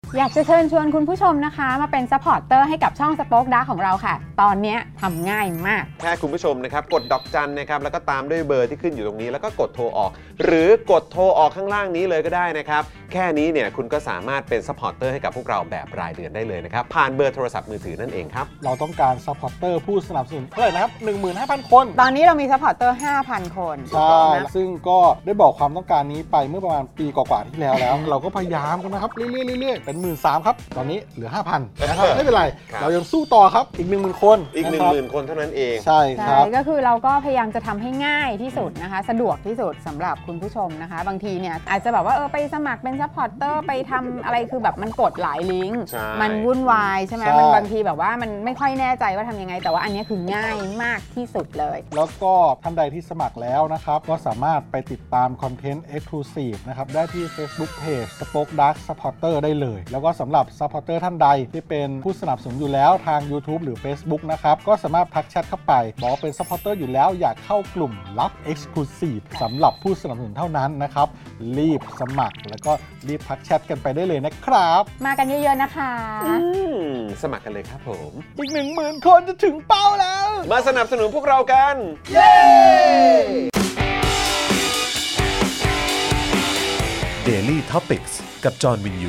อยากจะเชิญชวนคุณผู้ชมนะคะมาเป็นซัพพอร์ตเตอร์ให้กับช่อง Spoke Dark ของเราค่ะตอนนี้ทำง่ายมากแค่คุณผู้ชมนะครับกดดอกจันนะครับแล้วก็ตามด้วยเบอร์ที่ขึ้นอยู่ตรงนี้แล้วก็กดโทรออกหรือกดโทรออกข้างล่างนี้เลยก็ได้นะครับแค่นี้เนี่ยคุณก็สามารถเป็นซัพพอร์ตเตอร์ให้กับพวกเราแบบรายเดือนได้เลยนะครับผ่านเบอร์โทรศัพท์มือถือนั่นเองครับเราต้องการซัพพอร์ตเตอร์ผู้สนับสนุนเท่าไหร่นะครับ 15,000 คนตอนนี้เรามีซัพพอร์ตเตอร์ 5,000 คนใช่ซึ่งก็ได้บอกความต้องการนี้ไปเมื่อประมาณปีกว่าๆที่แล้ว เราก็พยายามกันนะครับเรื่อยๆเป็น 13,000 ครับตอนนี้เหลือ 5,000 นะครับไม่เป็นไรเรายังสู้ต่อครับอีก 10,000 คนอีก 10,000 คนเท่านั้นเองใช่ครับก็คือเราก็พยายามจะทำให้ง่ายที่สุดนะคะสะดวกที่สุดสำหรับคุณผู้ชมนะคะบางทีเนี่ยอาจจะแบบว่าไปสมัครเป็นซัพพอร์ตเตอร์ไปทำอะไรคือแบบมันกดหลายลิงก์มันวุ่นวายใช่ไหมมันบางทีแบบว่ามันไม่ค่อยแน่ใจว่าทำยังไงแต่ว่าอันนี้คือง่ายมากที่สุดเลยแล้วก็ท่านใดที่สมัครแล้วนะครับก็สามารถไปติดตามคอนเทนต์ Exclusive นะครับได้ที่ Facebook Page Spoke Dark Supporter ได้เลยแล้วก็สำหรับ Supporter ท่านใดที่เป็นผู้สนับสนุนอยู่แล้วทาง YouTube หรือ Facebook นะครับก็สามารถทักแชทเข้าไปบอกว่าเป็น Supporter อยู่แล้วอยากเข้ากลุ่มลับ Exclusive สำหรับผู้สนับสนุนเท่านั้นนะครับรีบสมัครแล้วก็รีบทักแชทกันไปได้เลยนะครับมากันเยอะๆนะคะสมัครกันเลยครับผมอีก 10,000 คนจะถึงเป้าแล้วมาสนับสนุนพวกเรากันเย้ Daily Topics กับจอห์นวินยู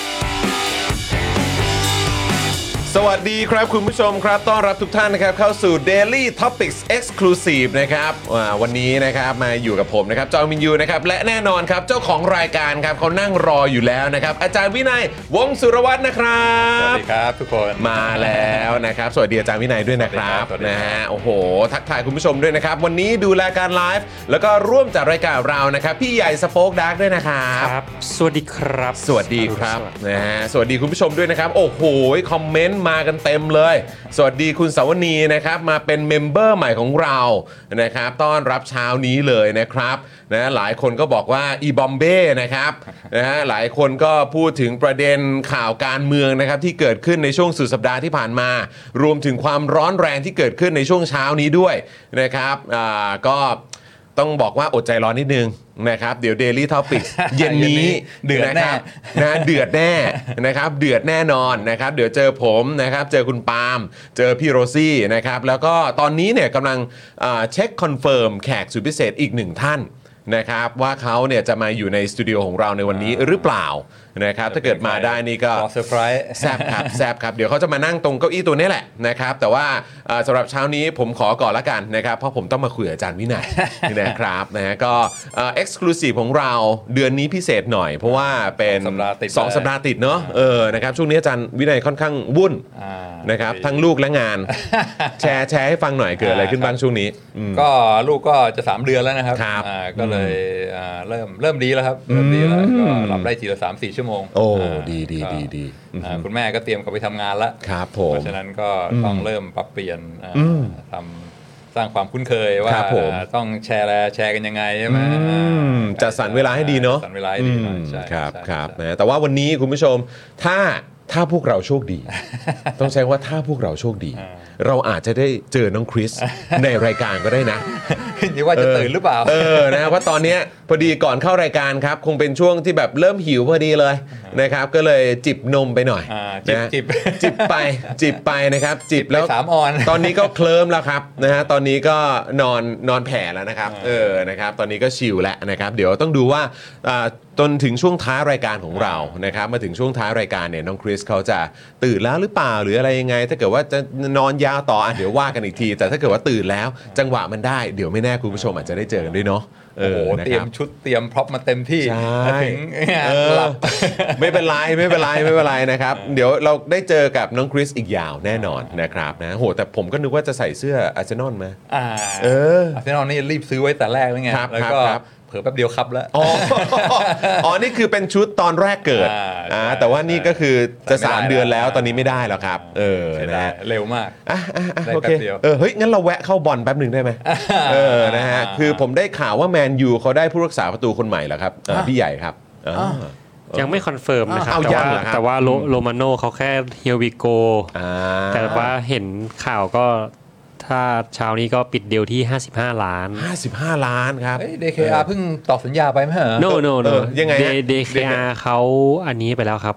สวัสดีครับคุณผู้ชมครับต้อนรับทุกท่านนะครับเข้าสู่ Daily Topics Exclusive นะครับวันนี้นะครับมาอยู่กับผมนะครับจอห์นวินยูนะครับและแน่นอนครับเจ้าของรายการครับเขานั่งรออยู่แล้วนะครับอาจารย์วินัยวงศ์สุรวัฒน์นะครับสวัสดีครับทุกคนมาแล้วนะครับสวัสดีอาจารย์วินัยด้วยนะครับนะฮะโอ้โหทักทายคุณผู้ชมด้วยนะครับวันนี้ดูแลการไลฟ์แล้วก็ร่วมจัดรายการเรานะครับพี่ใหญ่สโป๊กดาร์กด้วยนะครับสวัสดีครับสวัสดีครับนะฮะสวัสดีคุณผู้ชมด้วยนะครับโอ้โหคอมเมนต์มากันเต็มเลยสวัสดีคุณสาวนีนะครับมาเป็นเมมเบอร์ใหม่ของเรานะครับต้อนรับเช้านี้เลยนะครับนะหลายคนก็บอกว่าอีบอมเบ้นะครับนะฮะหลายคนก็พูดถึงประเด็นข่าวการเมืองนะครับที่เกิดขึ้นในช่วงสุดสัปดาห์ที่ผ่านมารวมถึงความร้อนแรงที่เกิดขึ้นในช่วงเช้านี้ด้วยนะครับก็ต้องบอกว่าอดใจรอนิดนึงนะครับเดี๋ยว Daily Topics เย็นนี้เดือดแน่นะเดือดแน่นะครับเดือดแน่นอนนะครับเดี๋ยวเจอผมนะครับเจอคุณปาล์มเจอพี่โรซี่นะครับแล้วก็ตอนนี้เนี่ยกำลังเช็คคอนเฟิร์มแขกสุดพิเศษอีกหนึ่งท่านนะครับว่าเขาเนี่ยจะมาอยู่ในสตูดิโอของเราในวันนี้หรือเปล่านะครับถ้าเกิดมาได้นี่ก็เซอร์ไพรส์แซ่บครับเดี๋ยวเขาจะมานั่งตรงเก้าอี้ตัวนี้แหละนะครับแต่ว่าสำหรับเช้านี้ผมขอก่อนละกันนะครับเพราะผมต้องมาคุยกับอาจารย์วินัย นะครับนะฮะก็เอ็กซ์คลูซีฟของเราเดือนนี้พิเศษหน่อยเพราะว่าเป็น2 สัปดาห์ติดเนาะนะครับช่วงนี้อาจารย์วินัยค่อนข้างวุ่นนะครับทั้งลูกและงานแชร์ให้ฟังหน่อยเกิดอะไรขึ้นบ้างช่วงนี้ก็ลูกก็จะ3เดือนแล้วนะครับก็เลยเริ่มดีแล้วครับเริ่มดีแล้วก็หลับได้ทีละ 3-4 ชั่วโมงโอ้ดีคุณแม่ก็เตรียมกลับไปทำงานแล้วครับผมเพราะฉะนั้นก็ต้องเริ่มปรับเปลี่ยนทำสร้างความคุ้นเคยว่าต้องแชร์กันยังไงใช่ไหมจัดสรรเวลาให้ดีเนาะจัดสรรเวลาให้ดีใช่ครับนะแต่ว่าวันนี้คุณผู้ชมถ้าพวกเราโชคดีต้องใช้ว่าถ้าพวกเราโชคดีเราอาจจะได้เจอน้องคริสในรายการก็ได้นะนี่ว่าจะตื่นหรือเปล่านะเพราะตอนนี้พอดีก่อนเข้ารายการครับคงเป็นช่วงที่แบบเริ่มหิวพอดีเลยนะครับก็เลยจิบนมไปหน่อยจิบไปนะครับจิบแล้ว 3 ออนตอนนี้ก็เคลิ้มแล้วครับนะฮะตอนนี้ก็นอนแผ่แล้วนะครับนะครับตอนนี้ก็ชิลแล้วนะครับเดี๋ยวต้องดูว่าจนถึงช่วงท้ายรายการของเรานะครับมาถึงช่วงท้ายรายการเนี่ยน้องคริสเขาจะตื่นแล้วหรือเปล่าหรืออะไรยังไงถ้าเกิดว่าจะนอนยาวต่อเดี๋ยวว่ากันอีกทีแต่ถ้าเกิดว่าตื่นแล้วจังหวะมันได้เดี๋ยวไม่แน่คุณผู้ชมอาจจะได้เจอกันด้วยเนาะเตรียมชุดเตรียมพร็อพมาเต็มที่ถึงหลับไม่เป็นไรนะครับเดี๋ยวเราได้เจอกับน้องคริสอีกยาวแน่นอนนะครับนะโหแต่ผมก็นึกว่าจะใส่เสื้ออาร์เซนอลมาอาร์เซนอลนี่รีบซื้อไว้แต่แรกแล้วไงแล้วก็เผลอแป๊บเดียวครับแล้วอ๋อนี่คือเป็นชุดตอนแรกเกิดแต่ว่านี่ก็คือจะ3 เดือนแล้วตอนนี้ไม่ได้แล้วครับนะเร็วมากโอเคเฮ้ยงั้นเราแวะเข้าบอลแป๊บหนึ่งได้ไหมนะฮะคือผมได้ข่าวว่าแมนยูเขาได้ผู้รักษาประตูคนใหม่แล้วครับพี่ใหญ่ครับยังไม่คอนเฟิร์มนะครับแต่ว่าโรมาโน่เขาแค่เฮียวิโกแต่ว่าเห็นข่าวก็ถ้าเช้านี้ก็ปิดเดียวที่55 ล้านครับ DKR เพิ่งตอบสัญญาไปไหมเหรอ No ยังไง DKR เขาอันนี้ไปแล้วครับ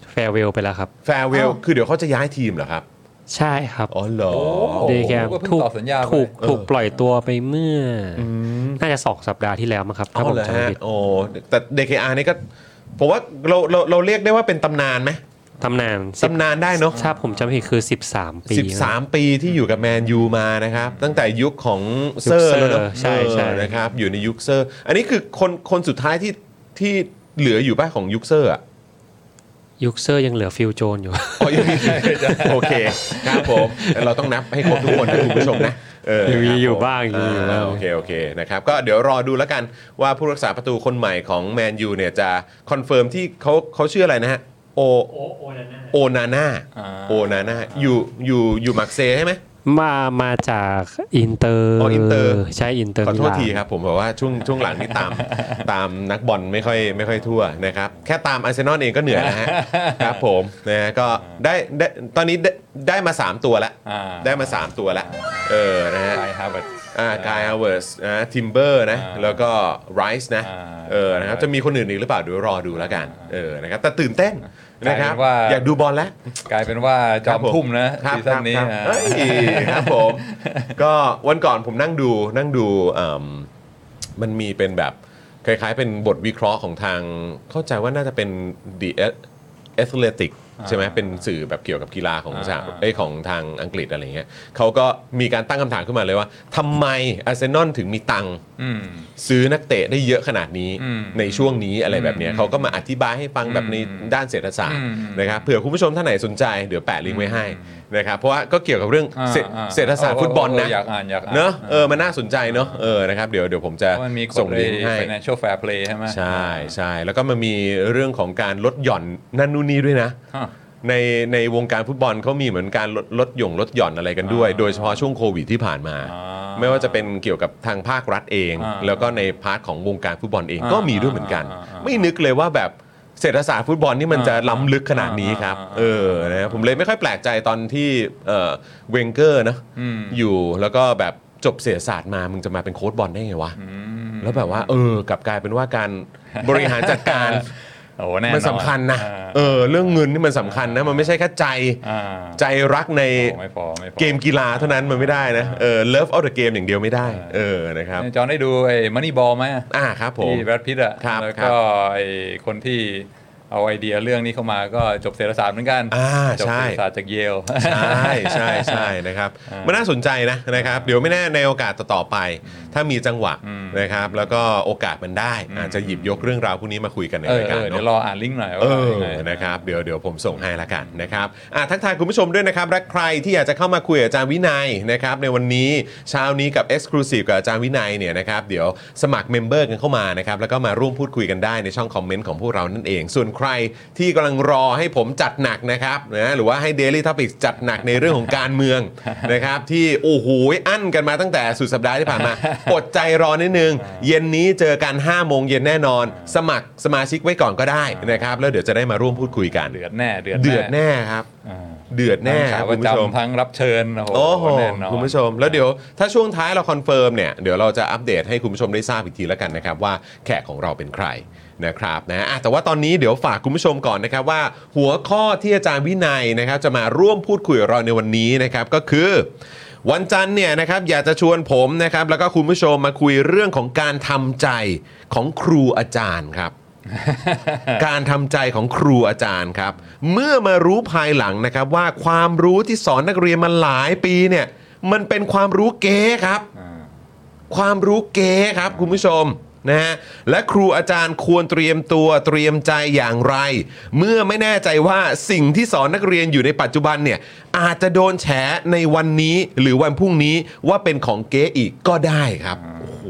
แฟร์เวลไปแล้วครับแฟร์เวลคือเดี๋ยวเขาจะย้ายทีมเหรอครับใช่ครับอ๋อเหรอเดแกมถูกปล่อยตัวไปเมื่อน่าจะ2 สัปดาห์ที่แล้วมั้งครับถ้าผมจำไม่ผิดโอ้แต่ DKR นี่ก็ผมว่าเราเรียกได้ว่าเป็นตำนานไหมตำนานได้เนาะถ้าผมจำไม่ผิดคือ13 ปี 13 ปีที่อยู่กับแมนยูมานะครับตั้งแต่ยุคของเซอร์ใช่นะครับอยู่ในยุคเซอร์อันนี้คือคนสุดท้ายที่เหลืออยู่ป่ะของยุคเซอร์ยุคเซอร์ยังเหลือฟิลโจนอยู่ยังมีโอเคครับผมเราต้องนับให้ครบทุกคนนะคุณผู้ชมนะมีอยู่บ้างโอเคนะครับก็เดี๋ยวรอดูแล้วกันว่าผู้รักษาประตูคนใหม่ของแมนยูเนี่ยจะคอนเฟิร์มที่เขาชื่ออะไรนะฮะโอนาน่าอยู่มักเซใช่ไหมมาจากอินเตอร์ใช่อินเตอร์ขอโทษทีครับผมบอกว่าช่วงหลังนี่ตามนักบอลไม่ค่อยทั่วนะครับแค่ตามอาร์เซนอลเองก็เหนื่อยนะฮะครับผมนะก็ได้ตอนนี้ได้มา3ตัวแล้วได้มา3ตัวแล้วนะฮะกายฮาวเวิร์สทิมเบอร์นะแล้วก็ไรส์นะนะครับจะมีคนอื่นอีกหรือเปล่าเดี๋ยวรอดูแล้วกันนะครับแต่ตื่นเต้นนะครับอยากดูบอลแล้วกลายเป็นว่าจอมทุ่มนะซีซั่นนี้ครับผมก็วันก่อนผมนั่งดูมันมีเป็นแบบคล้ายๆเป็นบทวิเคราะห์ของทางเข้าใจว่าน่าจะเป็น The Athletic ใช่ไหมเป็นสื่อแบบเกี่ยวกับกีฬาของของทางอังกฤษอะไรเงี้ยเขาก็มีการตั้งคำถามขึ้นมาเลยว่าทำไมอาร์เซนอลถึงมีตังค์ซื้อนักเตะได้เยอะขนาดนี้ในช่วงนี้อะไรแบบนี้เขาก็มาอธิบายให้ฟังแบบในด้านเศรษฐศาสตร์นะครับเผื่อคุณผู้ชมท่านไหนสนใจเดี๋ยวแปะลิงก์ไว้ให้นะครับเพราะว่าก็เกี่ยวกับเรื่องเศรษฐศาสตร์ฟุตบอลนะอยากอ่านเนอะมันน่าสนใจเนอะนะครับเดี๋ยวผมจะส่งลิงก์ให้ financial fair play ใช่ไหมใช่แล้วก็มันมีเรื่องของการลดหย่อนนั่นนู่นนี่ด้วยนะในวงการฟุตบอลเขามีเหมือนการลดหย่อนอะไรกันด้วยโดยเฉพาะช่วงโควิดที่ผ่านมาไม่ว่าจะเป็นเกี่ยวกับทางภาครัฐเองแล้วก็ในพาร์ทของวงการฟุตบอลเองก็มีด้วยเหมือนกันไม่นึกเลยว่าแบบเศรษฐศาสตร์ฟุตบอลนี่มันจะล้ำลึกขนาดนี้ครับนะผมเลยไม่ค่อยแปลกใจตอนที่เวนเกอร์นะอยู่แล้วก็แบบจบเศรษฐศาสตร์มามึงจะมาเป็นโค้ชบอลได้ไงวะแล้วแบบว่ากลับกลายเป็นว่าการบริหารจัดการมันสำคัญนะเรื่องเงินนี่มันสำคัญนะมันไม่ใช่แค่ใจรักในเกมกีฬาเท่านั้นมันไม่ได้นะlove of the game อย่างเดียวไม่ได้นะครับจอห์นได้ดูไอ้ Moneyball ไหมครับผมที่แบรดพิตต์แล้วก็ไอ้คนที่เอาไอเดียเรื่องนี้เข้ามาก็จบเศรษฐศาสตร์เหมือนกันจบเศรษฐศาสตร์จากเยลใช่นะครับมันน่าสนใจนะครับเดี๋ยวไม่แน่ในโอกาสต่อไปถ้ามีจังหวะนะครับแล้วก็โอกาสมันได้อาจจะหยิบยกเรื่องราวพวกนี้มาคุยกันในรายการเดี๋ยวรออ่านลิงก์หน่อยนะครับเดี๋ยวผมส่งให้ละกันนะครับทักทายคุณผู้ชมด้วยนะครับและใครที่อยากจะเข้ามาคุยกับอาจารย์วินัยนะครับในวันนี้เช้านี้กับ Exclusive กับอาจารย์วินัยเนี่ยนะครับเดี๋ยวสมัครเมมเบอร์กันเข้ามานะครับแล้วก็มาร่วมพูดคุยกันได้ในช่องคอมเมนต์ของพวกเรานั่นเองส่วนใครที่กำลังรอให้ผมจัดหนักนะครับนะหรือว่าให้ Daily Topics จัดหนักในเรื่องของการเมืองนะครับที่โอ้โหอั้นกันมาตั้งแต่สุดสัปดาห์ที่ผ่านมาอดใจรอนิดนึงเย็นนี้เจอกัน 5 โมงเย็นแน่นอนสมัครสมาชิกไว้ก่อนก็ได้นะครับแล้วเดี๋ยวจะได้มาร่วมพูดคุยกันเดือดแน่ครับเดือดแน่ครับคุณผู้ชมทั้งรับเชิญโอ้โหคุณผู้ชมแล้วเดี๋ยวถ้าช่วงท้ายเราคอนเฟิร์มเนี่ยเดี๋ยวเราจะอัปเดตให้คุณผู้ชมได้ทราบอีกทีแล้วกันนะครับว่าแขกของเราเป็นใครนะครับนะแต่ว่าตอนนี้เดี๋ยวฝากคุณผู้ชมก่อนนะครับว่าหัวข้อที่อาจารย์วินัยนะครับจะมาร่วมพูดคุยกับเราในวันนี้นะครับก็คือวันจันทร์เนี่ยนะครับอยากจะชวนผมนะครับแล้วก็คุณผู้ชมมาคุยเรื่องของการทำใจของครูอาจารย์ครับ การทำใจของครูอาจารย์ครับเมื่อมารู้ภายหลังนะครับว่าความรู้ที่สอนนักเรียนมาหลายปีเนี่ยมันเป็นความรู้เก๊ครับความรู้เก๊ครับคุณผู้ชมนะฮะและครูอาจารย์ควรเตรียมตัวเตรียมใจอย่างไรเมื่อไม่แน่ใจว่าสิ่งที่สอนนักเรียนอยู่ในปัจจุบันเนี่ยอาจจะโดนแฉในวันนี้หรือวันพรุ่งนี้ว่าเป็นของเก๊อีกก็ได้ครับโอ้โห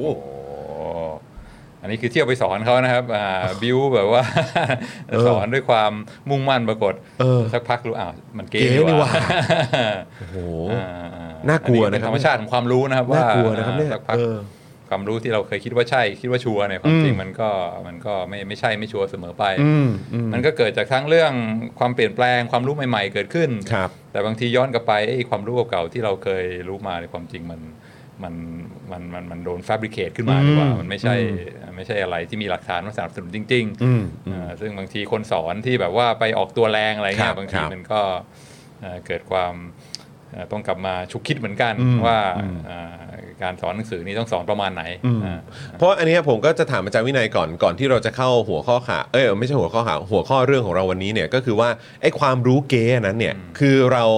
อันนี้คือเที่ยวไปสอนเขานะครับบิวแบบว่าสอนด้วยความมุ่งมั่นปรากฏสักพักรู้มันเก๊นี่ว่าโอ้โหน่ากลัวนะครับธรรมชาติของความรู้นะครับว่าสักพักความรู้ที่เราเคยคิดว่าใช่คิดว่าชัวร์เนี่ยความจริงมันก็ไม่ใช่ไม่ชัวร์เสมอไปมันก็เกิดจากทั้งเรื่องความเปลี่ยนแปลงความรู้ใหม่ๆเกิดขึ้นแต่บางทีย้อนกลับไปความรู้เก่าๆที่เราเคยรู้มาในความจริงมันโดน fabricate ขึ้นมาดีกว่ามันไม่ใช่อะไรที่มีหลักฐานมาสนับสนุนจริงๆซึ่งบางทีคนสอนที่แบบว่าไปออกตัวแรงอะไรเงี้ยบางทีมันก็เกิดความต้องกลับมาฉุกคิดเหมือนกันว่าการสอนหนังสือนี้ต้องสอนประมาณไหนเพราะอันนี้ผมก็จะถามอาจารย์วินัยก่อนที่เราจะเข้าหัวข้อข่าวไม่ใช่หัวข้อข่าวหัวข้อเรื่องของเราวันนี้เนี่ยก็คือว่าไอ้ความรู้เก๊นั้นเนี่ยคือ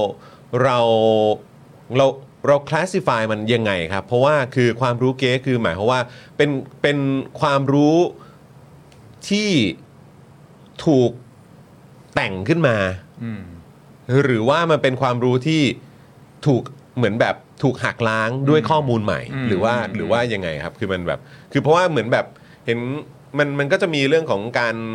เราคลาสสิฟายมันยังไงครับเพราะว่าคือความรู้เก๊คือหมายความว่าเป็นความรู้ที่ถูกแต่งขึ้นมาหรือว่ามันเป็นความรู้ที่ถูกเหมือนแบบถูกหักล้างด้วยข้อมูลใหม่หรือว่ายังไงครับคือมันแบบคือเพราะว่าเหมือนแบบเห็นมันก็จะมีเรื่องของ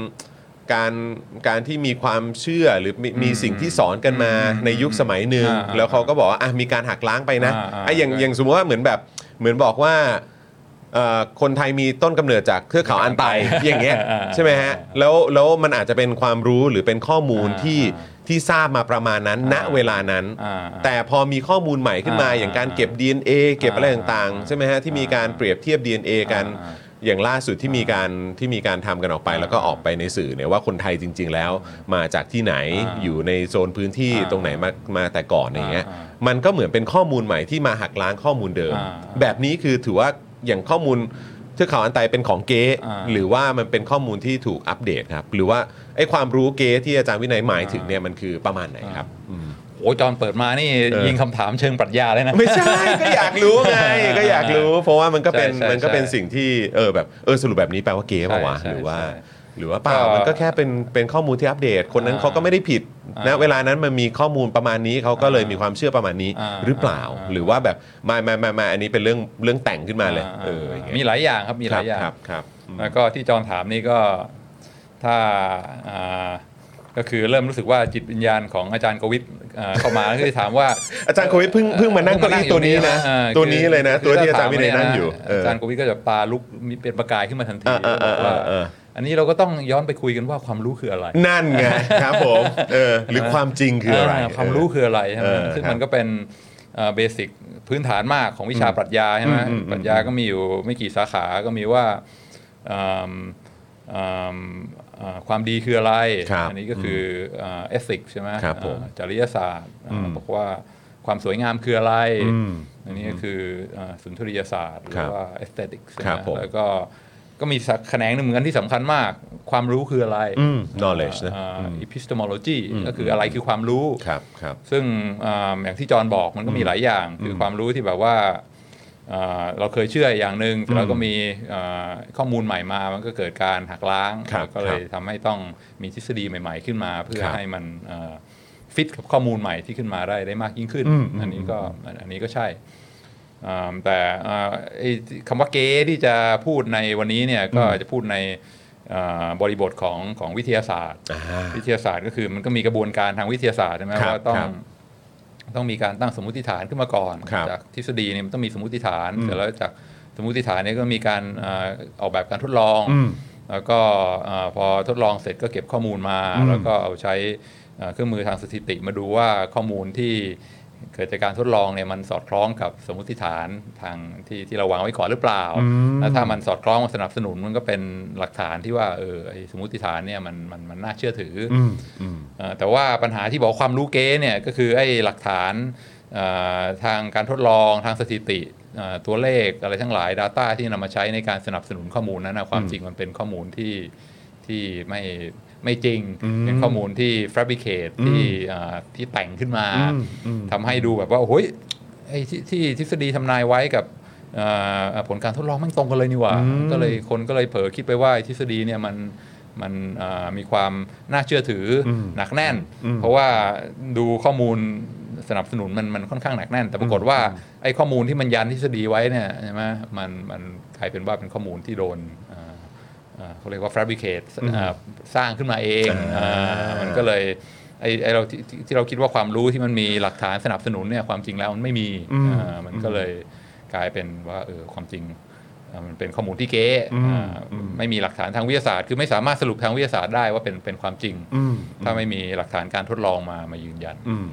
การที่มีความเชื่อหรือมีสิ่งที่สอนกันมาในยุคสมัยหนึ่งแล้วเขาก็บอกว่ามีการหักล้างไปนะอย่างสมมติว่าเหมือนบอกว่าคนไทยมีต้นกำเนิดจากเทือกเขาอันไตอย่างเงี้ยใช่ไหมฮะแล้วมันอาจจะเป็นความรู้หรือเป็นข้อมูลที่ทราบมาประมาณนั้นณเวลานั้นแต่พอมีข้อมูลใหม่ขึ้นมาอย่างการเก็บ DNA เก็บอะไรต่างๆใช่ไหมฮะที่มีการเปรียบเทียบ DNA กันอย่างล่าสุดที่มีการทำกันออกไปแล้วก็ออกไปในสื่อเนี่ยว่าคนไทยจริงๆแล้วมาจากที่ไหนอยู่ในโซนพื้นที่ตรงไหนมาแต่ก่อนอย่างเงี้ยมันก็เหมือนเป็นข้อมูลใหม่ที่มาหักล้างข้อมูลเดิมแบบนี้คือถือว่าอย่างข้อมูลเทือกเขาอันไตเป็นของเก๊หรือว่ามันเป็นข้อมูลที่ถูกอัปเดตครับหรือว่าไอ้ความรู้เก๊ที่อาจารย์วินัยหมายถึงเนี่ยมันคือประมาณไหนครับโอ้จอนเปิดมานี่ยิงคำถามเชิงปรัชญาเลยนะไม่ใช่ก็อยากรู้ไงก็อยากรู้เพราะว่ามันก็เป็นสิ่งที่แบบสรุปแบบนี้แปลว่าเก๊ป่าววะหรือว่าเปล่ามันก็แค่เป็นข้อมูลที่อัปเดตคนนั้นเขาก็ไม่ได้ผิดนะเวลานั้นมันมีข้อมูลประมาณนี้เขาก็เลยมีความเชื่อประมาณนี้หรือเปล่าหรือว่าแบบมาอันนี้เป็นเรื่องแต่งขึ้นมาเลยมีหลายอย่างครับมีหลายอย่างครับแล้วก็ที่จอนถามนี่ก็ถ้าก็คือเริ่มรู้สึกว่าจิตวิญญาณของอาจารย์กวิทเข้ามาก็เลยถามว่าอาจารย์กวิทเพิ่งมานั่งเก้าอี้ตัวนี้นะตัวนี้เลยนะตัวที่อาจารย์วินัยนั่งอยู่อาจารย์กวิทก็จะตาลุกมีเป็นประกายขึ้นมาทันทีว่าอันนี้เราก็ต้องย้อนไปคุยกันว่าความรู้คืออะไรนั่นไงครับผมหรือความจริงคืออะไรความรู้คืออะไรใช่ไหมซึ่งมันก็เป็นเบสิกพื้นฐานมากของวิชาปรัชญาใช่ไหมปรัชญาก็มีอยู่ไม่กี่สาขาก็มีว่าความดีคืออะไรอันนี้ก็คือเอธิกส์ใช่ไหมจริยศาสตร์บอกว่าความสวยงามคืออะไรอันนี้ก็คือสุนทรียศาสตร์หรือว่าเอสเธติกส์แล้วก็มีแขนงหนึ่งเหมือนกันที่สำคัญมากความรู้คืออะไร knowledge นะ epistemology ก็คืออะไรคือความรู้ซึ่งอย่างที่จอห์นบอกมันก็มีหลายอย่างคือความรู้ที่แบบว่าเราเคยเชื่ออย่างหนึ่งแล้วก็มีข้อมูลใหม่มามันก็เกิดการหักล้างก็เลยทำให้ต้องมีทฤษฎีใหม่ๆขึ้นมาเพื่อให้มันฟิตกับข้อมูลใหม่ที่ขึ้นมาได้มากยิ่งขึ้นอันนี้ก็ใช่แต่คำว่าเก๊ที่จะพูดในวันนี้เนี่ยก็จะพูดในบริบทของวิทยาศาสตร์วิทยาศาสตร์ก็คือมันก็มีกระบวนการทางวิทยาศาสตร์ใช่ไหมว่าต้องมีการตั้งสมมุติฐานขึ้นมาก่อนจากทฤษฎีเนี่ยมันต้องมีสมมุติฐานเสร็จแล้วจากสมมุติฐานนี้ก็มีการออกแบบการทดลองแล้วก็พอทดลองเสร็จก็เก็บข้อมูลมาแล้วก็เอาใช้เครื่องมือทางสถิติมาดูว่าข้อมูลที่เกิดจากการทดลองเนี่ยมันสอดคล้องกับสมมุติฐานทางที่เราวางไว้ก่อนหรือเปล่าแล้วถ้ามันสอดคล้องมันสนับสนุนมันก็เป็นหลักฐานที่ว่าไอ้สมมุติฐานเนี่ยมันน่าเชื่อถือแต่ว่าปัญหาที่บอกความรู้เก๊เนี่ยก็คือไอ้หลักฐานทางการทดลองทางสถิติตัวเลขอะไรทั้งหลาย Data ที่นำมาใช้ในการสนับสนุนข้อมูลนั้นความจริงมันเป็นข้อมูลที่ไม่จริงเป็นข้อมูลที่ fabricate ที่แต่งขึ้นมาทำให้ดูแบบว่าโอ้ยไอ้ที่ทฤษฎีทำนายไว้กับผลการทดลองไม่ตรงกันเลยนี่หว่าคนก็เลยเผลอคิดไปว่าทฤษฎีเนี่ยมันมีความน่าเชื่อถือหนักแน่นเพราะว่าดูข้อมูลสนับสนุนมันค่อนข้างหนักแน่นแต่ปรากฏว่าไอ้ข้อมูลที่มันยันทฤษฎีไว้เนี่ยใช่ไหมมันกลายเป็นว่าเป็นข้อมูลที่โดนเขาเรียกว่า fabricate สร้างขึ้นมาเองมันก็เลยไอ้เราที่เราคิดว่าความรู้ที่มันมีหลักฐานสนับสนุนเนี่ยความจริงแล้วมันไม่มีมันก็เลยกลายเป็นว่าความจริงมันเป็นข้อมูลที่เก๊ไม่มีหลักฐานทางวิทยาศาสตร์คือไม่สามารถสรุปทางวิทยาศาสตร์ได้ว่าเป็นความจริงถ้าไม่มีหลักฐานการทดลองมายืนยัน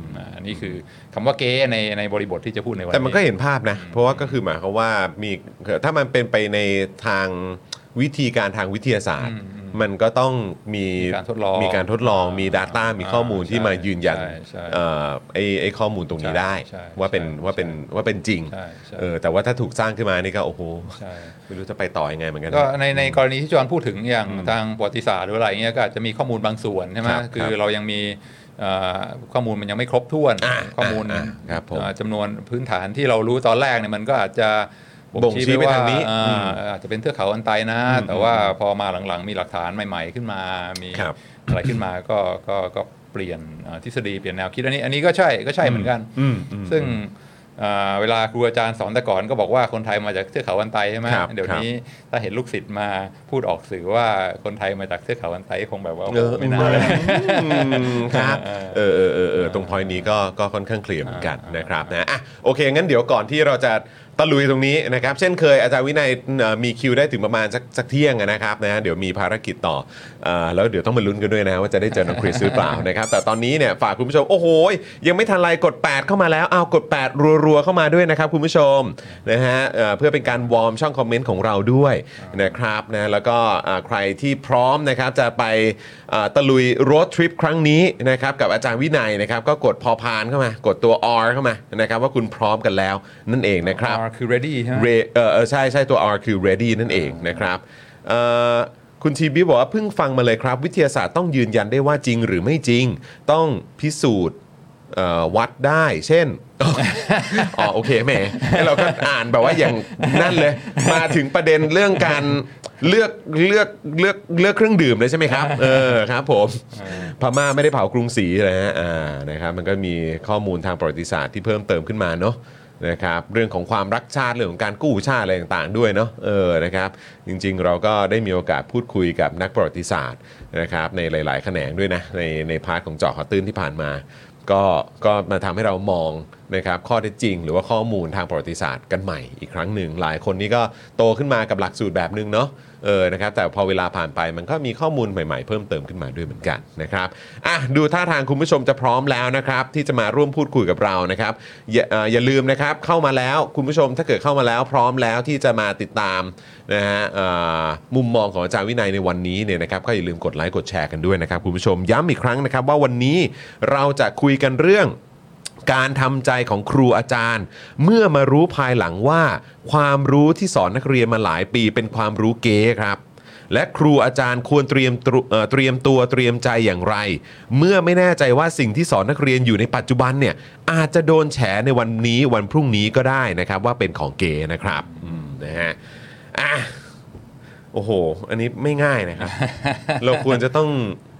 อันนี้คือคำว่าเก๊ในบริบทที่จะพูดในวันนี้แต่มันก็เห็นภาพนะเพราะว่าก็คือหมายความว่ามีถ้ามันเป็นไปในทางวิธีการทางวิทยาศาสตร์มันก็ต้องมีการทดลองมี Data มีข้อมูลที่มายืนยันไอ้ข้อมูลตรงนี้ได้ว่าเป็นจริงแต่ว่าถ้าถูกสร้างขึ้นมานี่ก็โอ้โหไม่รู้จะไปต่อยังไงเหมือนกันก็ในกรณีที่จอห์นพูดถึงอย่างทางประวัติศาสตร์หรืออะไรเงี้ยก็อาจจะมีข้อมูลบางส่วนใช่ไหมคือเรายังมีข้อมูลมันยังไม่ครบถ้วนข้อมูลจำนวนพื้นฐานที่เรารู้ตอนแรกเนี่ยมันก็อาจจะบ่งชี้ไปทางนี้อาจจะเป็นเทือกเขาอันไตนะแต่ว่าพอมาหลังๆมีหลักฐานใหม่ๆขึ้นมามีอะไรขึ้นมาก็เปลี่ยนทฤษฎีเปลี่ยนแนวคิดอันนี้ก็ใช่เหมือนกันซึ่งเวลาครูอาจารย์สอนแต่ก่อนก็บอกว่าคนไทยมาจากเทือกเขาอันไตใช่ไหมเดี๋ยวนี้ถ้าเห็นลูกศิษย์มาพูดออกสื่อว่าคนไทยมาจากเทือกเขาอันไตคงแบบว่าไม่น่าเลยครับตรงพอยนี้ก็ค่อนข้างเคลียร์เหมือนกันนะครับนะโอเคงั้นเดี๋ยวก่อนที่เราจะตะลุยตรงนี้นะครับเช่นเคยอาจารย์วินัยมีคิวได้ถึงประมาณสักเที่ยงนะครับนะเดี๋ยวมีภารกิจต่อแล้วเดี๋ยวต้องมาลุ้นกันด้วยนะว่าจะได้เจอน้องคริสหรือเปล่านะครับแต่ตอนนี้เนี่ยฝากคุณผู้ชมโอ้โหยังไม่ทันไรกด8เข้ามาแล้วกด8รัวๆเข้ามาด้วยนะครับคุณผู้ชมนะฮะเพื่อเป็นการวอร์มช่องคอมเมนต์ของเราด้วยนะครับนะแล้วก็ใครที่พร้อมนะครับจะไปตะลุยโรดทริปครั้งนี้นะครับกับอาจารย์วินัยนะครับก็กดพอพานเข้ามากดตัว R เข้ามานะครับว่าคุณพร้อมกันแล้วนั่นเองนะครับ R คือ ready ใช่ไหมใช่ตัว R คือ ready นั่นเองนะครับคุณทีบีบอกว่าเพิ่งฟังมาเลยครับวิทยาศาสตร์ต้องยืนยันได้ว่าจริงหรือไม่จริงต้องพิสูจน์วัดได้เช่นโอเคแม่เราก็อ่านแบบว่าอย่างนั่นเลยมาถึงประเด็นเรื่องการเลือกเครื่องดื่มเลยใช่ไหมครับครับผมพม่าไม่ได้เผากรุงศรีเลยฮะนะครับมันก็มีข้อมูลทางประวัติศาสตร์ที่เพิ่มเติมขึ้นมาเนาะนะครับเรื่องของความรักชาติเรื่องของการกู้ชาติอะไรต่างๆด้วยเนาะนะครับจริงๆเราก็ได้มีโอกาสพูดคุยกับนักประวัติศาสตร์นะครับในหลายๆแขนงด้วยนะในพาร์ทของเจาะข่าวตื้นที่ผ่านมาก็มาทำให้เรามองนะครับข้อเท็จจริงหรือว่าข้อมูลทางประวัติศาสตร์กันใหม่อีกครั้งหนึ่งหลายคนนี่ก็โตขึ้นมากับหลักสูตรแบบนึงเนาะนะครับแต่พอเวลาผ่านไปมันก็มีข้อมูลใหม่ๆเพิ่มเติมขึ้นมาด้วยเหมือนกันนะครับดูท่าทางคุณผู้ชมจะพร้อมแล้วนะครับที่จะมาร่วมพูดคุยกับเรานะครับอย่าลืมนะครับเข้ามาแล้วคุณผู้ชมถ้าเกิดเข้ามาแล้วพร้อมแล้วที่จะมาติดตามนะฮะมุมมองของอาจารย์วินัยในวันนี้เนี่ยนะครับก็อย่าลืมกดไลค์กดแชร์กันด้วยนะครับคุณผู้ชมย้ำอีกครั้งนะครับว่าวันนี้เราจะคุยกันเรื่องการทำใจของครูอาจารย์เมื่อมารู้ภายหลังว่าความรู้ที่สอนนักเรียนมาหลายปีเป็นความรู้เก๊ครับและครูอาจารย์ควรเตรียมตัวเตรียมใจอย่างไรเมื่อไม่แน่ใจว่าสิ่งที่สอนนักเรียนอยู่ในปัจจุบันเนี่ยอาจจะโดนแฉในวันนี้วันพรุ่งนี้ก็ได้นะครับว่าเป็นของเก๊นะครับนะฮะโอ้โหอันนี้ไม่ง่ายนะครับ เราควรจะต้อง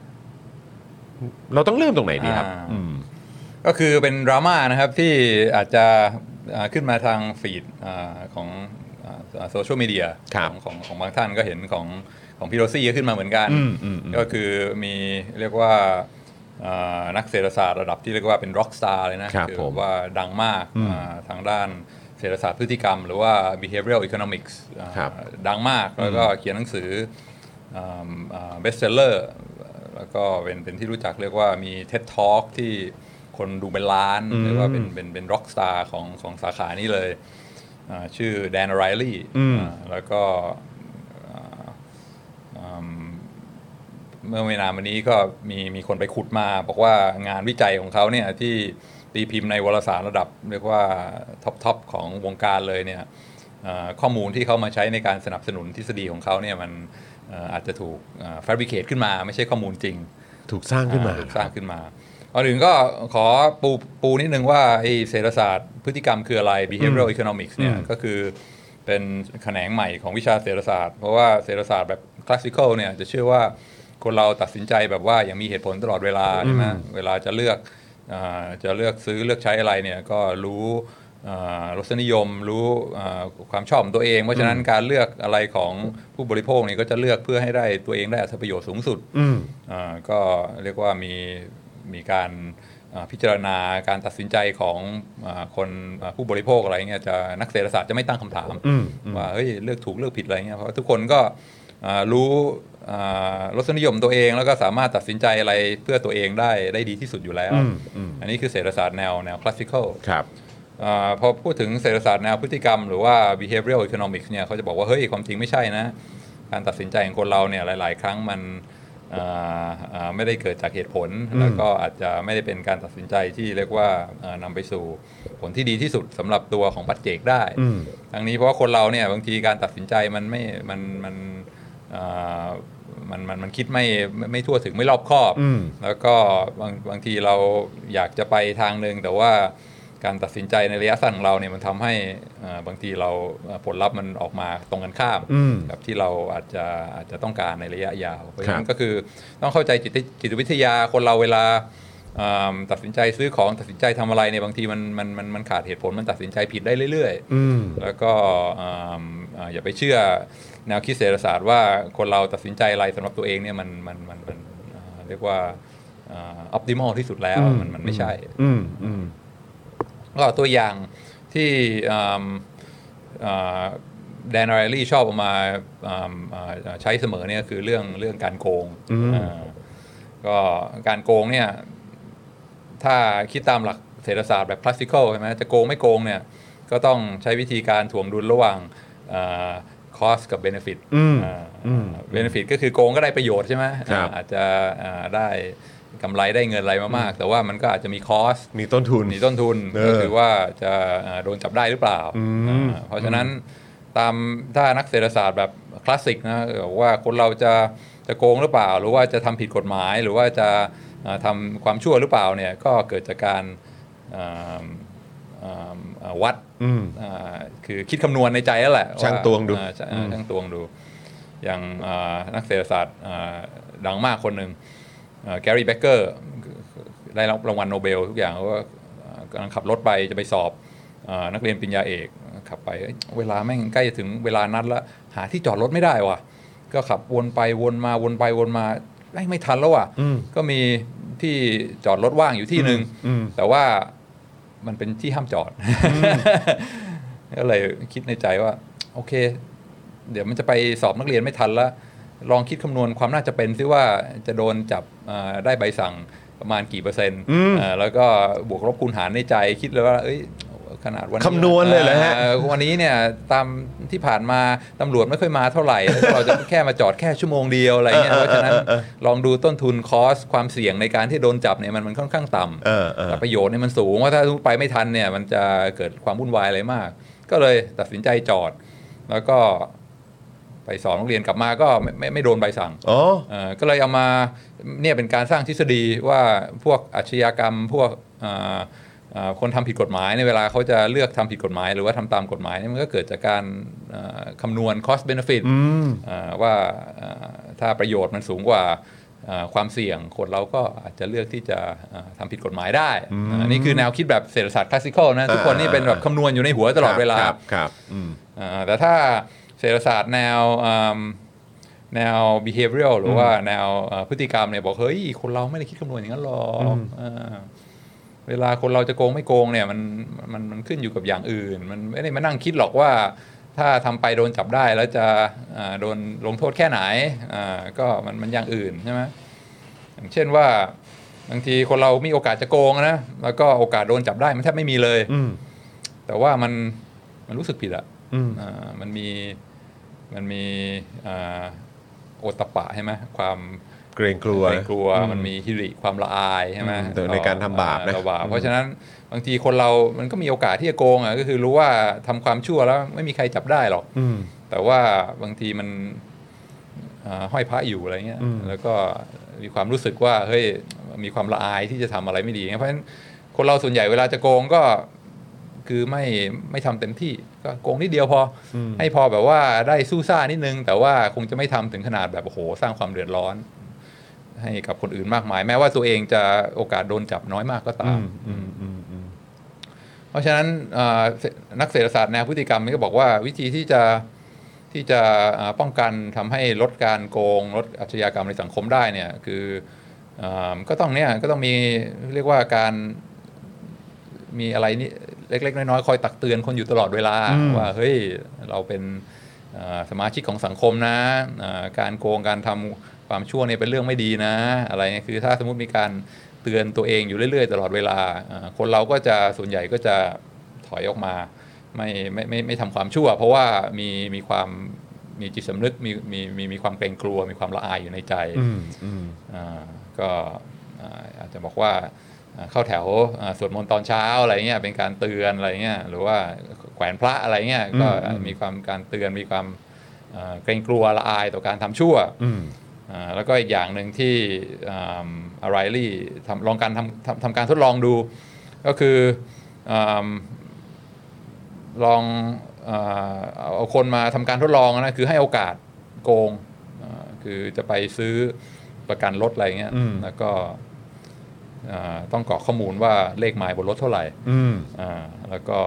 เราต้องเริ่มตรงไหนดีครับก็คือเป็นดราม่านะครับที่อาจจะขึ้นมาทางฟีดของโซเชียลมีเดียของบางท่านก็เห็นของพี่โรซี่ก็ขึ้นมาเหมือนกันก็คือมีเรียกว่านักเศรษฐศาสตร์ระดับที่เรียกว่าเป็นร็อกสตาร์เลยนะคือว่าดังมากทางด้านเศรษฐศาสตร์พฤติกรรมหรือว่า behavioral economics ดังมากแล้วก็เขียนหนังสือbestseller แล้วก็เป็นที่รู้จักเรียกว่ามี TED Talk ที่คนดูเป็นล้านเรียกว่าเป็นร็อกสตาร์ของสาขานี้เลยชื่อแดนไรลี่แล้วก็เมื่อไม่นานมานี้ก็มีคนไปขุดมาบอกว่างานวิจัยของเขาเนี่ยที่ตีพิมพ์ในวารสารระดับเรียกว่าท็อปของวงการเลยเนี่ยข้อมูลที่เขามาใช้ในการสนับสนุนทฤษฎีของเขาเนี่ยมันอาจจะถูกfabricate ขึ้นมาไม่ใช่ข้อมูลจริงถูกสร้างขึ้นมาก่อนอื่นก็ขอปูนิดนึงว่าไอ้เศรษฐศาสตร์พฤติกรรมคืออะไร behavioral economics เนี่ยก็คือเป็นแขนงใหม่ของวิชาเศรษฐศาสตร์เพราะว่าเศรษฐศาสตร์แบบ classical เนี่ยจะเชื่อว่าคนเราตัดสินใจแบบว่าอย่างมีเหตุผลตลอดเวลาใช่ไหมเวลาจะเลือกซื้อเลือกใช้อะไรเนี่ยก็รู้รสนิยมรู้ความชอบของตัวเองเพราะฉะนั้นการเลือกอะไรของผู้บริโภคเนี่ยก็จะเลือกเพื่อให้ได้ตัวเองได้อรรถประโยชน์สูงสุดก็เรียกว่ามีการพิจารณาการตัดสินใจของคนผู้บริโภคอะไรเงี้ยจะนักเศรษฐศาสตร์จะไม่ตั้งคำถามว่าเฮ้ยเลือกถูกเลือกผิดอะไรเงี้ยเพราะทุกคนก็รู้รสนิยมตัวเองแล้วก็สามารถตัดสินใจอะไรเพื่อตัวเองได้ดีที่สุดอยู่แล้วอันนี้คือเศรษฐศาสตร์แนวคลาสสิคอลครับพอพูดถึงเศรษฐศาสตร์แนวพฤติกรรมหรือว่า behavioral economics เนี่ยเขาจะบอกว่าเฮ้ยความจริงไม่ใช่นะการตัดสินใจของคนเราเนี่ยหลายๆครั้งมันไม่ได้เกิดจากเหตุผลแล้วก็อาจจะไม่ได้เป็นการตัดสินใจที่เรียกว่านำไปสู่ผลที่ดีที่สุดสำหรับตัวของปัจเจกได้ทั้งนี้เพราะว่าคนเราเนี่ยบางทีการตัดสินใจมันคิดไม่ทั่วถึงไม่รอบคอบแล้วก็บางทีเราอยากจะไปทางนึงแต่ว่าการตัดสินใจในระยะสั้นของเราเนี่ยมันทำให้บางทีเราผลลัพธ์มันออกมาตรงกันข้ามกับที่เราอาจจะต้องการในระยะยาวเพราะฉะนั้นก็คือต้องเข้าใจจิตวิทยาคนเราเวลาตัดสินใจซื้อของตัดสินใจทำอะไรเนี่ยบางทีมันขาดเหตุผลมันตัดสินใจผิดได้เรื่อยๆแล้วก็อย่าไปเชื่อแนวคิดเศรษฐศาสตร์ว่าคนเราตัดสินใจอะไรสำหรับตัวเองเนี่ยมันเรียกว่าoptimal ที่สุดแล้วมันไม่ใช่ก็ตัวอย่างที่แดน ไรลี่ชอบออกมาใช้เสมอเนี่ยคือเรื่องการโกงก็การโกงเนี่ยถ้าคิดตามหลักเศรษฐศาสตร์แบบคลาสสิคอลใช่ไหมจะโกงไม่โกงเนี่ยก็ต้องใช้วิธีการถ่วงดุลระหว่างcost กับ benefit benefit ก็คือโกงก็ได้ประโยชน์ใช่ไหมอาจจะได้กำไรได้เงินอะไรมากๆแต่ว่ามันก็อาจจะมีคอสมีต้นทุนก็คือว่าจะโดนจับได้หรือเปล่าเพราะฉะนั้นถ้านักเศรษฐศาสตร์แบบคลาสสิกนะบอกว่าคนเราจะโกงหรือเปล่าหรือว่าจะทำผิดกฎหมายหรือว่าจะทำความชั่วหรือเปล่าเนี่ยก็เกิดจากการวัดคือคิดคำนวณในใจแล้วแหละช่างตวงดูอย่างนักเศรษฐศาสตร์ดังมากคนหนึ่งแกรี่เบเกอร์ได้รับรางวัลโนเบลทุกอย่างก็กำลังขับรถไปจะไปสอบนักเรียนปริญญาเอกขับไปเวลาแม่งใกล้จะถึงเวลานัดแล้วหาที่จอดรถไม่ได้ว่ะก็ขับวนไปวนมาไม่ทันแล้วว่ะก็มีที่จอดรถว่างอยู่ที่นึงแต่ว่ามันเป็นที่ห้ามจอดก็เลยคิดในใจว่าโอเคเดี๋ยวมันจะไปสอบนักเรียนไม่ทันแล้วลองคิดคำนวณความน่าจะเป็นซิว่าจะโดนจับได้ใบสั่งประมาณกี่เปอร์เซ็นต์แล้วก็บวกลบคูณหารในใจคิดเลยว่าขนาดวันนี้คำนวณเลยเหรอฮะวันนี้เนี่ยตามที่ผ่านมาตำรวจไม่ค่อยมาเท่าไหร่เราจะแค่มาจอดแค่ชั่วโมงเดียวอะไรเงี้ยเพราะฉะนั้นลองดูต้นทุนคอสความเสี่ยงในการที่โดนจับเนี่ยมันค่อนข้างต่ำแต่ประโยชน์เนี่ยมันสูงว่าถ้าไปไม่ทันเนี่ยมันจะเกิดความวุ่นวายอะไรมากก็เลยตัดสินใจจอดแล้วก็ไปสอนนักเรียนกลับมาก็ไม่โดนใบสั่งก็เลยเอามาเนี่ยเป็นการสร้างทฤษฎีว่าพวกอาชญากรรมพวกคนทำผิดกฎหมายในเวลาเขาจะเลือกทำผิดกฎหมายหรือว่าทำตามกฎหมายนี่มันก็เกิดจากการคำนวณ cost benefit ว่าถ้าประโยชน์มันสูงกว่าความเสี่ยงคนเราก็อาจจะเลือกที่จะทำผิดกฎหมายได้อันนี้คือแนวคิดแบบเศรษฐศาสตร์คลาสสิคอลนะทุกคนนี่เป็นแบบคำนวณอยู่ในหัวตลอดเวลาแต่ถ้าเศรษฐศาสตร์แนว behavioral หรือว่าแนวพฤติกรรมเนี่ยบอกเฮ้ยคนเราไม่ได้คิดคำนวณอย่างนั้นหรอกเวลาคนเราจะโกงไม่โกงเนี่ยมันขึ้นอยู่กับอย่างอื่นมันไม่ได้มานั่งคิดหรอกว่าถ้าทำไปโดนจับได้แล้วจะโดนลงโทษแค่ไหนก็มันอย่างอื่นใช่ไหมอย่างเช่นว่าบางทีคนเรามีโอกาสจะโกงนะแล้วก็โอกาสโดนจับได้มันแทบไม่มีเลยแต่ว่ามันรู้สึกผิดอ่ะมันมีโอตตัปปะใช่ไหมความเกรงกลัวมันมีฮิริความละอายใช่ไหมในการทำบาปนะเพราะฉะนั้นบางทีคนเรามันก็มีโอกาสที่จะโกงก็คือรู้ว่าทำความชั่วแล้วไม่มีใครจับได้หรอกแต่ว่าบางทีมันห้อยพระอยู่อะไรเงี้ยแล้วก็มีความรู้สึกว่าเฮ้ยมีความละอายที่จะทำอะไรไม่ดีเพราะฉะนั้นคนเราส่วนใหญ่เวลาจะโกงก็คือไม่ทำเต็มที่ก็โกงนิดเดียวพอให้พอแบบว่าได้สู้ซ่านิดนึงแต่ว่าคงจะไม่ทำถึงขนาดแบบโอ้โหสร้างความเดือดร้อนให้กับคนอื่นมากมายแม้ว่าตัวเองจะโอกาสโดนจับน้อยมากก็ตามเพราะฉะนั้นนักเศรษฐศาสตร์แนวพฤติกรรมนี่ก็บอกว่าวิธีที่จะป้องกันทำให้ลดการโกงลดอาชญากรรมในสังคมได้เนี่ยคือก็ต้องมีเรียกว่าการมีอะไรนี่เล็กๆน้อยๆคอยตักเตือนคนอยู่ตลอดเวลาว่าเฮ้ยเราเป็นสมาชิกของสังคมนะการโกงการทำความชั่วเนี่ยเป็นเรื่องไม่ดีนะอะไรเนี่ยคือถ้าสมมติมีการเตือนตัวเองอยู่เรื่อยๆตลอดเวลาคนเราก็จะส่วนใหญ่ก็จะถอยออกมาไม่ทำความชั่วเพราะว่ามีความมีจิตสำนึกมีความเกรงกลัวมีความละอายอยู่ในใจก็อาจจะบอกว่าเข้าแถวสวดมนต์ตอนเช้าอะไรเงี้ยเป็นการเตือนอะไรเงี้ยหรือว่าแขวนพระอะไรเงี้ยก็มีความการเตือนมีความเกรงกลัวละอายต่อการทำชั่วแล้วก็อีกอย่างหนึ่งที่อะไรลี่ลองการทำการทดลองดูก็คือลองเอาคนมาทำการทดลองนะคือให้โอกาสโกงคือจะไปซื้อประกันรถอะไรเงี้ยแล้วก็ต้องกรอกข้อมูลว่าเลขหมายบนรถเท่าไหร่แล้วก็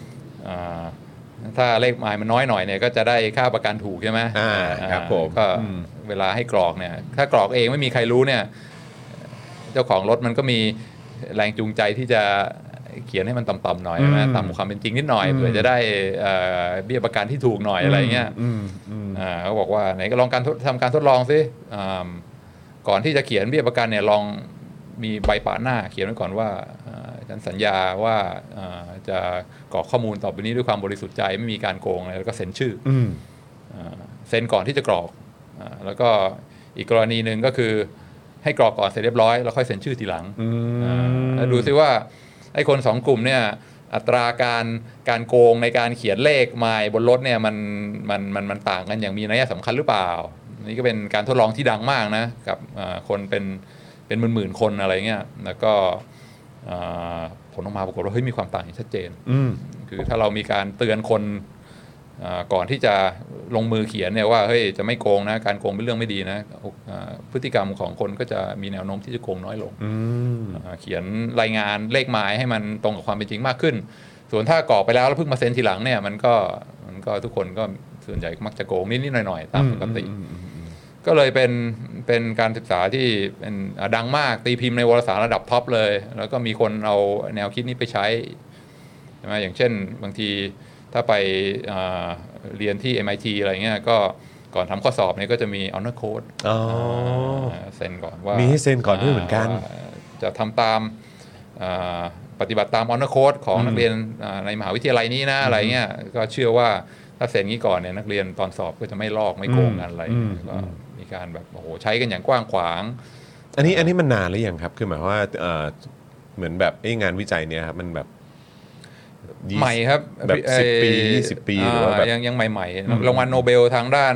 ถ้าเลขหมายมันน้อยหน่อยเนี่ยก็จะได้ค่าประกันถูกใช่ไหมครับผมก็เวลาให้กรอกเนี่ยถ้ากรอกเองไม่มีใครรู้เนี่ยเจ้าของรถมันก็มีแรงจูงใจที่จะเขียนให้มันต่ำๆหน่อยนะต่ำกว่าความเป็นจริงนิดหน่อยเพื่อจะได้เบี้ยประกันที่ถูกหน่อยอะไรเงี้ยเขาบอกว่าไหนก็ลองทำการทดลองสิก่อนที่จะเขียนเบี้ยประกันเนี่ยลองมีใบปะหน้าเขียนไว้ก่อนว่าฉันสัญญาว่าจะกรอกข้อมูลต่อไปนี้ด้วยความบริสุทธิ์ใจไม่มีการโกงแล้วก็เซ็นชื่อเซ็นก่อนที่จะกรอกแล้วก็อีกกรณีหนึ่งก็คือให้กรอกก่อนเสร็จเรียบร้อยแล้วค่อยเซ็นชื่อทีหลังแล้วดูซิว่าไอ้คนสองกลุ่มเนี่ยอัตราการโกงในการเขียนเลขไมล์บนรถเนี่ยมันต่างกันอย่างมีนัยสำคัญหรือเปล่านี่ก็เป็นการทดลองที่ดังมากนะกับคนเป็นหมื่นๆคนอะไรเงี้ยแล้วก็ผลออกมาปรากฏว่าเฮ้ยมีความต่างอย่างชัดเจนคือถ้าเรามีการเตือนคนก่อนที่จะลงมือเขียนเนี่ยว่าเฮ้ยจะไม่โกงนะการโกงเป็นเรื่องไม่ดีนะพฤติกรรมของคนก็จะมีแนวโน้มที่จะโกงน้อยลงเขียนรายงานเลขหมายให้มันตรงกับความเป็นจริงมากขึ้นส่วนถ้ากรอกไปแล้วเพิ่งมาเซ็นทีหลังเนี่ยมันก็ทุกคนก็ส่วนใหญ่มักจะโกงนิดๆหน่อยๆตามปกติก็เลยเป็นการศึกษาที่เป็นดังมากตีพิมพ์ในวารสารระดับท็อปเลยแล้วก็มีคนเอาแนวคิดนี้ไปใช้ใช่ไหมอย่างเช่นบางทีถ้าไปเรียนที่ MIT อะไรเงี้ยก็ก่อนทำข้อสอบเนี่ยก็จะมี honor code เซ็นก่อนว่ามีให้เซ็นก่อนด้วยเหมือนกันจะทำตามปฏิบัติตาม honor code ของนักเรียนในมหาวิทยาลัยนี้นะอะไรเงี้ยก็เชื่อว่าถ้าเซ็นงี้ก่อนเนี่ยนักเรียนตอนสอบก็จะไม่ลอกไม่โกงกันอะไรก็มีการแบบโอ้โหใช้กันอย่างกว้างขวางอันนี้มันนานหรือยังครับคือหมายว่าเหมือนแบบงานวิจัยเนี่ยครับมันแบบใหม่ครับแบบ10 ปี 20 ปีหรือว่าแบบยังใหม่ๆรางวัลโนเบลทางด้าน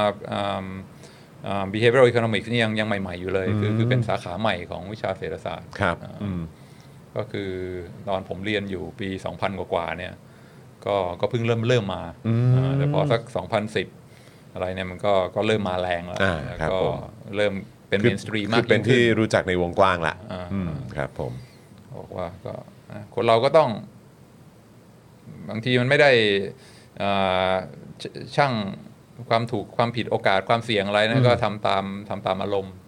behavioral economics นี่ยังใหม่ๆอยู่เลยคือเป็นสาขาใหม่ของวิชาเศรษฐศาสตร์ครับก็คือตอนผมเรียนอยู่ปี 2000 กว่าเนี่ยก็เพิ่งเริ่มมาแต่พอสัก 2010 อะไรเนี่ยมันก็เริ่มมาแรงแล้วก็เริ่มเป็นเมนสตรีมมากเป็นที่รู้จักในวงกว้างละครับผมบอกว่าก็คนเราก็ต้องบางทีมันไม่ได้ช่างความถูกความผิดโอกาสความเสี่ยงอะไรนะก็ทำตามอารมณ์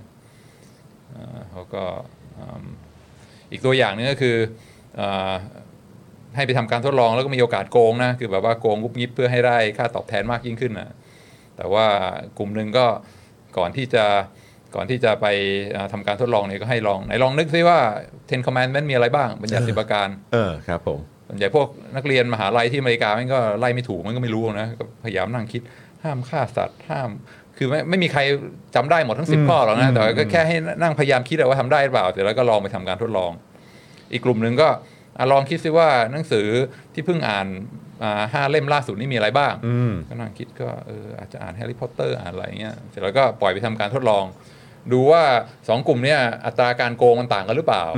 เขาก็อีกตัวอย่างนึงก็คือให้ไปทำการทดลองแล้วก็มีโอกาสโกงนะคือแบบว่าโกงกุบงิบเพื่อให้ได้ค่าตอบแทนมากยิ่งขึ้นนะแต่ว่ากลุ่มหนึ่งก็ก่อนที่จะไปทำการทดลองเนี่ยก็ให้ลองนึกซิว่า Ten Commandments มีอะไรบ้างบัญญัติ10 ประการครับผมส่วนใหญ่พวกนักเรียนมหาลัยที่อเมริกามันก็ไล่ไม่ถูกมันก็ไม่รู้นะก็พยายามนั่งคิดห้ามฆ่าสัตว์ห้ามคือไม่มีใครจำได้หมดทั้ง10 ข้อหรอกนะแต่ก็แค่ให้นั่งพยายามคิดว่าทำได้หรือเปล่าเสร็จแล้วก็ลองไปทำการทดลองอีกกลุ่มหนึ่งก็ลองคิดซิว่าหนังสือที่เพิ่งอ่าน5 เล่มล่าสุดนี่มีอะไรบ้างก็นั่งคิดก็อาจจะอ่านแฮร์รี่พอตเตอร์อ่านอะไรเงี้ยเสร็จแล้วก็ปล่อยไปทำการทดลองดูว่า2 กลุ่มนี้อัตราการโกงมันต่างกันหรือเปล่า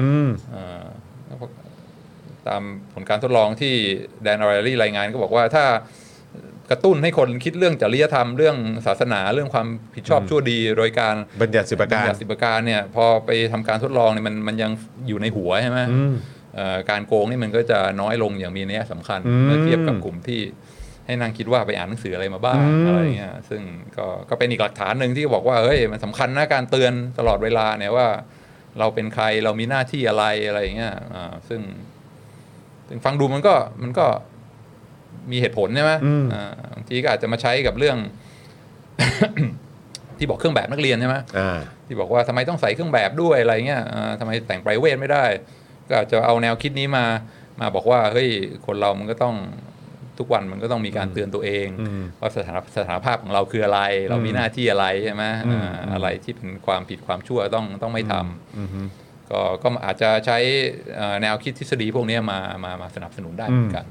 ตามผลการทดลองที่แดน อไรลี่รายงานก็บอกว่าถ้ากระตุ้นให้คนคิดเรื่องจริยธรรมเรื่องศาสนาเรื่องความผิดชอบชั่วดีโดยการบัญญัติ10 ประการเนี่ยพอไปทำการทดลองเนี่ยมันยังอยู่ในหัวใช่ไหมการโกงนี่มันก็จะน้อยลงอย่างมีนัยสำคัญเมื่อเทียบกับกลุ่มที่ให้นั่งคิดว่าไปอ่านหนังสืออะไรมาบ้างอะไรเงี้ยซึ่งก็เป็นอีกหลักฐานหนึ่งที่บอกว่าเฮ้ยมันสำคัญนะการเตือนตลอดเวลาเนี่ยว่าเราเป็นใครเรามีหน้าที่อะไรเงี้ยซึ่งฟังดูมันก็มีเหตุผลใช่ไหมบางทีก็อาจจะมาใช้กับเรื่อง ที่บอกเครื่องแบบนักเรียนใช่ไหมที่บอกว่าทำไมต้องใส่เครื่องแบบด้วยอะไรเงี้ยทำไมแต่งไพรเวทไม่ได้ก็อาจจะเอาแนวคิดนี้มาบอกว่าเฮ้ยคนเรามันก็ต้องทุกวันมันก็ต้องมีการเตือนตัวเองว่าสถานภาพของเราคืออะไรเรามีหน้าที่อะไรใช่ไหมอะไรที่เป็นความผิดความชั่วต้องไม่ทำก็อาจจะใช้แนวคิดทฤษฎีพวกนี้มาสนับสนุนได้เหมือนกัน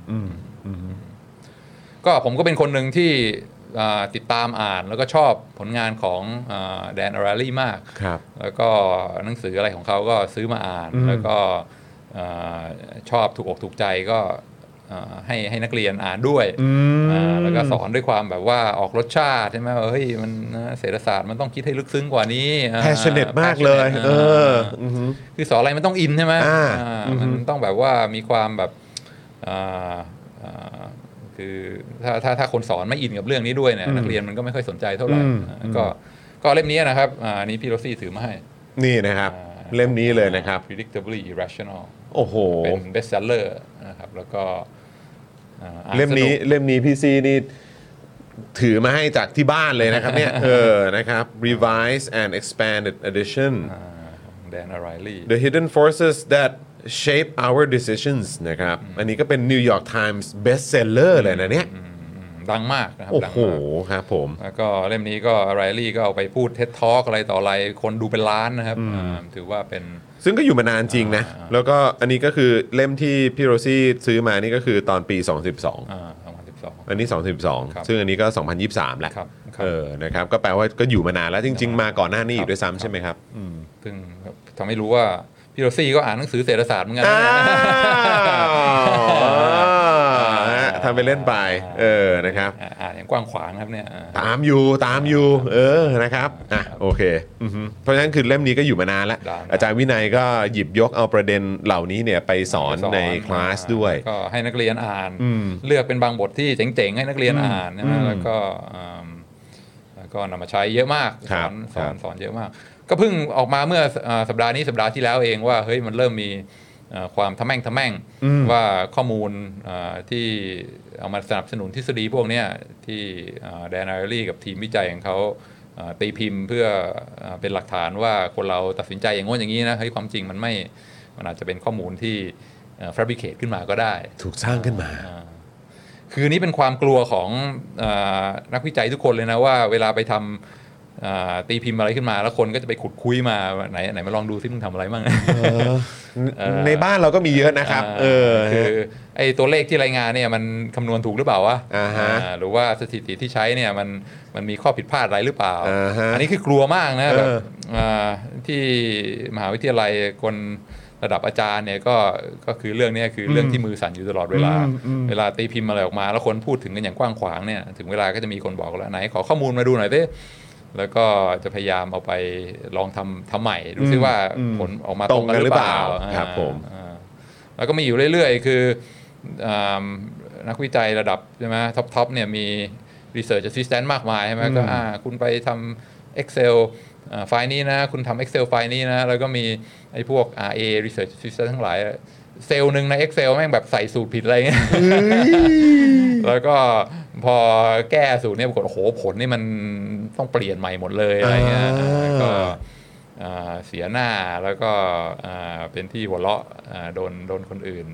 ก็ผมก็เป็นคนหนึ่งที่ติดตามอ่านแล้วก็ชอบผลงานของแดน อาราลีมากแล้วก็หนังสืออะไรของเขาก็ซื้อมาอ่านแล้วก็ชอบถูกอกถูกใจก็ให้นักเรียนอ่านด้วยแล้วก็สอนด้วยความแบบว่าออกรสชาติใช่ไหมเฮ้ยมันเศรษฐศาสตร์มันต้องคิดให้ลึกซึ้งกว่านี้ passionate มากเลยคือสอนอะไรมันต้องอินใช่ไหมมันต้องแบบว่ามีความแบบคือถ้าคนสอนไม่อินกับเรื่องนี้ด้วยเนี่ยนักเรียนมันก็ไม่ค่อยสนใจเท่าไหร่ก็เล่มนี้นะครับนี้พี่โรซี่ถือมาให้นี่นะครับเล่มนี้เลยนะครับ Predictably Irrational โอ้โหเป็น bestseller นะครับแล้วก็เล่มนี้พี่ซีนี่ถือมาให้จากที่บ้านเลยนะครับเนี่ยนะครับ Revised and Expanded Edition Dan Ariely The Hidden Forces That Shape Our Decisions นะครับอันนี้ก็เป็น New York Times bestseller เลยนะเนี่ยดังมากนะครับโอ้โหครับผมแล้วก็เล่มนี้ก็ Ariely ก็เอาไปพูด TED Talk อะไรต่ออะไรคนดูเป็นล้านนะครับถือว่าเป็นซึ่งก็อยู่มานานจริงนะแล้วก็อันนี้ก็คือเล่มที่พี่โรซี่ซื้อมานี่ก็คือตอนปี2012อันนี้2012ซึ่งอันนี้ก็2023แล้วนะครับก็แปลว่าก็อยู่มานานแล้วจริงๆมาก่อนหน้านี้อีกด้วยซ้ำใช่ไหมครับซึ่งทำให้รู้ว่าพี่โรซี่ก็อ่านหนังสือเศรษฐศาสตร์เหมือนกันทำไปเล่นไปนะครับอย่างกว้างขวางครับเนี่ยตามอยู่นะครับโอเคเพราะฉะนั้นคือเล่มนี้ก็อยู่มานานแล้วอาจารย์วินัยก็หยิบยกเอาประเด็นเหล่านี้เนี่ยไปสอนในคลาสด้วยก็ให้นักเรียนอ่านเลือกเป็นบางบทที่เจ๋งๆให้นักเรียนอ่านนะแล้วก็นำมาใช้เยอะมากสอนเยอะมากก็เพิ่งออกมาเมื่อสัปดาห์ที่แล้วเองว่าเฮ้ยมันเริ่มมีความทะแม่งว่าข้อมูลที่เอามาสนับสนุนทฤษฎีพวกนี้ที่แดน อาราลีกับทีมวิจัยของเขาตีพิมพ์เพื่อเป็นหลักฐานว่าคนเราตัดสินใจอย่างงี้อย่างนี้นะเฮ้ยความจริงมันอาจจะเป็นข้อมูลที่fabricate ขึ้นมาก็ได้ถูกสร้างขึ้นมาคือนี้เป็นความกลัวของนักวิจัยทุกคนเลยนะว่าเวลาไปทำตีพิมพ์อะไรขึ้นมาแล้วคนก็จะไปขุดคุยมาไหนมาลองดูซิมึงทำอะไรบ้างในบ้านเราก็มีเยอะนะครับคือไอ้ตัวเลขที่รายงานเนี่ยมันคำนวณถูกหรือเปล่าวะหรือว่าสถิติที่ใช้เนี่ยมันมีข้อผิดพลาดอะไรหรือเปล่าอันนี้คือกลัวมากนะแบบที่มหาวิทยาลัยคนระดับอาจารย์เนี่ยก็คือเรื่องนี้คือเรื่องที่มือสั่นอยู่ตลอดเวลาตีพิมพ์อะไรออกมาแล้วคนพูดถึงกันอย่างกว้างขวางเนี่ยถึงเวลาก็จะมีคนบอกแล้วไหนขอข้อมูลมาดูหน่อยสิแล้วก็จะพยายามเอาไปลองทำใหม่ดูซิว่าผลออกมาตรงกันหรือเปล่าครับผมแล้วก็มีอยู่เรื่อยๆคือนักวิจัยระดับใช่ไหมท็อปเนี่ยมี research assistant มากมายใช่ไหมก็คุณไปทำ Excel ไฟล์นี้นะคุณทำ Excel ไฟล์นี้นะแล้วก็มีไอ้พวก RA research assistant ทั้งหลายเซลล์หนึ่งใน Excel แม่งแบบใส่สูตรผิดอะไรเงี้ยแล้วก็พอแก้สูตรเนี่ยปรากฏโอ้โหผลนี่มันต้องเปลี่ยนใหม่หมดเลยอะไรเงี้ยก็เสียหน้าแล้วก็เป็นที่หัวเราะโดนคนอื่น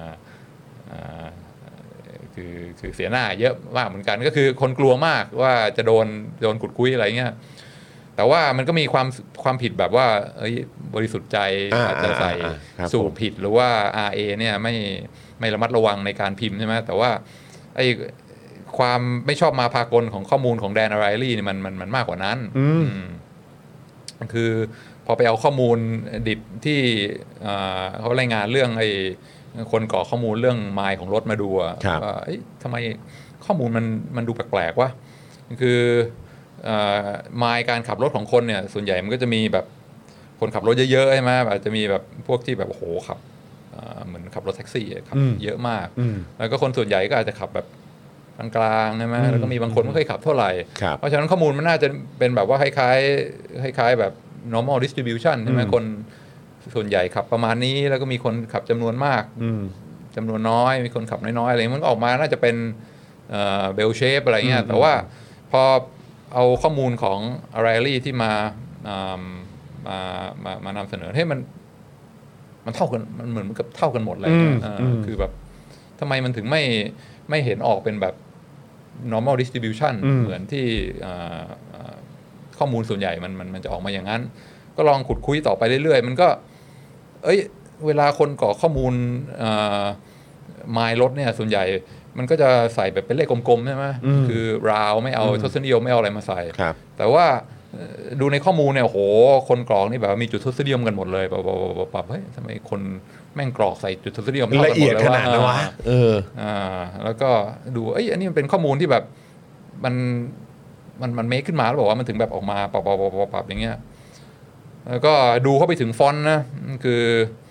คือเสียหน้าเยอะมากเหมือนกันก็คือคนกลัวมากว่าจะโดนขุดคุยอะไรเงี้ยแต่ว่ามันก็มีความผิดแบบว่าบริสุทธิ์ใจอาจจะใส่สูตรผิดหรือว่า RA เนี่ยไม่ระมัดระวังในการพิมพ์ใช่ไหมแต่ว่าไอ้ความไม่ชอบมาพากลของข้อมูลของแดน อาราลีนี่มันมากกว่านั้นคือพอไปเอาข้อมูลดิบที่เขารายงานเรื่องไอ้คนก่อข้อมูลเรื่องไมล์ของรถมาดูว่าทำไมข้อมูลมันดูแปลกๆวะคือไมล์การขับรถของคนเนี่ยส่วนใหญ่มันก็จะมีแบบคนขับรถเยอะๆใช่ไหมอาจจะมีแบบพวกที่แบบโอ้โหขับเหมือนขับรถแท็กซี่ขับเยอะมากแล้วก็คนส่วนใหญ่ก็อาจจะขับแบบกลางๆใช่ไหมแล้วก็มีบางคนไม่เคยขับเท่าไหร่เพราะฉะนั้นข้อมูลมันน่าจะเป็นแบบว่าคล้ายแบบ normal distribution ใช่ไหมคนส่วนใหญ่ขับประมาณนี้แล้วก็มีคนขับจำนวนมากจำนวนน้อยมีคนขับน้อยๆอะไรมันออกมาน่าจะเป็นเบลเชฟอะไรเงี้ยแต่ว่าพอเอาข้อมูลของ O'Reilly ที่มานำเสนอให้มันเท่ากันมันเหมือนกับเท่ากันหมดเลยคือแบบทำไมมันถึงไม่เห็นออกเป็นแบบ normal distribution เหมือนที่ข้อมูลส่วนใหญ่มันจะออกมาอย่างนั้นก็ลองขุดคุยต่อไปเรื่อยๆมันก็เวลาคนกรอกข้อมูลไมล์รถเนี่ยส่วนใหญ่มันก็จะใส่แบบเป็นเลขกลมๆใช่ไหมคือราวไม่เอาทศนิยมไม่เอาอะไรมาใส่แต่ว่าดูในข้อมูลเนี่ยโหคนกรอกนี่แบบมีจุดทศนิยมกันหมดเลยแบบเฮ้ยทำไมคนแม่งกรอกใส่จุดทศนิยมละเอียดขนาดนั้นวะแล้วก็ดูอันนี้มันเป็นข้อมูลที่แบบมันเมคขึ้นมาแล้วบอกว่ามันถึงแบบออกมาปรับอย่างเงี้ยแล้วก็ดูเข้าไปถึงฟอนต์นะคือ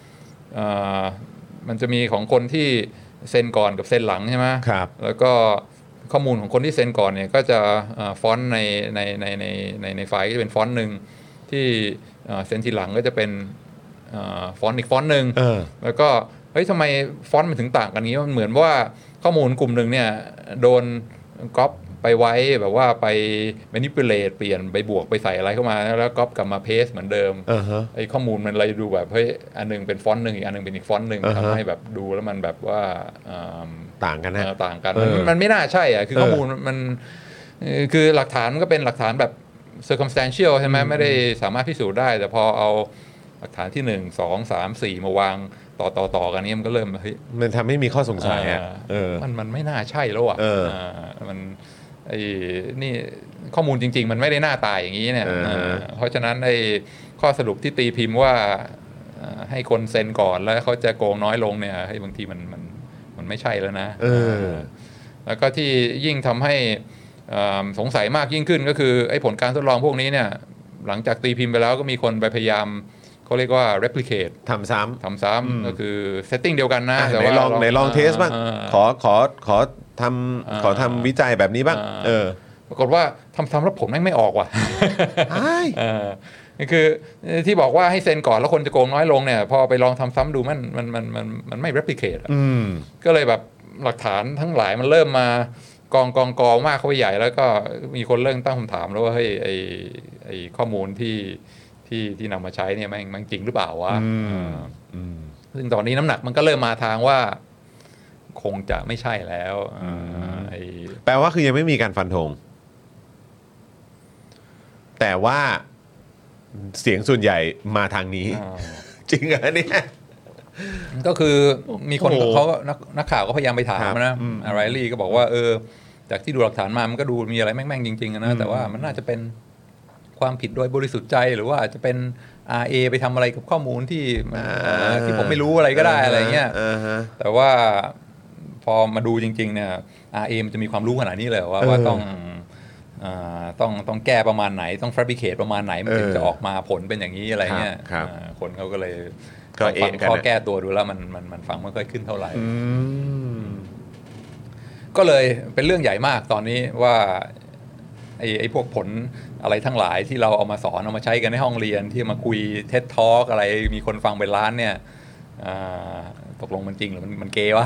มันจะมีของคนที่เซ็นก่อนกับเซ็นหลังใช่ไหมครับแล้วก็ข้อมูลของคนที่เซ็นก่อนเนี่ยก็จะฟอนต์ในไฟล์ก็จะเป็นฟอนต์หนึ่งที่เซ็นทีหลังก็จะเป็นฟอนต์อีกฟอนต์หนึ่งแล้วก็เฮ้ยทำไมฟอนต์มันถึงต่างกันนี้มันเหมือนว่าข้อมูลกลุ่มหนึ่งเนี่ยโดนก๊อปไปไว้แบบว่าไป manipulate เปลี่ยนไปบวกไปใส่อะไรเข้ามาแล้วก๊อปกลับมา paste เหมือนเดิมไอ้ข้อมูลมันเลยดูแบบเฮ้ยอันนึงเป็นฟอนต์หนึ่งอีกอันนึงเป็นอีกฟอนต์หนึ่งทำให้แบบดูแล้วมันแบบว่าต่างกันนะต่างกันมันไม่น่าใช่อ่ะคือข้อมูลมันคือหลักฐานก็เป็นหลักฐานแบบ circumstantial ใช่ไหมไม่ได้สามารถพิสูจน์ได้แต่พอเอาหลักฐานที่1 2 3 4มาวางต่อกันนี้มันก็เริ่มเฮ้ยมันทำให้มีข้อสงสัยอ่ะมันไม่น่าใช่แล้วอ่ะมันนี่ข้อมูลจริงๆมันไม่ได้หน้าตายอย่างนี้เนี่ยเพราะฉะนั้นไอ้ข้อสรุปที่ตีพิมพ์ว่าให้คนเซ็นก่อนแล้วเขาจะโกงน้อยลงเนี่ยให้บางทีมันไม่ใช่แล้วนะแล้วก็ที่ยิ่งทำให้สงสัยมากยิ่งขึ้นก็คือไอ้ผลการทดลองพวกนี้เนี่ยหลังจากตีพิมพ์ไปแล้วก็มีคนไปพยายามเขาเรียกว่า replicate ทำซ้ำก็คือ setting เดียวกันนะแต่ว่าลองเทสบ้างขอทำวิจัยแบบนี้บ้างปรากฏว่าทำแล้วผลไม่ออกว่ะนี่คือที่บอกว่าให้เซ็นก่อนแล้วคนจะโกงน้อยลงเนี่ยพอไปลองทำซ้ำดูมันไม่ replicate ก็เลยแบบหลักฐานทั้งหลายมันเริ่มมากองมากเข้าไปใหญ่แล้วก็มีคนเริ่มตั้งคำถามแล้วว่าเฮ้ยไอ้ข้อมูลที่นำมาใช้เนี่ยมันจริงหรือเปล่าวะซึ่งตอนนี้น้ำหนักมันก็เริ่มมาทางว่าคงจะไม่ใช่แล้วแปลว่าคือยังไม่มีการฟันธงแต่ว่าเสียงส่วนใหญ่มาทางนี้จริงเหรอเนี่ยก็คือมีคนเขานักข่าวก็พยายามไปถามนะO'Reillyก็บอกว่าจากที่ดูหลักฐานมามันก็ดูมีอะไรแม่งจริงๆนะแต่ว่ามันน่าจะเป็นความผิดโดยบริสุทธิ์ใจหรือว่าอาจจะเป็น RA ไปทำอะไรกับข้อมูลที่ผมไม่รู้อะไรก็ได้อะไรเงี้ยแต่ว่าพอมาดูจริงๆเนี่ย RA มันจะมีความรู้ขนาดนี้เลยว่าต้องแก้ประมาณไหนต้อง fabricate ประมาณไหนมันถึงจะออกมาผลเป็นอย่างนี้อะไรเงี้ยคนเขาก็เลยฟังข้อแก้ตัวดูแล้วมันฟังไม่ค่อยขึ้นเท่าไหร่ก็เลยเป็นเรื่องใหญ่มากตอนนี้ว่าไอ้พวกผลอะไรทั้งหลายที่เราเอามาสอนเอามาใช้กันในห้องเรียนที่มาคุยเท็ดทอล์กอะไรมีคนฟังเป็นล้านเนี่ยตกลงมันจริงหรือมันเกย์วะ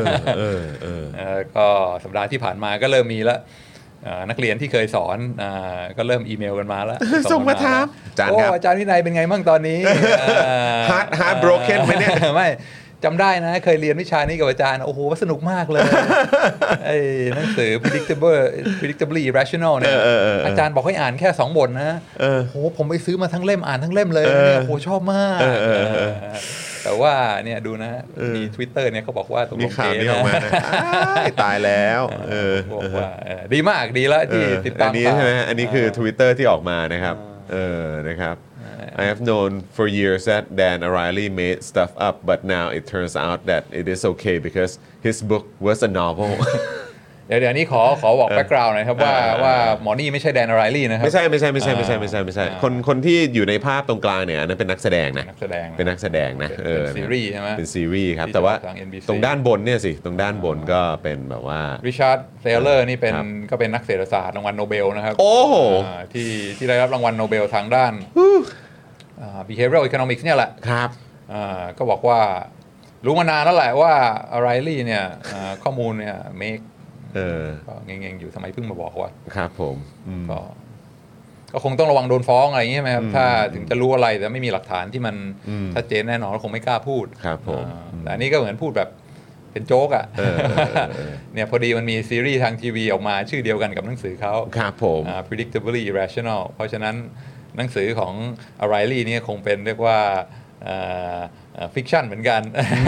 ก็สัปดาห์ที่ผ่านมาก็เริ่มมีแล้วนักเรียนที่เคยสอนก็เริ่มอีเมลกันมาแล้วส่งมาถามอาจารย์วินัยเป็นไงบ้างตอนนี้ hard broken ไหมเนี่ยไม่จำได้นะเคยเรียนวิชานี้กับอาจารย์โอ้โหสนุกมากเลยไอ้หนังสือ predictably irrational เนี่ยอาจารย์บอกให้อ่านแค่2 บทนะโอ้โหผมไปซื้อมาทั้งเล่มอ่านทั้งเล่มเลยเนี่ยโอ้โหชอบมากแต่ว่าเนี่ยดูนะมี Twitter เนี่ยเขาบอกว่าตรงเกย์นะตายแล้วบอกว่าดีมากดีแล้วที่ติดตามอันนี้ใช่ไหมอันนี้คือ Twitter ที่ออกมานะครับนะครับ I have known for years that Dan O'Reilly made stuff up, but now it turns out that it is okay because his book was a novel. เดี๋ยวนี้ขอบอกแบ็คกราวด์หน่อยครับว่าหมอนี่ไม่ใช่แดน O'Reilly นะครับไม่ใช่คนที่อยู่ในภาพตรงกลางเนี่ยนั่นเป็นนักแสดงนะเป็นนักแสดงนะเป็นซีรีส์ใช่ไหมเป็นซีรีส์ครับแต่ว่าตรงด้านบนเนี่ยสิตรงด้านบนก็เป็นแบบว่าริชาร์ดเซเลอร์นี่ก็เป็นนักเศรษฐศาสตร์รางวัลโนเบลนะครับโอ้ที่ได้รับรางวัลโนเบลทางด้านbehavioral economics เนี่ยแหละครับก็บอกว่ารู้มานานแล้วแหละว่า O'Reilly เนี่ยข้อมูลเนี่ย make ก็เง่งๆอยู่ทำไมเพิ่งมาบอกว่าครับผมก็คงต้องระวังโดนฟ้องอะไรอย่างนี้ใช่ไหมครับถ้าถึงจะรู้อะไรแต่ไม่มีหลักฐานที่มันชัดเจนแน่นอนก็คงไม่กล้าพูดครับผมแต่อันนี้ก็เหมือนพูดแบบเป็นโจ๊กอ่ะเนี่ยพอดีมันมีซีรีส์ทางทีวีออกมาชื่อเดียวกันกับหนังสือเขาครับผม predictably irrational เพราะฉะนั้นหนังสือของ O'Reilly นี่คงเป็นเรียกว่าฟิกชันเหมือนกัน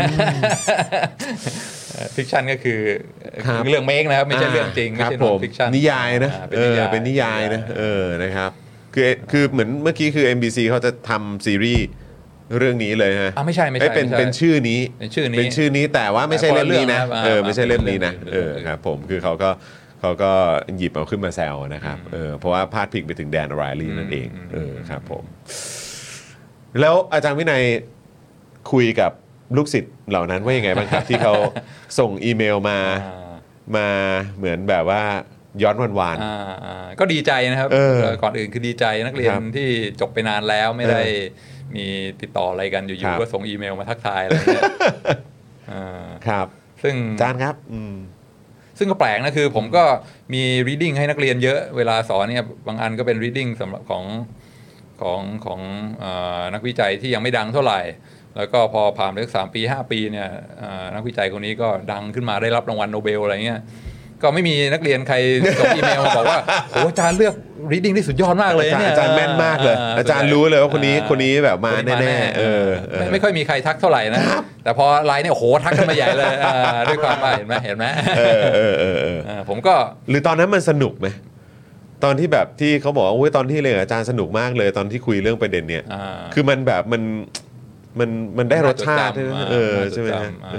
ฟิกชันก็คือเรื่องเมคนะครับไม่ใช่เรื่องจริงไม่ใช่นอนฟิกชันนิยายนะเป็นนิยายนะนะครับคือเหมือนเมื่อกี้คือ MBC เขาจะทำซีรีส์เรื่องนี้เลยฮะไม่ใช่เป็นชื่อนี้แต่ว่าไม่ใช่เล่มนี้นะไม่ใช่เล่มนี้นะครับผมคือเขาก็หยิบเอาขึ้นมาแซวนะครับเพราะว่าพาดพิงไปถึงแดน O'Reilly นั่นเองครับผมแล้วอาจารย์วินัยคุยกับลูกศิษย์เหล่านั้นว่ายังไงบ้างครับ ที่เขาส่งอีเมลมาเหมือนแบบว่าย้อนวันก็ดีใจนะครับก่อนอื่นคือดีใจนักเรียนที่จบไปนานแล้วไม่ได้มีติดต่ออะไรกันอยู่ๆก็ส่งอีเมลมาทักทายอะไรเนี่ยครับซึ่งอาจารย์ครับซึ่งก็แปลกนะคือผมก็มี reading ให้นักเรียนเยอะเวลาสอนเนี่ยบางอันก็เป็น reading สำหรับของนักวิจัยที่ยังไม่ดังเท่าไหร่แล้วก็พอผ่านไป3 ปี 5 ปีเนี่ยนักวิจัยคนนี้ก็ดังขึ้นมาได้รับรางวัลโนเบลอะไรเงี้ยก็ไม่มีนักเรียนใครส่งอีเมลมาบอกว่าโอ้อาจารย์เลือก reading ที่สุดยอดมากเลยเนี่ยอาจารย์แม่นมากเลยอาจารย์รู้เลยว่าคนนี้แบบมาแน่ๆไม่ค่อยมีใครทักเท่าไหร่นะแต่พอไลน์เนี่ยโอ้โหทักกันมาใหญ่เลยด้วยความว่าเห็นไหมผมก็หรือตอนนั้นมันสนุกไหมตอนที่แบบที่เขาบอกว่าโอ้ยตอนที่เรียนอาจารย์สนุกมากเลยตอนที่คุยเรื่องประเด็นเนี่ยคือมันแบบมันได้รสชาติใช่ไหม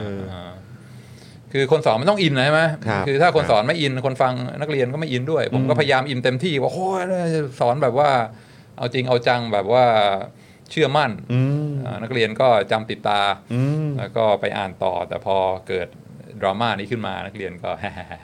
คือคนสอนมันต้องอินนะใช่ไหมคือถ้าคนสอนไม่อินคนฟังนักเรียนก็ไม่อินด้วยผมก็พยายามอินเต็มที่ว่าโอ้ยสอนแบบว่าเอาจริงเอาจังแบบว่าเชื่อมั่นนักเรียนก็จำติดตาแล้วก็ไปอ่านต่อแต่พอเกิดดราม่านี้ขึ้นมานักเรียนก็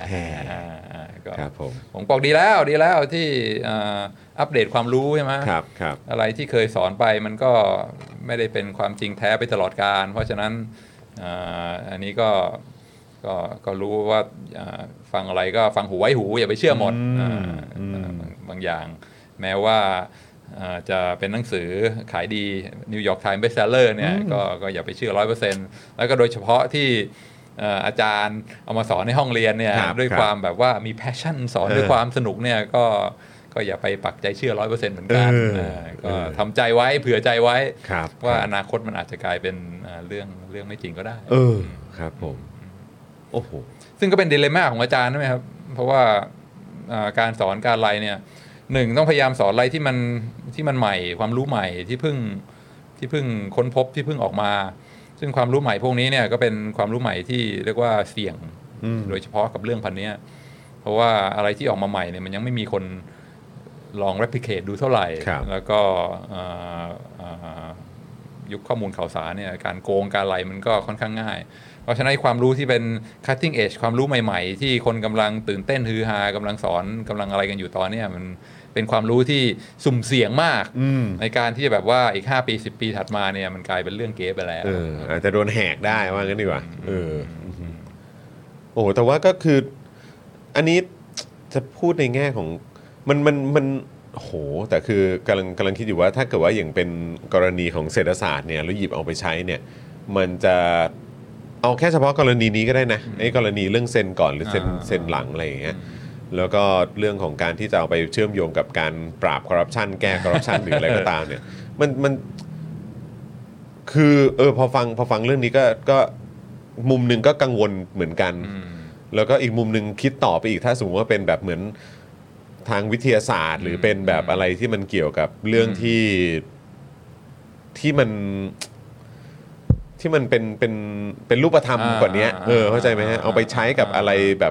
ผมบอกดีแล้วที่อัปเดตความรู้ใช่ไหมอะไรที่เคยสอนไปมันก็ไม่ได้เป็นความจริงแท้ไปตลอดกาลเพราะฉะนั้นอันนี้ก็รู้ว่าฟังอะไรก็ฟังหูไว้หูอย่าไปเชื่อหมดบางอย่างแม้ว่าจะเป็นหนังสือขายดี New York Times Bestseller เนี่ยก็อย่าไปเชื่อ 100% แล้วก็โดยเฉพาะที่อาจารย์เอามาสอนในห้องเรียนเนี่ยด้วยความแบบว่ามี passion สอนด้วยความสนุกเนี่ยก็อย่าไปปักใจเชื่อ 100% เหมือนกันก็ทำใจไว้เผื่อใจไว้ว่าอนาคตมันอาจจะกลายเป็นเรื่องไม่จริงก็ได้ครับผมโอ้โหซึ่งก็เป็นดิเลม่าของอาจารย์ใช่ไหมครับเพราะว่าการสอนการอะไรเนี่ยต้องพยายามสอนอะไรที่มันใหม่ความรู้ใหม่ที่เพิ่งค้นพบที่เพิ่งออกมาซึ่งความรู้ใหม่พวกนี้เนี่ยก็เป็นความรู้ใหม่ที่เรียกว่าเสี่ยงโดยเฉพาะกับเรื่องพันนี้เพราะว่าอะไรที่ออกมาใหม่เนี่ยมันยังไม่มีคนลอง replicate ดูเท่าไหร่แล้วก็ยุคข้อมูลข่าวสารเนี่ยการโกงการอะไรมันก็ค่อนข้างง่ายเพราะฉะนั้นความรู้ที่เป็น cutting edge ความรู้ใหม่ๆที่คนกำลังตื่นเต้นฮือฮากำลังสอนกำลังอะไรกันอยู่ตอนนี้มันเป็นความรู้ที่สุ่มเสี่ยงมากในการที่จะแบบว่าอีก5 ปี 10 ปีถัดมาเนี่ยมันกลายเป็นเรื่องเก๊ไปแล้วอาจจะโดนแหกได้ว่างั้นดีกว่าโอ้แต่ว่าก็คืออันนี้จะพูดในแง่ของมันโหแต่คือกำลังคิดอยู่ว่าถ้าเกิดว่าอย่างเป็นกรณีของเศรษฐศาสตร์เนี่ยแล้วหยิบเอาไปใช้เนี่ยมันจะเอาแค่เฉพาะกรณีนี้ก็ได้นะไอ้กรณีเรื่องเซ็นก่อนหรือเซ็นหลังอะไรอย่างเงี้ยแล้วก็เรื่องของการที่จะเอาไปเชื่อมโยงกับการปราบคอร์รัปชันแก้คอร์รัปชันหรืออะไรก็ตามเนี่ยมันคือพอฟังเรื่องนี้ก็มุมนึงก็กังวลเหมือนกันแล้วก็อีกมุมนึงคิดต่อไปอีกถ้าสมมติว่าเป็นแบบเหมือนทางวิทยาศาสตร์หรือเป็นแบบอะไรที่มันเกี่ยวกับเรื่องที่มันเป็นรูปธรรมกว่านี้เข้าใจไหมฮะเอาไปใช้กับอะไรแบบ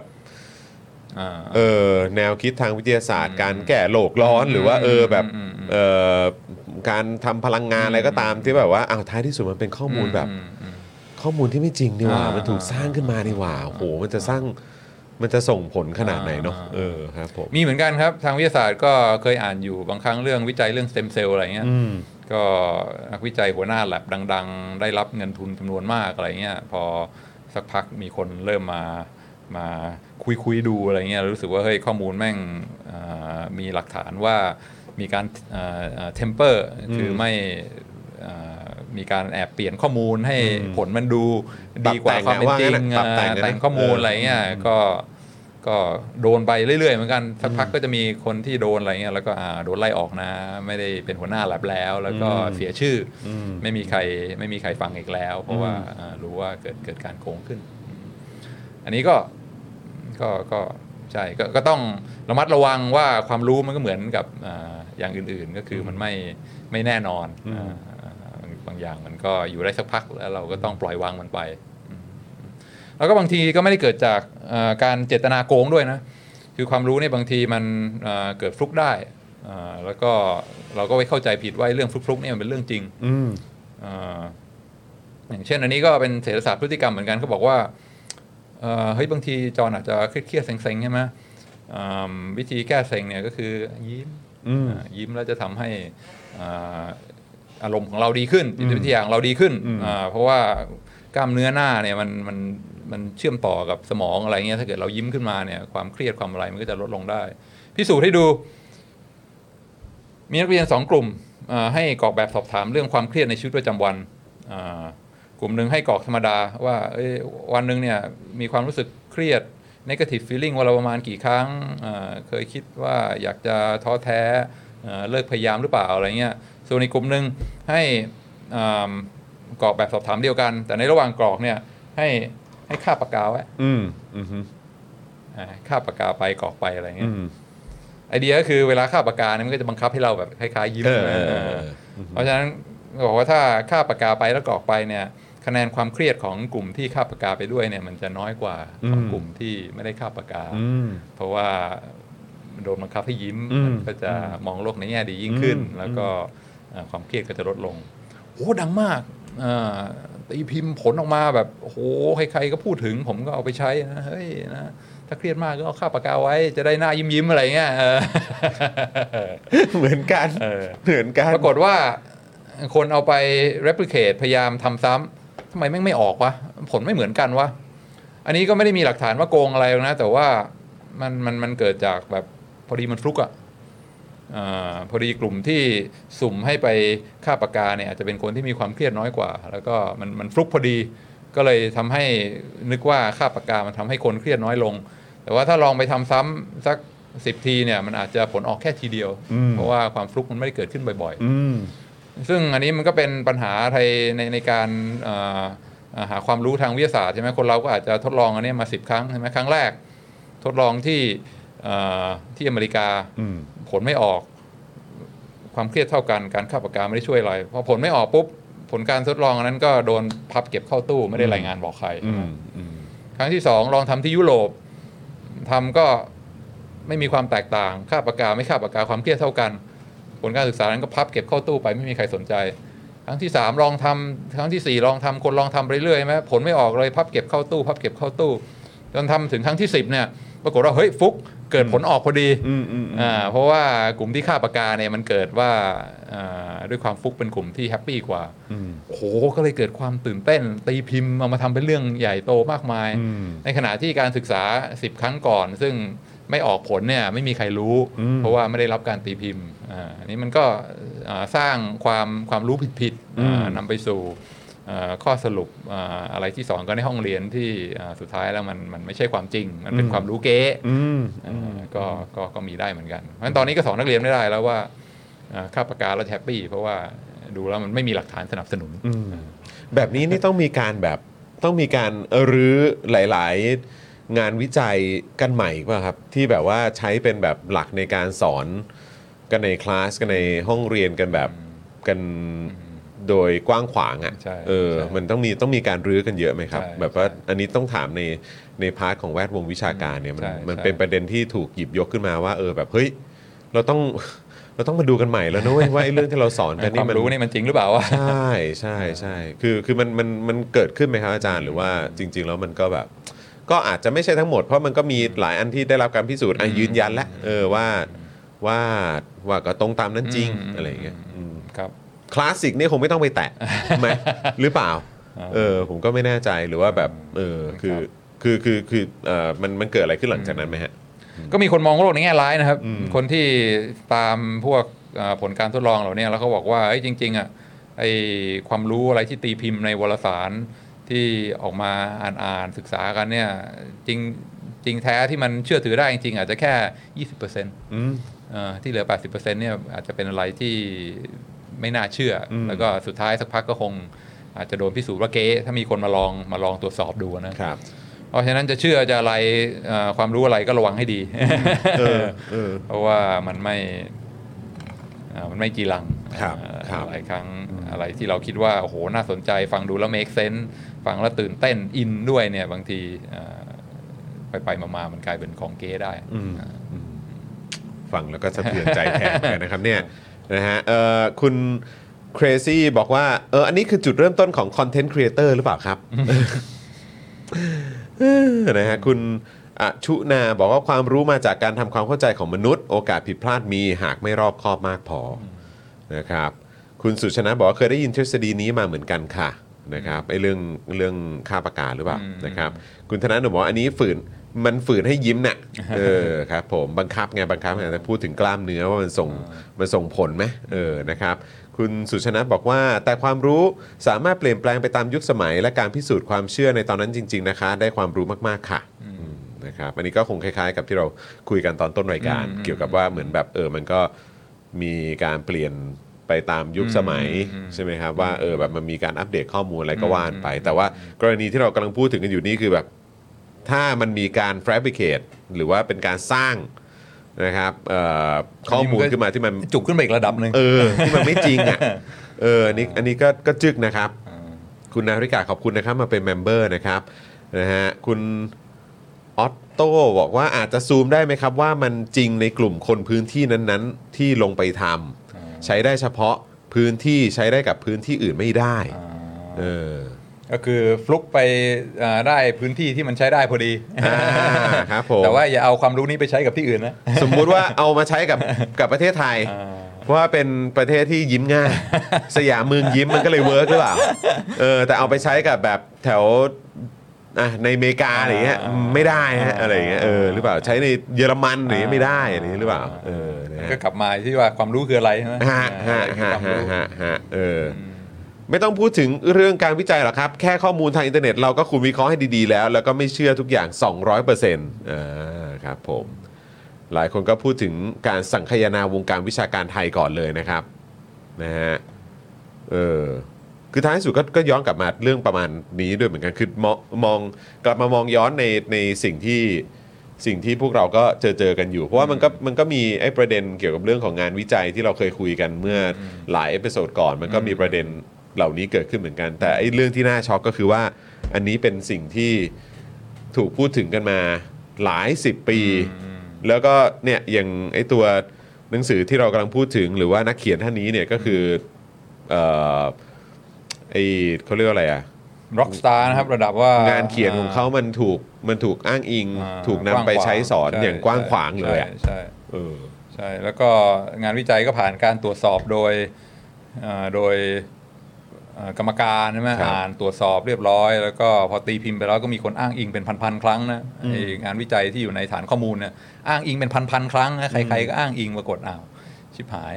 แนวคิดทางวิทยาศาสตร์การแก้โลกร้อนหรือว่าแบบการทำพลังงานอะไรก็ตามที่แบบว่าท้ายที่สุดมันเป็นข้อมูลแบบข้อมูลที่ไม่จริงนี่หว่ามันถูกสร้างขึ้นมานี่หว่าโหมันจะส่งผลขนาดไหนเนาะครับผมมีเหมือนกันครับทางวิทยาศาสตร์ก็เคยอ่านอยู่บางครั้งเรื่องวิจัยเรื่องสเต็มเซลล์อะไรเงี้ยก็นักวิจัยหัวหน้าแลบดังๆได้รับเงินทุนจำนวนมากอะไรเงี้ยพอสักพักมีคนเริ่มมามาคุยดูอะไรเงี้ยรู้สึกว่าเฮ้ยข้อมูลแม่งมีหลักฐานว่ามีการเทมเปอร์คือไม่มีการแอบเปลี่ยนข้อมูลให้ผลมันดูดีกว่าความเป็นจริงแต่งข้อมูลอะไรเงี้ยก็โดนไปเรื่อยๆเหมือนกันสักพักก็จะมีคนที่โดนอะไรเงี้ยแล้วก็โดนไล่ออกนะไม่ได้เป็นหัวหน้าแลบแล้วก็เสียชื่อไม่มีใครฟังอีกแล้วเพราะว่ารู้ว่าเกิดการโกงขึ้นอันนี้ก็ใช่ก็ต้องระมัดระวังว่าความรู้มันก็เหมือนกับอย่างอื่นๆก็คือมันไม่แน่นอนบางอย่างมันก็อยู่ได้สักพักแล้วเราก็ต้องปล่อยวางมันไปแล้วก็บางทีก็ไม่ได้เกิดจากการเจตนาโกงด้วยนะคือความรู้เนี่ยบางทีมันเกิดฟลุกได้แล้วก็เราก็ไปเข้าใจผิดว่าเรื่องฟลุกเนี่ยมันเป็นเรื่องจริงอย่างเช่นอันนี้ก็เป็นเศรษฐศาสตร์พฤติกรรมเหมือนกันเขาบอกว่าเฮ้ยบางทีจอนอาจจะเครียดๆเซ็งๆใช่ไหมวิธีแก้เซ็งเนี่ยก็คือยิ้มแล้วจะทำให้อารมณ์ของเราดีขึ้นจิตวิทยาของเราดีขึ้นเพราะว่ากล้ามเนื้อหน้าเนี่ยมันเชื่อมต่อกับสมองอะไรเงี้ยถ้าเกิดเรายิ้มขึ้นมาเนี่ยความเครียดความอะไรมันก็จะลดลงได้พิสูจน์ให้ดูมีนักเรียน2 กลุ่มให้กรอกแบบสอบถามเรื่องความเครียดในชีวิตประจำวันกลุ่มหนึ่งให้กรอกธรรมดาว่าวันหนึ่งเนี่ยมีความรู้สึกเครียด negative feeling วันละประมาณกี่ครั้งเคยคิดว่าอยากจะท้อแท้เลิกพยายามหรือเปล่าอะไรเงี้ยส่วนอีกกลุ่มหนึ่งให้กรอกแบบสอบถามเดียวกันแต่ในระหว่างกรอกเนี่ยให้คาบปากกาไว้คาบปากกาไปกรอกไปอะไรเงี้ยไอเดียก็คือเวลาคาบปากกาเนี่ยมันก็จะบังคับให้เราแบบคล้ายๆยิ้มเพราะฉะนั้นบอกว่าถ้าคาบปากกาไปแล้วกรอกไปเนี่ยคะแนนความเครียดของกลุ่มที่คาบปากกาไปด้วยเนี่ยมันจะน้อยกว่าของกลุ่มที่ไม่ได้คาบปากกาเพราะว่าโดนบังคับให้ยิ้มก็จะมองโลกในแง่ดียิ่งขึ้นแล้วก็ความเครียดก็จะลดลงโอ้ดังมากตีพิมพ์ผลออกมาแบบโอ้โหใครๆก็พูดถึงผมก็เอาไปใช้นะเฮ้ยนะถ้าเครียดมากก็เอาคาบปากกาไว้จะได้หน้ายิ้มๆอะไรเงี้ยเหมือนกันปรากฏว่าคนเอาไป replicate พยายามทำซ้ำทำไมแม่งไม่ออกวะผลไม่เหมือนกันวะอันนี้ก็ไม่ได้มีหลักฐานว่าโกงอะไรนะแต่ว่ามันเกิดจากแบบพอดีมันฟลุกพอดีกลุ่มที่สุ่มให้ไปคาบปากกาเนี่ยอาจจะเป็นคนที่มีความเครียดน้อยกว่าแล้วก็มันฟลุกพอดีก็เลยทำให้นึกว่าคาบปากกามันทำให้คนเครียดน้อยลงแต่ว่าถ้าลองไปทำซ้ำสัก10 ทีเนี่ยมันอาจจะผลออกแค่ทีเดียวเพราะว่าความฟลุกมันไม่ได้เกิดขึ้นบ่อยๆซึ่งอันนี้มันก็เป็นปัญหาไทยในการหาความรู้ทางวิทยาศาสตร์ใช่ไหมคนเราก็อาจจะทดลองอันนี้มา10 ครั้งใช่ไหมครั้งแรกทดลองที่อเมริกาผลไม่ออกความเครียดเท่ากันการคาบปากกาไม่ได้ช่วยอะไรพอผลไม่ออกปุ๊บผลการทดลองอันนั้นก็โดนพับเก็บเข้าตู้ไม่ได้รายงานบอกใครครั้งที่2ลองทำที่ยุโรปทำก็ไม่มีความแตกต่างคาบปากกาไม่คาบปากกาความเครียดเท่ากันผลการศึกษานั้นก็พับเก็บเข้าตู้ไปไม่มีใครสนใจครั้งที่3ลองทำครั้งที่4ลองทำคนลองทำไปเรื่อยๆไหมผลไม่ออกเลยพับเก็บเข้าตู้จนทำถึงครั้งที่10เนี่ยปรากฏว่าเฮ้ยฟุกเกิดผลออกพอดีเพราะว่ากลุ่มที่คาบปากกาเนี่ยมันเกิดว่าด้วยความฟุกเป็นกลุ่มที่แฮปปี้กว่าโอ้โหก็เลยเกิดความตื่นเต้นตีพิมพ์เอามาทำเป็นเรื่องใหญ่โตมากมายในขณะที่การศึกษา10 ครั้งก่อนซึ่งไม่ออกผลเนี่ยไม่มีใครรู้เพราะว่าไม่ได้รับการตีพิมพ์อันนี้มันก็สร้างความรู้ผิดๆนำไปสู่ข้อสรุปอะไรที่สอนกันในห้องเรียนที่สุดท้ายแล้วมันไม่ใช่ความจริงมันเป็นความรู้เก๊ก็มีได้เหมือนกันเพราะฉะนั้นตอนนี้ก็สอนนักเรียนไม่ได้แล้วว่าคาบปากกาแล้วแฮปปี้เพราะว่าดูแล้วมันไม่มีหลักฐานสนับสนุนแบบนี้นี่ต้องมีการรื้อหลายๆงานวิจัยกันใหม่ป่ะครับที่แบบว่าใช้เป็นแบบหลักในการสอนกันในคลาสกันในห้องเรียนกันแบบกันโดยกว้างขวางมันต้องมีการรื้อกันเยอะไหมครับแบบว่าอันนี้ต้องถามในพาร์ทของแวดวงวิชาการเนี่ยมันเป็นประเด็นที่ถูกหยิบยกขึ้นมาว่าแบบเฮ้ยเราต้องมาดูกันใหม่แล้วนะเว้ยว่าไอ้เรื่องที่เราสอนกันนี่มันรู้นี่มันจริงหรือเปล่าวะใช่คือมันเกิดขึ้นไหมครับอาจารย์หรือว่าจริงๆแล้วมันก็แบบก็อาจจะไม่ใช่ทั้งหมดเพราะมันก็มีหลายอันที่ได้รับการพิสูจน์ยืนยันแล้วว่าก็ตรงตามนั้นจริงอะไรอย่างเงี้ยครับคลาสสิกนี่คงไม่ต้องไปแตะไหมหรือเปล่าผมก็ไม่แน่ใจหรือว่าแบบคือคือมันเกิดอะไรขึ้นหลังจากนั้นไหมฮะก็มีคนมองโลกในแง่ร้ายนะครับคนที่ตามพวกผลการทดลองเหล่านี้แล้วเขาบอกว่าจริงๆอ่ะไอความรู้อะไรที่ตีพิมพ์ในวารสารที่ออกมาอ่านศึกษากันเนี่ยจริงแท้ที่มันเชื่อถือได้จริงๆอาจจะแค่ 20%ที่เหลือ 80% เนี่ยอาจจะเป็นอะไรที่ไม่น่าเชื่อแล้วก็สุดท้ายสักพักก็คงอาจจะโดนพิสูจน์ว่าเก๊ถ้ามีคนมาลองตรวจสอบดูนะครับเพราะฉะนั้นจะเชื่อจะอะไรความรู้อะไรก็ระวังให้ดีเพราะว่ามันไม่จีรังหลายครั้งอะไรที่เราคิดว่าโอ้โหน่าสนใจฟังดูแล้ว make sense ฟังแล้วตื่นเต้นอินด้วยเนี่ยบางทีไปมามันกลายเป็นของเก๊ได้ฟังแล้วก็สะเทือนใจแทนกันนะครับเนี่ยนะฮะคุณเครซี่บอกว่าอันนี้คือจุดเริ่มต้นของคอนเทนต์ครีเอเตอร์หรือเปล่าครับนะฮะคุณชุนาบอกว่าความรู้มาจากการทำความเข้าใจของมนุษย์โอกาสผิดพลาดมีหากไม่รอบคอบมากพอนะครับคุณสุชนะบอกว่าเคยได้ยินทฤษฎีนี้มาเหมือนกันค่ะนะครับไอ้เรื่องค่าประกาศหรือเปล่านะครับคุณธนาหนูบอกว่าอันนี้มันฝืนให้ยิ้มน่ะครับผมบังคับแต่พูดถึงกล้ามเนื้อว่ามันส่งผลไหมนะครับคุณสุชนะบอกว่าแต่ความรู้สามารถเปลี่ยนแปลงไปตามยุคสมัยและการพิสูจน์ความเชื่อในตอนนั้นจริงๆนะคะได้ความรู้มากๆค่ะนะครับอันนี้ก็คงคล้ายๆกับที่เราคุยกันตอนต้นรายการเกี่ยวกับว่าเหมือนแบบมันก็มีการเปลี่ยนไปตามยุคสมัยใช่ไหมครับว่าแบบมันมีการอัปเดตข้อมูลอะไรก็ว่านไปแต่ว่ากรณีที่เรากำลังพูดถึงกันอยู่นี่คือแบบถ้ามันมีการ fabricate หรือว่าเป็นการสร้างนะครับข้อมูลขึ้นมาที่มันจุกขึ้นไปอีกระดับนึงที่มันไม่จริงอ่ะอันนี้ก็จึกนะครับคุณนาริกาขอบคุณนะครับมาเป็นเมมเบอร์นะครับนะฮะคุณออตโต้บอกว่าอาจจะซูมได้ไหมครับว่ามันจริงในกลุ่มคนพื้นที่นั้นๆที่ลงไปทำใช้ได้เฉพาะพื้นที่ใช้ได้กับพื้นที่อื่นไม่ได้ก็คือฟลุกไปได้พื้นที่ที่มันใช้ได้พอดีครับผมแต่ว่าอย่าเอาความรู้นี้ไปใช้กับที่อื่นนะสมมุติว่าเอามาใช้กับประเทศไทยเพราะว่าเป็นประเทศที่ยิ้มง่ายสยามเมืองยิ้มมันก็เลยเวิร์กหรือเปล่าแต่เอาไปใช้กับแบบแถวในอเมริกาอะไรเงี้ยไม่ได้ฮะอะไรเงี้ยหรือเปล่าใช้ในเยอรมันอะไรเงี้ยไม่ได้อะไรหรือเปล่าก็กลับมาที่ว่าความรู้คืออะไรใช่ไหมไม่ต้องพูดถึงเรื่องการวิจัยหรอกครับแค่ข้อมูลทางอินเทอร์เน็ตเราก็คุมวิเคราะห์ให้ดีๆแล้วก็ไม่เชื่อทุกอย่าง 200% ครับผมหลายคนก็พูดถึงการสังคายนาวงการวิชาการไทยก่อนเลยนะครับนะฮะคือท้ายสุดก็ย้อนกลับมาเรื่องประมาณนี้ด้วยเหมือนกันคือมองกลับมามองย้อนในสิ่งที่พวกเราก็เจอกันอยู่เพราะว่ามันก็มีไอ้ประเด็นเกี่ยวกับเรื่องของงานวิจัยที่เราเคยคุยกันเมื่อหลายเอพิโซดก่อนมันก็มีประเด็นเหล่านี้เกิดขึ้นเหมือนกันแต่ไอ้เรื่องที่น่าช็อกก็คือว่าอันนี้เป็นสิ่งที่ถูกพูดถึงกันมาหลาย10 ปีแล้วก็เนี่ยอย่างไอ้ตัวหนังสือที่เรากำลังพูดถึงหรือว่านักเขียนท่านนี้เนี่ยก็คือไอ้เขาเรียกว่าอะไรร็อกสตาร์นะครับระดับว่างานเขียนของเขามันถูกอ้างอิงถูกนำไปใช้สอนอย่างกว้างขวางเลยใช่ใช่แล้วก็งานวิจัยก็ผ่านการตรวจสอบโดยกรรมการใช่ไหมอ่านตรวจสอบเรียบร้อยแล้วก็พอตีพิมพ์ไปแล้วก็มีคนอ้างอิงเป็นพันๆครั้งนะงานวิจัยที่อยู่ในฐานข้อมูลเนี่ยอ้างอิงเป็นพันๆครั้งนะใครๆก็อ้างอิงปรากฏชิบหาย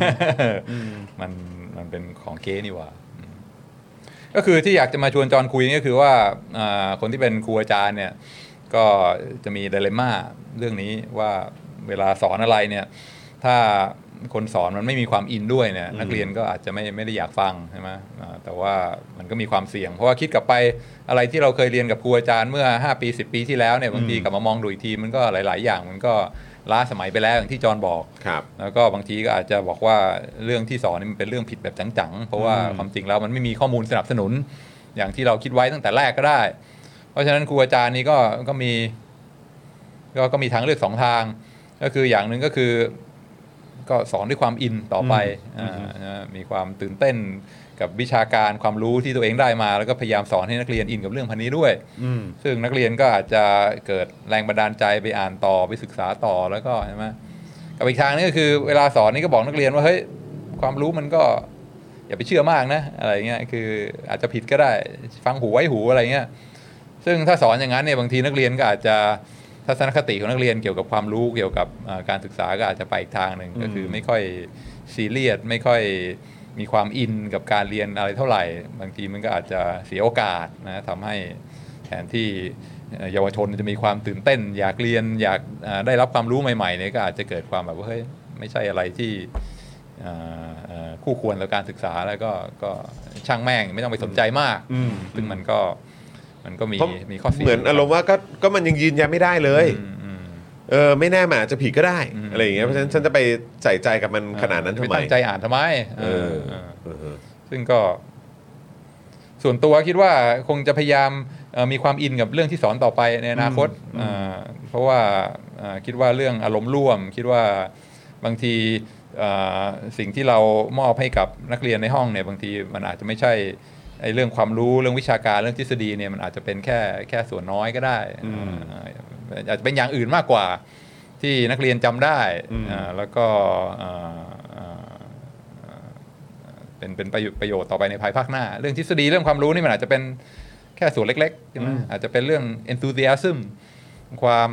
มันเป็นของเก๊นี่หว่าก็คือที่อยากจะมาชวนจอนคุยนี่ก็คือว่าคนที่เป็นครูอาจารย์เนี่ยก็จะมีไดเลม่าเรื่องนี้ว่าเวลาสอนอะไรเนี่ยถ้าคนสอนมันไม่มีความอินด้วยเนี่ยนักเรียนก็อาจจะไม่ได้อยากฟังใช่ไหมแต่ว่ามันก็มีความเสี่ยงเพราะว่าคิดกลับไปอะไรที่เราเคยเรียนกับครูอาจารย์เมื่อ5 ปี 10 ปีที่แล้วเนี่ยบางทีกลับมามองดูอีกทีมันก็หลายๆอย่างมันก็ล้าสมัยไปแล้วอย่างที่จอนบอกแล้วก็บางทีก็อาจจะบอกว่าเรื่องที่สอนนี่มันเป็นเรื่องผิดแบบจังๆเพราะว่าความจริงแล้วมันไม่มีข้อมูลสนับสนุนอย่างที่เราคิดไว้ตั้งแต่แรกก็ได้เพราะฉะนั้นครูอาจารย์นี่ก็มีทางเลือก2 ทางก็คืออย่างนึงก็คือก็สอนด้วยความอินต่อไปมีความตื่นเต้นกับวิชาการความรู้ที่ตัวเองได้มาแล้วก็พยายามสอนให้นักเรียนอินกับเรื่องพันนี้ด้วยซึ่งนักเรียนก็อาจจะเกิดแรงบันดาลใจไปอ่านต่อไปศึกษาต่อแล้วก็ใช่ไหมกับอีกทางนึงก็คือเวลาสอนนี่ก็บอกนักเรียนว่าเฮ้ยความรู้มันก็อย่าไปเชื่อมากนะอะไรเงี้ยคืออาจจะผิดก็ได้ฟังหูไว้หูอะไรเงี้ยซึ่งถ้าสอนอย่างนั้นเนี่ยบางทีนักเรียนก็อาจจะทัศนคติของนักเรียนเกี่ยวกับความรู้เกี่ยวกับการศึกษาก็อาจจะไปอีกทางหนึ่งก็คือไม่ค่อยซีเรียสไม่ค่อยมีความอินกับการเรียนอะไรเท่าไหร่บางทีมันก็อาจจะเสียโอกาสนะทำให้แทนที่เยาวชนจะมีความตื่นเต้นอยากเรียนอยากได้รับความรู้ใหม่ๆเนี่ยก็อาจจะเกิดความแบบว่าเฮ้ยไม่ใช่อะไรที่คู่ควรกับการศึกษาแล้วก็ช่างแม่งไม่ต้องไปสนใจมากซึ่งมันก็มีข้อเสียเหมือนอารมณ์ว่าก็มันยังยืนยันไม่ได้เลยไม่แน่มันอาจจะผิดก็ได้อะไรอย่างเงี้ยเพราะฉะนั้นฉันจะไปใส่ใจกับมันขนาดนั้นทำไมตั้งใจอ่านทำไมซึ่งก็ส่วนตัวคิดว่าคงจะพยายามมีความอินกับเรื่องที่สอนต่อไปในอนาคตเพราะว่าคิดว่าเรื่องอารมณ์ร่วมคิดว่าบางทีสิ่งที่เรามอบให้กับนักเรียนในห้องเนี่ยบางทีมันอาจจะไม่ใช่ไอ้เรื่องความรู้เรื่องวิชาการเรื่องทฤษฎีเนี่ยมันอาจจะเป็นแค่ส่วนน้อยก็ได้อาจจะเป็นอย่างอื่นมากกว่าที่นักเรียนจำได้แล้วก็เป็นประโยชน์ต่อไปในภายภาคหน้าเรื่องทฤษฎีเรื่องความรู้นี่มันอาจจะเป็นแค่ส่วนเล็กๆใช่ไหมอาจจะเป็นเรื่อง enthusiasm ความ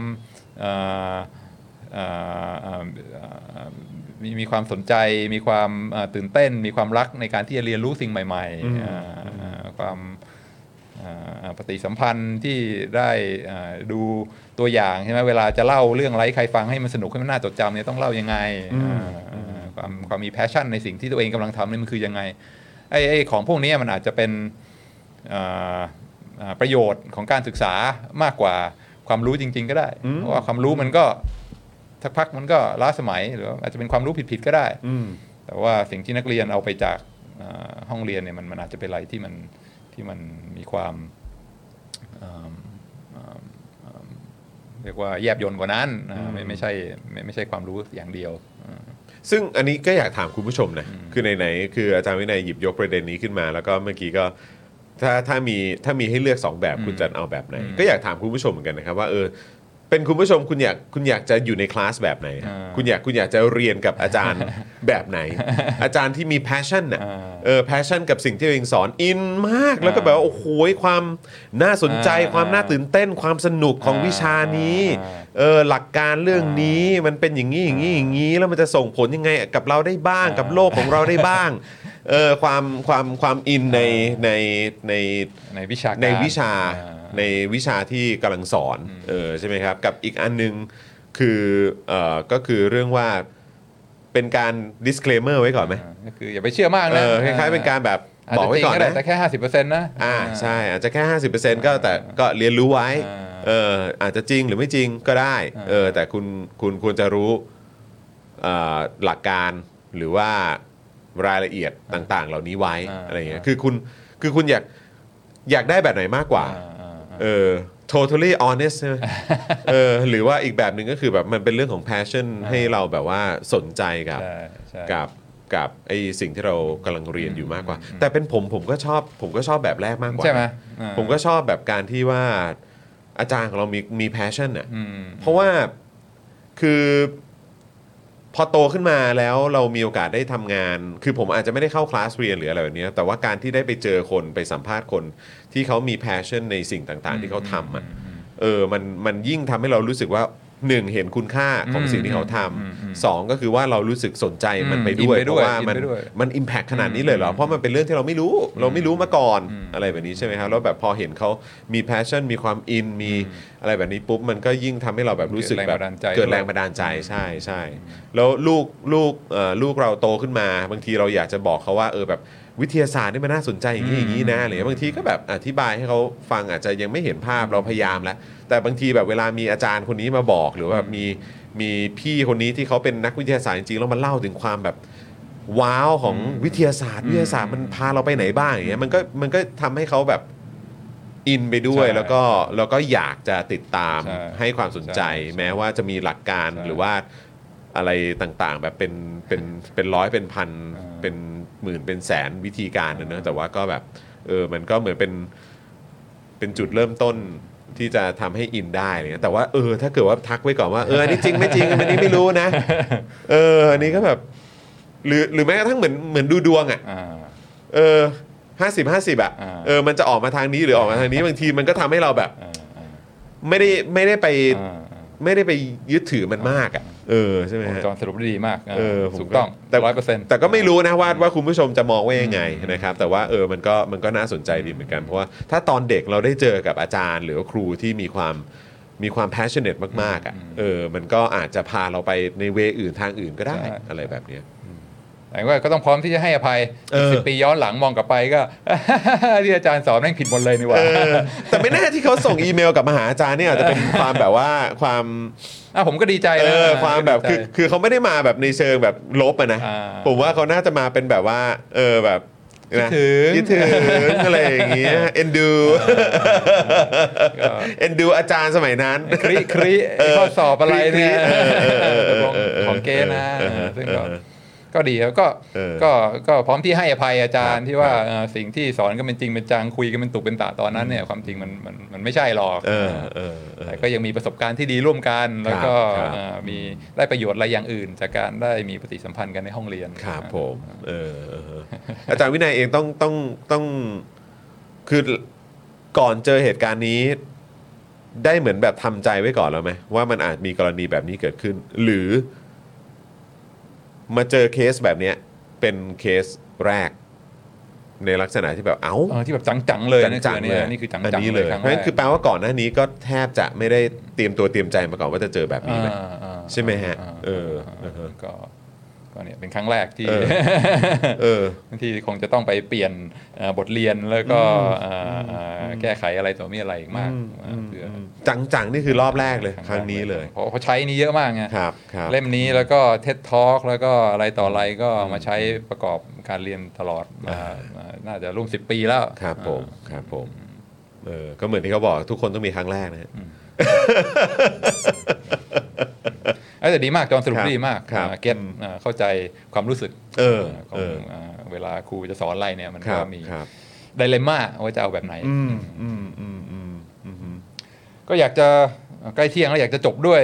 มีความสนใจมีความตื่นเต้นมีความรักในการที่จะเรียนรู้สิ่งใหม่ๆความปฏิสัมพันธ์ที่ได้ดูตัวอย่างใช่ไหมเวลาจะเล่าเรื่องอะไรใครฟังให้มันสนุกให้มันน่าจดจำเนี่ยต้องเล่ายังไงความมี passion ในสิ่งที่ตัวเองกำลังทำนี่มันคือยังไงไอ้ของพวกนี้มันอาจจะเป็นประโยชน์ของการศึกษามากกว่าความรู้จริงๆก็ได้เพราะว่าความรู้มันก็สักพักมันก็ล้าสมัยหรืออาจจะเป็นความรู้ผิดๆก็ได้แต่ว่าสิ่งที่นักเรียนเอาไปจากห้องเรียนเนี่ยมันอาจจะเป็นอะไรที่มันมีความเรียกว่าแยบยลกว่านั้นไม่ใช่ความรู้อย่างเดียวซึ่งอันนี้ก็อยากถามคุณผู้ชมนะคือไหนๆคืออาจารย์วินัยหยิบยกประเด็นนี้ขึ้นมาแล้วก็เมื่อกี้ก็ถ้ามีให้เลือก2แบบคุณจะเอาแบบไหนก็อยากถามคุณผู้ชมเหมือนกันนะครับว่าเป็นคุณผู้ชมคุณอยากจะอยู่ในคลาสแบบไหนคุณอยากจะเรียนกับอาจารย์แบบไหนอาจารย์ที่มี passion น่ะpassion กับสิ่งที่ตัวเองสอนอินมากแล้วก็แบบโอ้โหความน่าสนใจความน่าตื่นเต้นความสนุกของวิชานี้หลักการเรื่องนี้มันเป็นอย่างนี้อย่างนี้อย่างนี้แล้วมันจะส่งผลยังไงกับเราได้บ้างกับโลกของเราได้บ้างความอินในวิชาในวิชาที่กำลังสอนใช่ไหมครับกับอีกอันนึงคือก็คือเรื่องว่าเป็นการ disclaimer ไว้ก่อนไหมก็คืออย่าไปเชื่อมากนะคล้ายๆเป็นการแบบบอกไว้ก่อนนะแต่แค่ 50% นะใช่อาจจะแค่ 50% ก็แต่ก็เรียนรู้ไว้อาจจะจริงหรือไม่จริงก็ได้แต่คุณควรจะรู้หลักการหรือว่ารายละเอียดต่างๆเหล่านี้ไว้อะไรเงี้ยคือคุณอยากได้แบบไหนมากกว่าtotally honest ใช่ไหมหรือว่าอีกแบบหนึ่งก็คือแบบมันเป็นเรื่องของ passion ให้เราแบบว่าสนใจกับไอ้สิ่งที่เรากำลังเรียนอยู่มากกว่าแต่เป็นผมก็ชอบแบบแรกมากกว่าใช่ไหมผมก็ชอบแบบการที่ว่าอาจารย์ของเรามี passion น่ะเพราะว่าคือพอโตขึ้นมาแล้วเรามีโอกาสได้ทำงานคือผมอาจจะไม่ได้เข้าคลาสเรียนหรืออะไรแบบนี้แต่ว่าการที่ได้ไปเจอคนไปสัมภาษณ์คนที่เขามี passion ในสิ่งต่างๆที่เขาทำมันยิ่งทำให้เรารู้สึกว่า1เห็นคุณค่าของสิ่งที่เขาทำ2ก็คือว่าเรารู้สึกสนใจมันไปด้วยเพราะว่ามัน impact ขนาดนี้เลยเหรอเพราะมันเป็นเรื่องที่เราไม่รู้มาก่อนอะไรแบบนี้ใช่ไหมครับแล้วแบบพอเห็นเขามี passion มีความอินมีอะไรแบบนี้ปุ๊บมันก็ยิ่งทำให้เราแบบรู้สึกแบบเกิดแรงบันดาลใจใช่แล้วลูกเราโตขึ้นมาบางทีเราอยากจะบอกเขาว่าแบบวิทยาศาสตร์นี่มันน่าสนใจอย่างนี้นะอะไรบางทีก็แบบอธิบายให้เขาฟังอาจจะยังไม่เห็นภาพเราพยายามแล้วแต่บางทีแบบเวลามีอาจารย์คนนี้มาบอกหรือว่ามีพี่คนนี้ที่เขาเป็นนักวิทยาศาสตร์จริงๆแล้วมาเล่าถึงความแบบว้าวของวิทยาศาสตร์มันพาเราไปไหนบ้างอย่างเงี้ยมันก็ทำให้เขาแบบอินไปด้วยแล้วก็อยากจะติดตามให้ความสนใจแม้ว่าจะมีหลักการหรือว่าอะไรต่างๆแบบเป็นร้อยเป็นพันเป็นหมื่นเป็นแสนวิธีการนะแต่ว่าก็แบบมันก็เหมือนเป็นจุดเริ่มต้นที่จะทำให้อินได้เนี่ยแต่ว่าถ้าเกิดว่าทักไว้ก่อนว่าอันนี้จริงไม่จริงอันนี้ไม่รู้นะอันนี้ก็แบบหรือแม้กระทั่งเหมือนดูดวงอ่ะ 50-50อ่ะมันจะออกมาทางนี้หรือออกมาทางนี้บางทีมันก็ทำให้เราแบบไม่ได้ไปยึดถือมันมากอ่ะใช่ไหมฮะจอนสรุปได้ดีมากถูกต้อง 100% แต่ก็ไม่รู้นะว่าคุณผู้ชมจะมองว่ายังไงนะครับแต่ว่ามันก็น่าสนใจดีเหมือนกันเพราะว่าถ้าตอนเด็กเราได้เจอกับอาจารย์หรือว่าครูที่มีความ passionate มากๆอ่ะมันก็อาจจะพาเราไปในเวอื่นทางอื่นก็ได้อะไรแบบนี้แต่ว่าก็ต้องพร้อมที่จะให้อภัย10 ปีย้อนหลังมองกลับไปก็ ที่อาจารย์สอนแม่งผิดหมดเลยนี่หว่าแต่ไม่แน่ที่เขาส่งอีเมลกลับมาหาอาจารย์เนี่ยอาจจะเป็นความแบบว่าความผมก็ดีใจนะความแบบคือเขาไม่ได้มาแบบในเชิงแบบลบนะผมว่าเขาน่าจะมาเป็นแบบว่าแบบคิดถึงอะไรอย่างเงี้ยเอ็นดูอาจารย์สมัยนั้นคริข้อสอบอะไรเนี่ยของเกณฑ์นะซึ่งก็ดีแล้วก็พร้อมที่ให้อภัยอาจารย์ที่ว่าสิ่งที่สอนก็เป็นจริงเป็นจังคุยกันเป็นตุเป็นตะตอนนั้นเนี่ยความจริงมันไม่ใช่หรอกแต่ก็ยังมีประสบการณ์ที่ดีร่วมกันแล้วก็มีได้ประโยชน์อะไรอย่างอื่นจากการได้มีปฏิสัมพันธ์กันในห้องเรียนครับผมอาจารย์วินัยเองต้องคือก่อนเจอเหตุการณ์นี้ได้เหมือนแบบทำใจไว้ก่อนแล้วไหมว่ามันอาจมีกรณีแบบนี้เกิดขึ้นหรือมาเจอเคสแบบนี้เป็นเคสแรกในลักษณะที่แบบที่แบบจังๆเลยจังๆเลยนี่คือจังๆเลยเพราะฉะนั้นคือแปลว่าก่อนหน้านี้ก็แทบจะไม่ได้เตรียมตัวเตรียมใจมาก่อนว่าจะเจอแบบนี้เลยใช่ไหมฮะก็เนี่ยเป็นครั้งแรกที่ที่คงจะต้องไปเปลี่ยนบทเรียนแล้วก็แก้ไขอะไรต่อมีอะไรอีกมากจังๆนี่คือรอบแรกเลยครั้งนี้เลยเพราะเขาใช้นี้เยอะมากไงเล่มนี้แล้วก็เท็ดทอล์กแล้วก็อะไรต่ออะไรก็มาใช้ประกอบการเรียนตลอดมาน่าจะร่วม10 ปีแล้วครับผมก็เหมือนที่เขาบอกทุกคนต้องมีครั้งแรกนะแต่ดีมากจอนสรุปดีมากเก็ตเข้าใจความรู้สึกของเวลาครูจะสอนอะไรเนี่ยมันก็มีไดเลม่าว่าจะเอาแบบไหนก็อยากจะใกล้เที่ยงแล้วอยากจะจบด้วย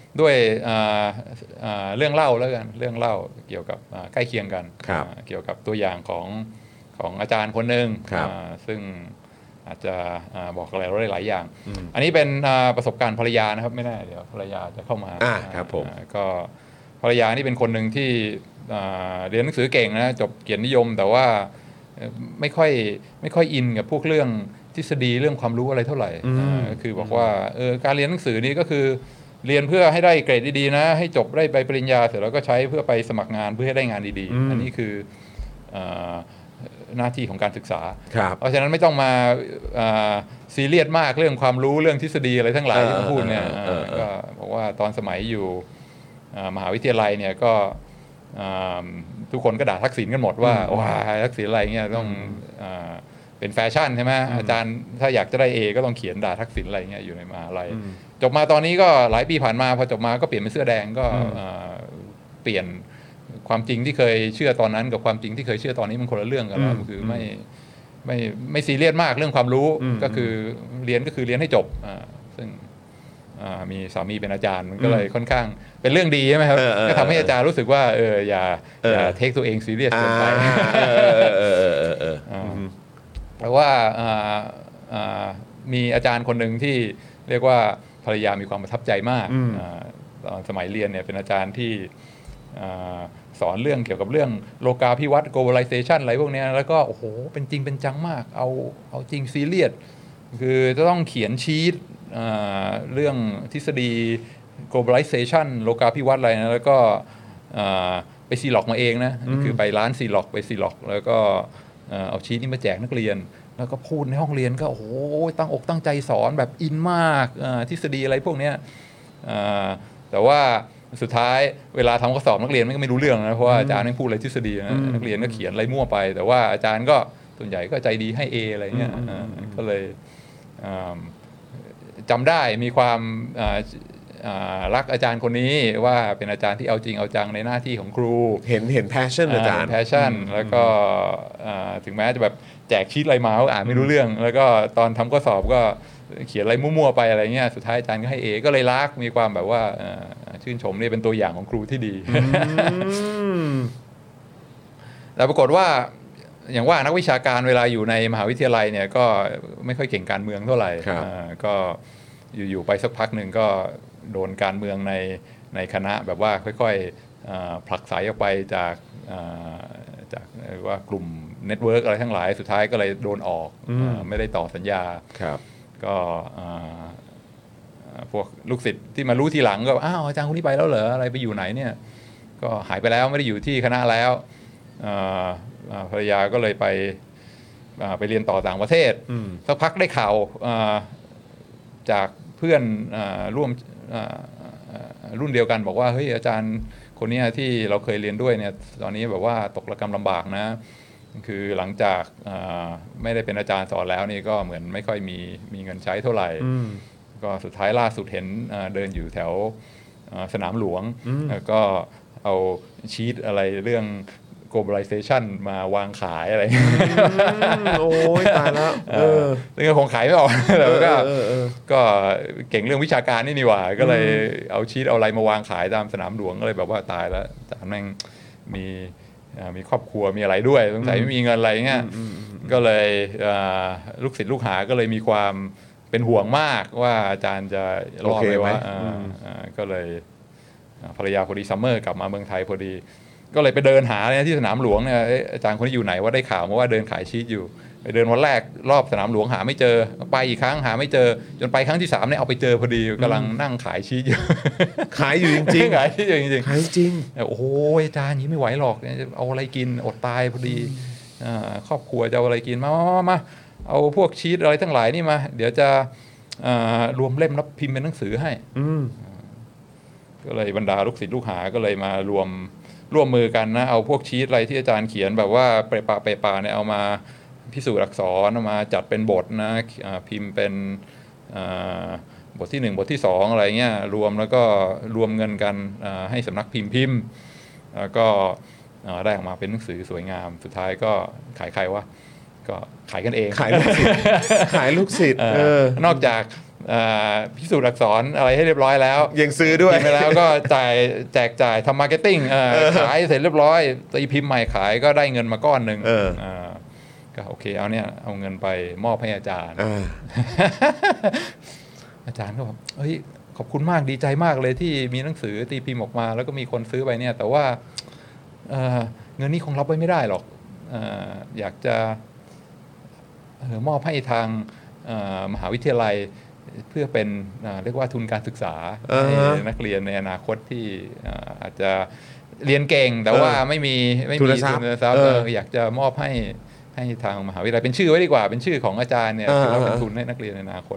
เรื่องเล่าแล้วกันเรื่องเล่าเกี่ยวกับใกล้เคียงกันเกี่ยวกับตัวอย่างของอาจารย์คนหนึ่งซึ่งอาจจะบอกอะไรเราได้หลายอย่างอันนี้เป็นประสบการณ์ภรรยานะครับไม่แน่เดี๋ยวภรรยาจะเข้ามาครับผมก็ภรรยานี่เป็นคนหนึ่งที่เรียนหนังสือเก่งนะจบเกียรตินิยมแต่ว่าไม่ค่อยอินกับพวกเรื่องทฤษฎีเรื่องความรู้อะไรเท่าไหร่คือบอกว่าการเรียนหนังสือนี่ก็คือเรียนเพื่อให้ได้เกรดดีๆนะให้จบได้ใบปริญญาเสร็จแล้วก็ใช้เพื่อไปสมัครงานเพื่อให้ได้งานดีๆอันนี้คือหน้าที่ของการศึกษาเพราะฉะนั้นไม่ต้องมาซีเรียสมากเรื่องความรู้เรื่องทฤษฎีอะไรทั้งหลายที่พูดเนี่ยก็บอกว่าตอนสมัยอยู่มหาวิทยาลัยเนี่ยก็ทุกคนก็ด่าทักษิณกันหมดว่าว้าทักษิณอะไรเงี้ยต้องเป็นแฟชั่นใช่ไหมอาจารย์ถ้าอยากจะได้ A ก็ต้องเขียนด่าทักษิณอะไรเงี้ยอยู่ในมหาลัยจบมาตอนนี้ก็หลายปีผ่านมาพอจบมาก็เปลี่ยนเป็นเสื้อแดงก็เปลี่ยนความจริงที่เคยเชื่อตอนนั้นกับความจริงที่เคยเชื่อตอนนี้มันคนละเรื่องกันแล้วคือไม่ซีเรียสมากเรื่องความรู้ก็คือเรียนก็คือเรียนให้จบซึ่งมีสามีเป็นอาจารย์มันก็เลยค่อนข้างเป็นเรื่องดีใช่ไหมครับก็ทำให้อาจารย์รู้สึกว่าอย่าเทคตัวเองซีเรียสเกินไปเพราะว่ามีอาจารย์คนหนึ่งที่เรียกว่าภรรยามีความประทับใจมากตอนสมัยเรียนเนี่ยเป็นอาจารย์ที่สอนเรื่องเกี่ยวกับเรื่องโลกาภิวัตน์ globalization อะไรพวกนี้แล้วก็โอ้โหเป็นจริงเป็นจังมากเอาจริงซีเรียสคือจะต้องเขียนชีทเรื่องทฤษฎี globalization โลกาภิวัตน์อะไรนะแล้วก็ไปซีล็อกมาเองนะคือไปร้านซีล็อกไปซีล็อกแล้วก็เอาชีทนี้มาแจกนักเรียนแล้วก็พูดในห้องเรียนก็โอ้โหตั้งอกตั้งใจสอนแบบอินมากทฤษฎีอะไรพวกนี้แต่ว่าสุดท้ายเวลาทำข้อสอบนักเรียนไม่รู้เรื่องนะเพราะว่าอาจารย์ไม่พูดอะไรทฤษฎีนะนักเรียนก็เขียนอะไรมั่วไปแต่ว่าอาจารย์ก็ส่วนใหญ่ก็ใจดีให้ A อะไรเงี้ยก็เลยจำได้มีความรักอาจารย์คนนี้ว่าเป็นอาจารย์ที่เอาจริงเอาจังในหน้าที่ของครูเห็น passion อาจารย์ passion แล้วก็ถึงแม้จะแบบแจกชีทอะไรมาอ่านไม่รู้เรื่องแล้วก็ตอนทำข้อสอบก็เขียนอะไรมั่วๆไปอะไรเงี้ยสุดท้ายอาจารย์ก็ให้ A ก็เลยรักมีความแบบว่าชื่นชมนี่เป็นตัวอย่างของครูที่ดีแต่ปรากฏว่าอย่างว่านักวิชาการเวลาอยู่ในมหาวิทยาลัยเนี่ยก็ไม่ค่อยเก่งการเมืองเท่าไหร่ก็อยู่ไปสักพักหนึ่งก็โดนการเมืองในคณะแบบว่าค่อยๆผลักไสออกไปจากว่ากลุ่มเน็ตเวิร์กอะไรทั้งหลายสุดท้ายก็เลยโดนออกไม่ได้ต่อสัญญาก็พวกลูกศิษย์ที่มารู้ทีหลังก็อ้าวอาจารย์คนนี้ไปแล้วเหรออะไรไปอยู่ไหนเนี่ยก็หายไปแล้วไม่ได้อยู่ที่คณะแล้วภรรยาก็เลยไปเรียนต่อต่างประเทศสักพักได้ข่าวจากเพื่อนร่วมรุ่นเดียวกันบอกว่าเฮ้ยอาจารย์คนนี้ที่เราเคยเรียนด้วยเนี่ยตอนนี้แบบว่าตกระกำลำบากนะคือหลังจากไม่ได้เป็นอาจารย์สอนแล้วนี่ก็เหมือนไม่ค่อยมีเงินใช้เท่าไหร่ก็สุดท้ายล่าสุดเห็นเดินอยู่แถวสนามหลวงแล้วก็เอาชีตอะไรเรื่อง globalization มาวางขายอะไรโอ้ยตายแล้วซึ่งคงขายไม่ออกแต่ก็เก่งเรื่องวิชาการนี่หว่าก็เลยเอาชีตเอาอะไรมาวางขายตามสนามหลวงก็เลยแบบว่าตายแล้วอาจารย์แม่งมีครอบครัวมีอะไรด้วยสงสัยไม่มีเงินอะไรเงี้ยก็เลยลูกศิษย์ลูกหาก็เลยมีความเป็นห่วงมากว่าอาจารย์จะรอดไหมก็เลยภรรยาพอดีซัมเมอร์กลับมาเมืองไทยพอดีก็เลยไปเดินหาเนี่ยที่สนามหลวงเนี่ยอาจารย์คนนี้อยู่ไหนว่าได้ข่าวมาว่าเดินขายชีทอยู่ไปเดินวันแรกรอบสนามหลวงหาไม่เจอไปอีกครั้งหาไม่เจอจนไปครั้งที่3เนี่ยเอาไปเจอพอดีกำลังนั่งขายชีทอยู่ขายอยู่จริงๆขายชีทอยู่จริงๆขายจริงโอ้โหอาจารย์นี้ไม่ไหวหรอกเอาอะไรกินอดตายพอดีครอบครัวจะเอาอะไรกินมาเอาพวกชีทอะไรทั้งหลายนี่มาเดี๋ยวจะรวมเล่มรับพิมพ์เป็นหนังสือให้ก็เลยบรรดาลูกศิษย์ลูกหาก็เลยมารวมมือกันนะเอาพวกชีทอะไรที่อาจารย์เขียนแบบว่าเปราเนี่ยเอามาพิสูจน์อักษรเอามาจัดเป็นบทนะพิมพ์เป็นบทที่1บทที่2อะไรเงี้ยรวมแล้วก็รวมเงินกันให้สำนักพิมพ์แล้วก็ได้ออกมาเป็นหนังสือสวยงามสุดท้ายก็ขายใครวะก็ขายกันเองขายลูกศิษย์ขายลูกศิษย์นอกจากพิสูจน์อักษรอะไรให้เรียบร้อยแล้วยังซื้อด้วยไปแล้วก็แจกจ่ายทำมาร์เก็ตติ้งขายเสร็จเรียบร้อยตีพิมพ์ใหม่ขายก็ได้เงินมาก้อนหนึ่งก็โอเคเอาเงินไปมอบให้อาจารย์อาจารย์ก็บอกเฮ้ยขอบคุณมากดีใจมากเลยที่มีหนังสือตีพิมพ์ออกมาแล้วก็มีคนซื้อไปเนี่ยแต่ว่าเงินนี้คงรับไว้ไม่ได้หรอกอยากจะมอบให้ทางมหาวิทยาลัยเพื่อเป็นเรียกว่าทุนการศึกษาให้นักเรียนในอนาคตที่อาจจะเรียนเก่งแต่ว่าไม่มีทุนทรัพย์อยากจะมอบให้ทางมหาวิทยาลัยเป็นชื่อไว้ดีกว่าเป็นชื่อของอาจารย์เนี่ยเราเป็นทุนให้นักเรียนในอนาคต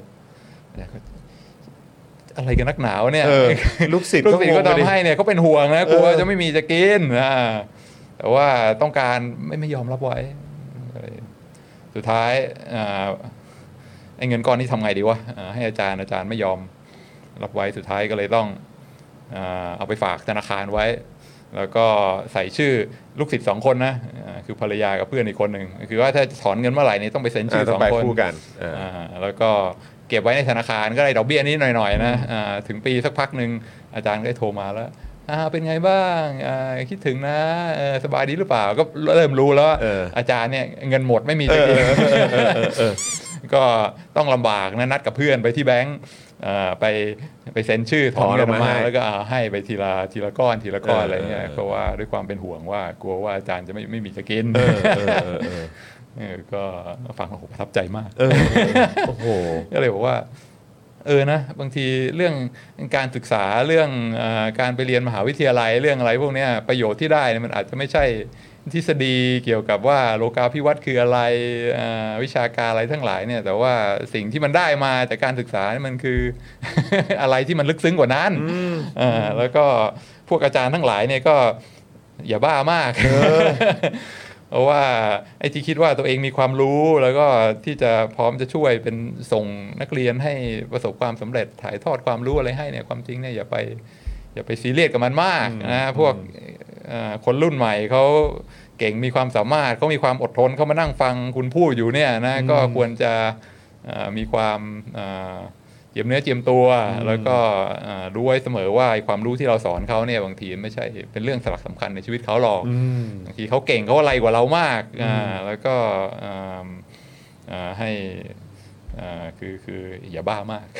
อะไรกันนักหนาวเนี่ยลูกศิษย์ก็ทำให้เนี่ยเขาเป็นห่วงนะกลัวจะไม่มีจะกินแต่ว่าต้องการไม่ยอมรับไว้สุดท้ายไอ้เงินก้อนนี้ทำไงดีวะให้อาจารย์ไม่ยอมรับไว้สุดท้ายก็เลยต้องเอาไปฝากธนาคารไว้แล้วก็ใส่ชื่อลูกศิษย์2คนนะคือภรรยากับเพื่อนอีกคนหนึ่งคือว่าถ้าถอนเงินเมื่อไหร่นี่ต้องไปเซ็นชื่อ2คนคู่กันแล้วก็เก็บไว้ในธนาคารก็ได้ดอกเบี้ยนิดหน่อยๆนะถึงปีสักพักนึงอาจารย์ก็โทรมาแล้วเป็นไงบ้างคิดถึงนะสบายดีหรือเปล่าก็เริ่มรู้แล้วอาจารย์เนี่ยเงินหมดไม่มีจะกินก็ต้องลำบากนะนัดกับเพื่อนไปที่แบงก์ไปเซ็นชื่อถอนเงินมาแล้วก็ให้ไปทีละก้อนอะไรเงี้ยเพราะว่าด้วยความเป็นห่วงว่ากลัวว่าอาจารย์จะไม่มีจะกินก็ฟังแล้วประทับใจมากโอ้โหก็เลยบอกว่านะบางทีเรื่องการศึกษาเรื่องการไปเรียนมหาวิทยาลัยเรื่องอะไรพวกนี้ประโยชน์ที่ได้มันอาจจะไม่ใช่ทฤษฎีเกี่ยวกับว่าโลกาภิวัตน์คืออะไรวิชาการอะไรทั้งหลายเนี่ยแต่ว่าสิ่งที่มันได้มาจากการศึกษามันคือ อะไรที่มันลึกซึ้งกว่านั้นแล้วก็พวกอาจารย์ทั้งหลายเนี่ยก็อย่าบ้ามากเพราะว่าไอ้ที่คิดว่าตัวเองมีความรู้แล้วก็ที่จะพร้อมจะช่วยเป็นส่งนักเรียนให้ประสบความสำเร็จถ่ายทอดความรู้อะไรให้เนี่ยความจริงเนี่ยอย่าไปซีเรียสกับมันมากนะพวกคนรุ่นใหม่เขาเก่งมีความสามารถเขามีความอดทนเขามานั่งฟังคุณพูดอยู่เนี่ยนะก็ควรจะมีความเจียมเนื้อเจียมตัวแล้วก็รู้ไว้เสมอว่าความรู้ที่เราสอนเขาเนี่ยบางทีไม่ใช่เป็นเรื่องสำคัญในชีวิตเขาหรอกบางทีเขาเก่งเขาอะไรกว่าเรามากแล้วก็ให้คืออย่าบ้ามาก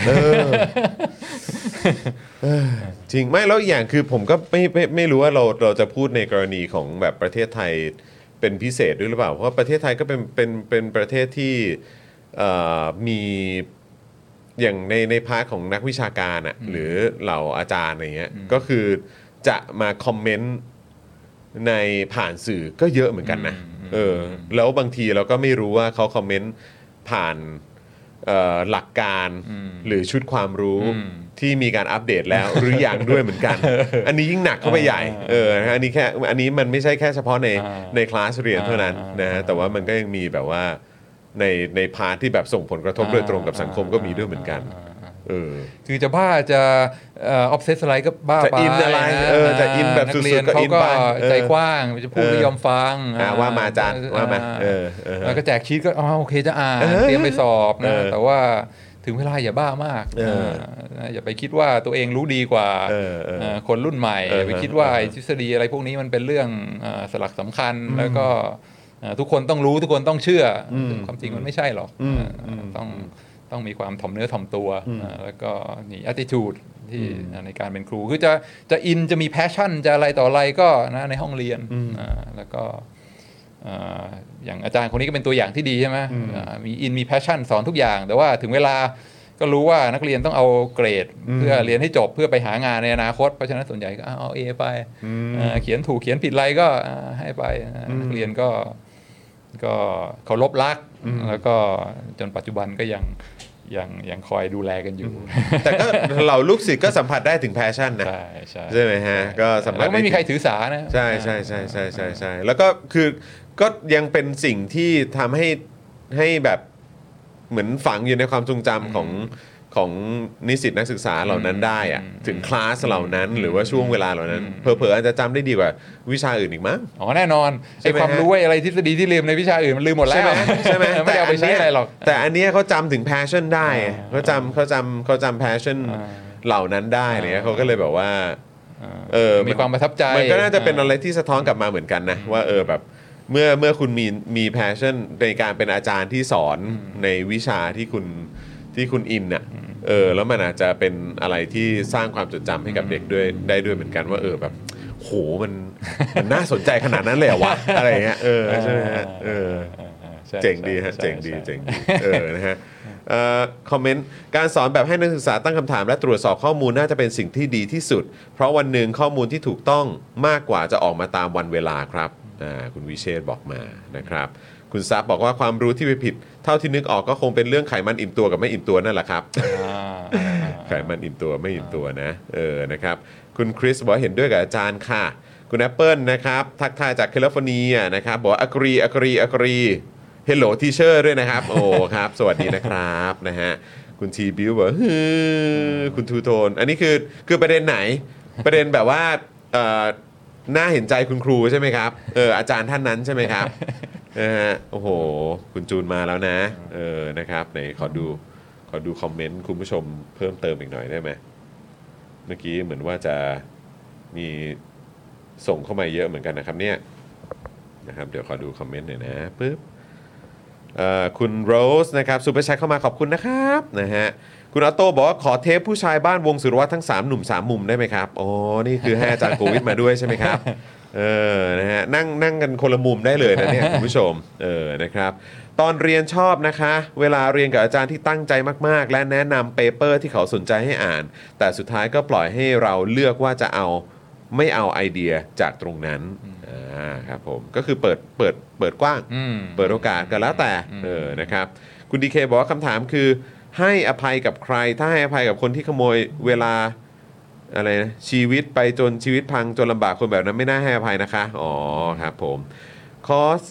จริงไม่แล้วอย่างคือผมก็ไม่รู้ว่าเราจะพูดในกรณีของแบบประเทศไทยเป็นพิเศษด้วยหรือเปล่าเพราะประเทศไทยก็เป็นประเทศที่มีอย่างในพาร์ทของนักวิชาการอ่ะหรือเหล่าอาจารย์อะไรเงี้ยก็คือจะมาคอมเมนต์ในผ่านสื่อก็เยอะเหมือนกันนะแล้วบางทีเราก็ไม่รู้ว่าเขาคอมเมนต์ผ่านหลักการหรือชุดความรู้ที่มีการอัปเดตแล้วหรือยังด้วยเหมือนกันอันนี้ยิ่งหนักเข้าไปใหญ่อันนี้มันไม่ใช่แค่เฉพาะในคลาสเรียนเท่านั้นนะแต่ว่ามันก็ยังมีแบบว่าในพาร์ทที่แบบส่งผลกระทบโดยตรงกับสังคมก็มีด้วยเหมือนกันคือจะบ้าจะออฟเซสอะไรก็บ้าไปจะอินอะไรจะอินแบบสุดๆก็อินไปใจกว้างจะพูดก็ยอมฟังว่ามาจานว่ามาแล้วก็แจกชีทก็โอเคจะอ่านเตรียมไปสอบนะแต่ว่าถึงเวลาอย่าบ้ามากอย่าไปคิดว่าตัวเองรู้ดีกว่าคนรุ่นใหม่อย่าไปคิดว่าทฤษฎีอะไรพวกนี้มันเป็นเรื่องสลักสำคัญแล้วก็ทุกคนต้องรู้ทุกคนต้องเชื่อความจริงมันไม่ใช่หรอกต้องมีความถ่อมเนื้อถ่อมตัวแล้วก็มี attitude ที่ในการเป็นครูคือจะอินจะมี passion จะอะไรต่ออะไรก็นะในห้องเรียนแล้วก็อย่างอาจารย์คนนี้ก็เป็นตัวอย่างที่ดีใช่ไหมมีอินมี passion สอนทุกอย่างแต่ว่าถึงเวลาก็รู้ว่านักเรียนต้องเอาเกรดเพื่อเรียนให้จบเพื่อไปหางานในอนาคตเพราะฉะนั้นส่วนใหญ่ก็เอา A ไปเขียนถูกเขียนผิดอะไรก็ให้ไปนักเรียนก็เคารพรักแล้วก็จนปัจจุบันก็ยังคอยดูแลกันอยู่แต่ก็เราลูกศิษย์ก็สัมผัสได้ถึงแพชชั่นนะใช่ไหมฮะก็สัมผัสไม่มีใครถือสานะใช่แล้วก็คือก็ยังเป็นสิ่งที่ทำให้แบบเหมือนฝังอยู่ในความทรงจำของนิสิตนักศึกษาเหล่านั้นได้อะถึงคลาสเหล่านั้นหรือว่าช่วงเวลาเหล่านั้นเผลอๆอาจจะจำได้ดีกว่าวิชาอื่นอีกมั้งแน่นอนไอ้ความรู้อะไรทฤษฎีที่เรียนในวิชาอื่นมันลืมหมดแล้วใช่ไหมไม่ได้เอาไปใช้อะไรหรอกแต่อันนี้เขาจำถึง passion ได้เขาจำ passion เหล่านั้นได้เนี่ยเขาก็เลยแบบว่ามีความประทับใจมันก็น่าจะเป็นอะไรที่สะท้อนกลับมาเหมือนกันนะว่าแบบเมื่อคุณมี passion ในการเป็นอาจารย์ที่สอนในวิชาที่คุณอินน่ะแล้วมันอาจจะเป็นอะไรที่สร้างความจดจำให้กับเด็กได้ด้วยเหมือนกันว่าแบบโหมันน่าสนใจขนาดนั้นเลยเหรอวะอะไรเงี้ยใช่ไหมฮะเจ๋งดีฮะเจ๋งดีนะฮะคอมเมนต์การสอนแบบให้นักศึกษาตั้งคำถามและตรวจสอบข้อมูลน่าจะเป็นสิ่งที่ดีที่สุดเพราะวันหนึ่งข้อมูลที่ถูกต้องมากกว่าจะออกมาตามวันเวลาครับคุณวิเชษฐ์บอกมานะครับคุณซับบอกว่าความรู้ที่ไปผิดเท่าที่นึกออกก็คงเป็นเรื่องไขมันอิ่มตัวกับไม่อิ่มตัวนั่นแหละครับไขมันอิ่มตัวไม่อิ่มตัวนะนะครับคุณคริสบอกเห็นด้วยกับอาจารย์ค่ะคุณแอปเปิลนะครับทักทายจากแคลิฟอร์เนียนะครับบอกว่าagree hello teacher ด้วยนะครับโอ้ครับสวัสดีนะครับนะฮะคุณทีบิวบอกคุณทูโทนอันนี้คือประเด็นไหนประเด็นแบบว่าน่าเห็นใจคุณครูใช่ไหมครับอาจารย์ท่านนั้นใช่ไหมครับโอ้โหคุณจูนมาแล้วนะนะครับไหนขอดูคอมเมนต์คุณผู้ชมเพิ่มเติมอีกหน่อยได้ไหมเมื่อกี้เหมือนว่าจะมีส่งเข้ามาเยอะเหมือนกันนะครับเนี่ยนะครับเดี๋ยวขอดูคอมเมนต์หน่อยนะปึ๊บคุณโรสนะครับซูเปอร์แชทเข้ามาขอบคุณนะครับนะฮะคุณออโต้บอกว่าขอเทปผู้ชายบ้านวงสุรวัฒน์ทั้ง3หนุ่ม3มุมได้ไหมครับอ๋อนี่คือให้อาจารย์โควิดมาด้วยใช่ไหมครับนะฮะนั่งกันคนละมุมได้เลยนะเนี่ยคุณผู้ชมนะครับตอนเรียนชอบนะคะเวลาเรียนกับอาจารย์ที่ตั้งใจมากๆและแนะนำเปเปอร์ที่เขาสนใจให้อ่านแต่สุดท้ายก็ปล่อยให้เราเลือกว่าจะไม่เอาไอเดียจากตรงนั้นครับผมก็คือเปิดกว้างเปิดโอกาสกันแล้วแต่นะครับคุณดีเคบอกว่าคำถามคือให้อภัยกับใครถ้าให้อภัยกับคนที่ขโมยเวลาอะไรนะชีวิตไปจนชีวิตพังจนลำบากคนแบบนั้นไม่น่าให้อภัยนะคะอ๋อครับผมคอร์ส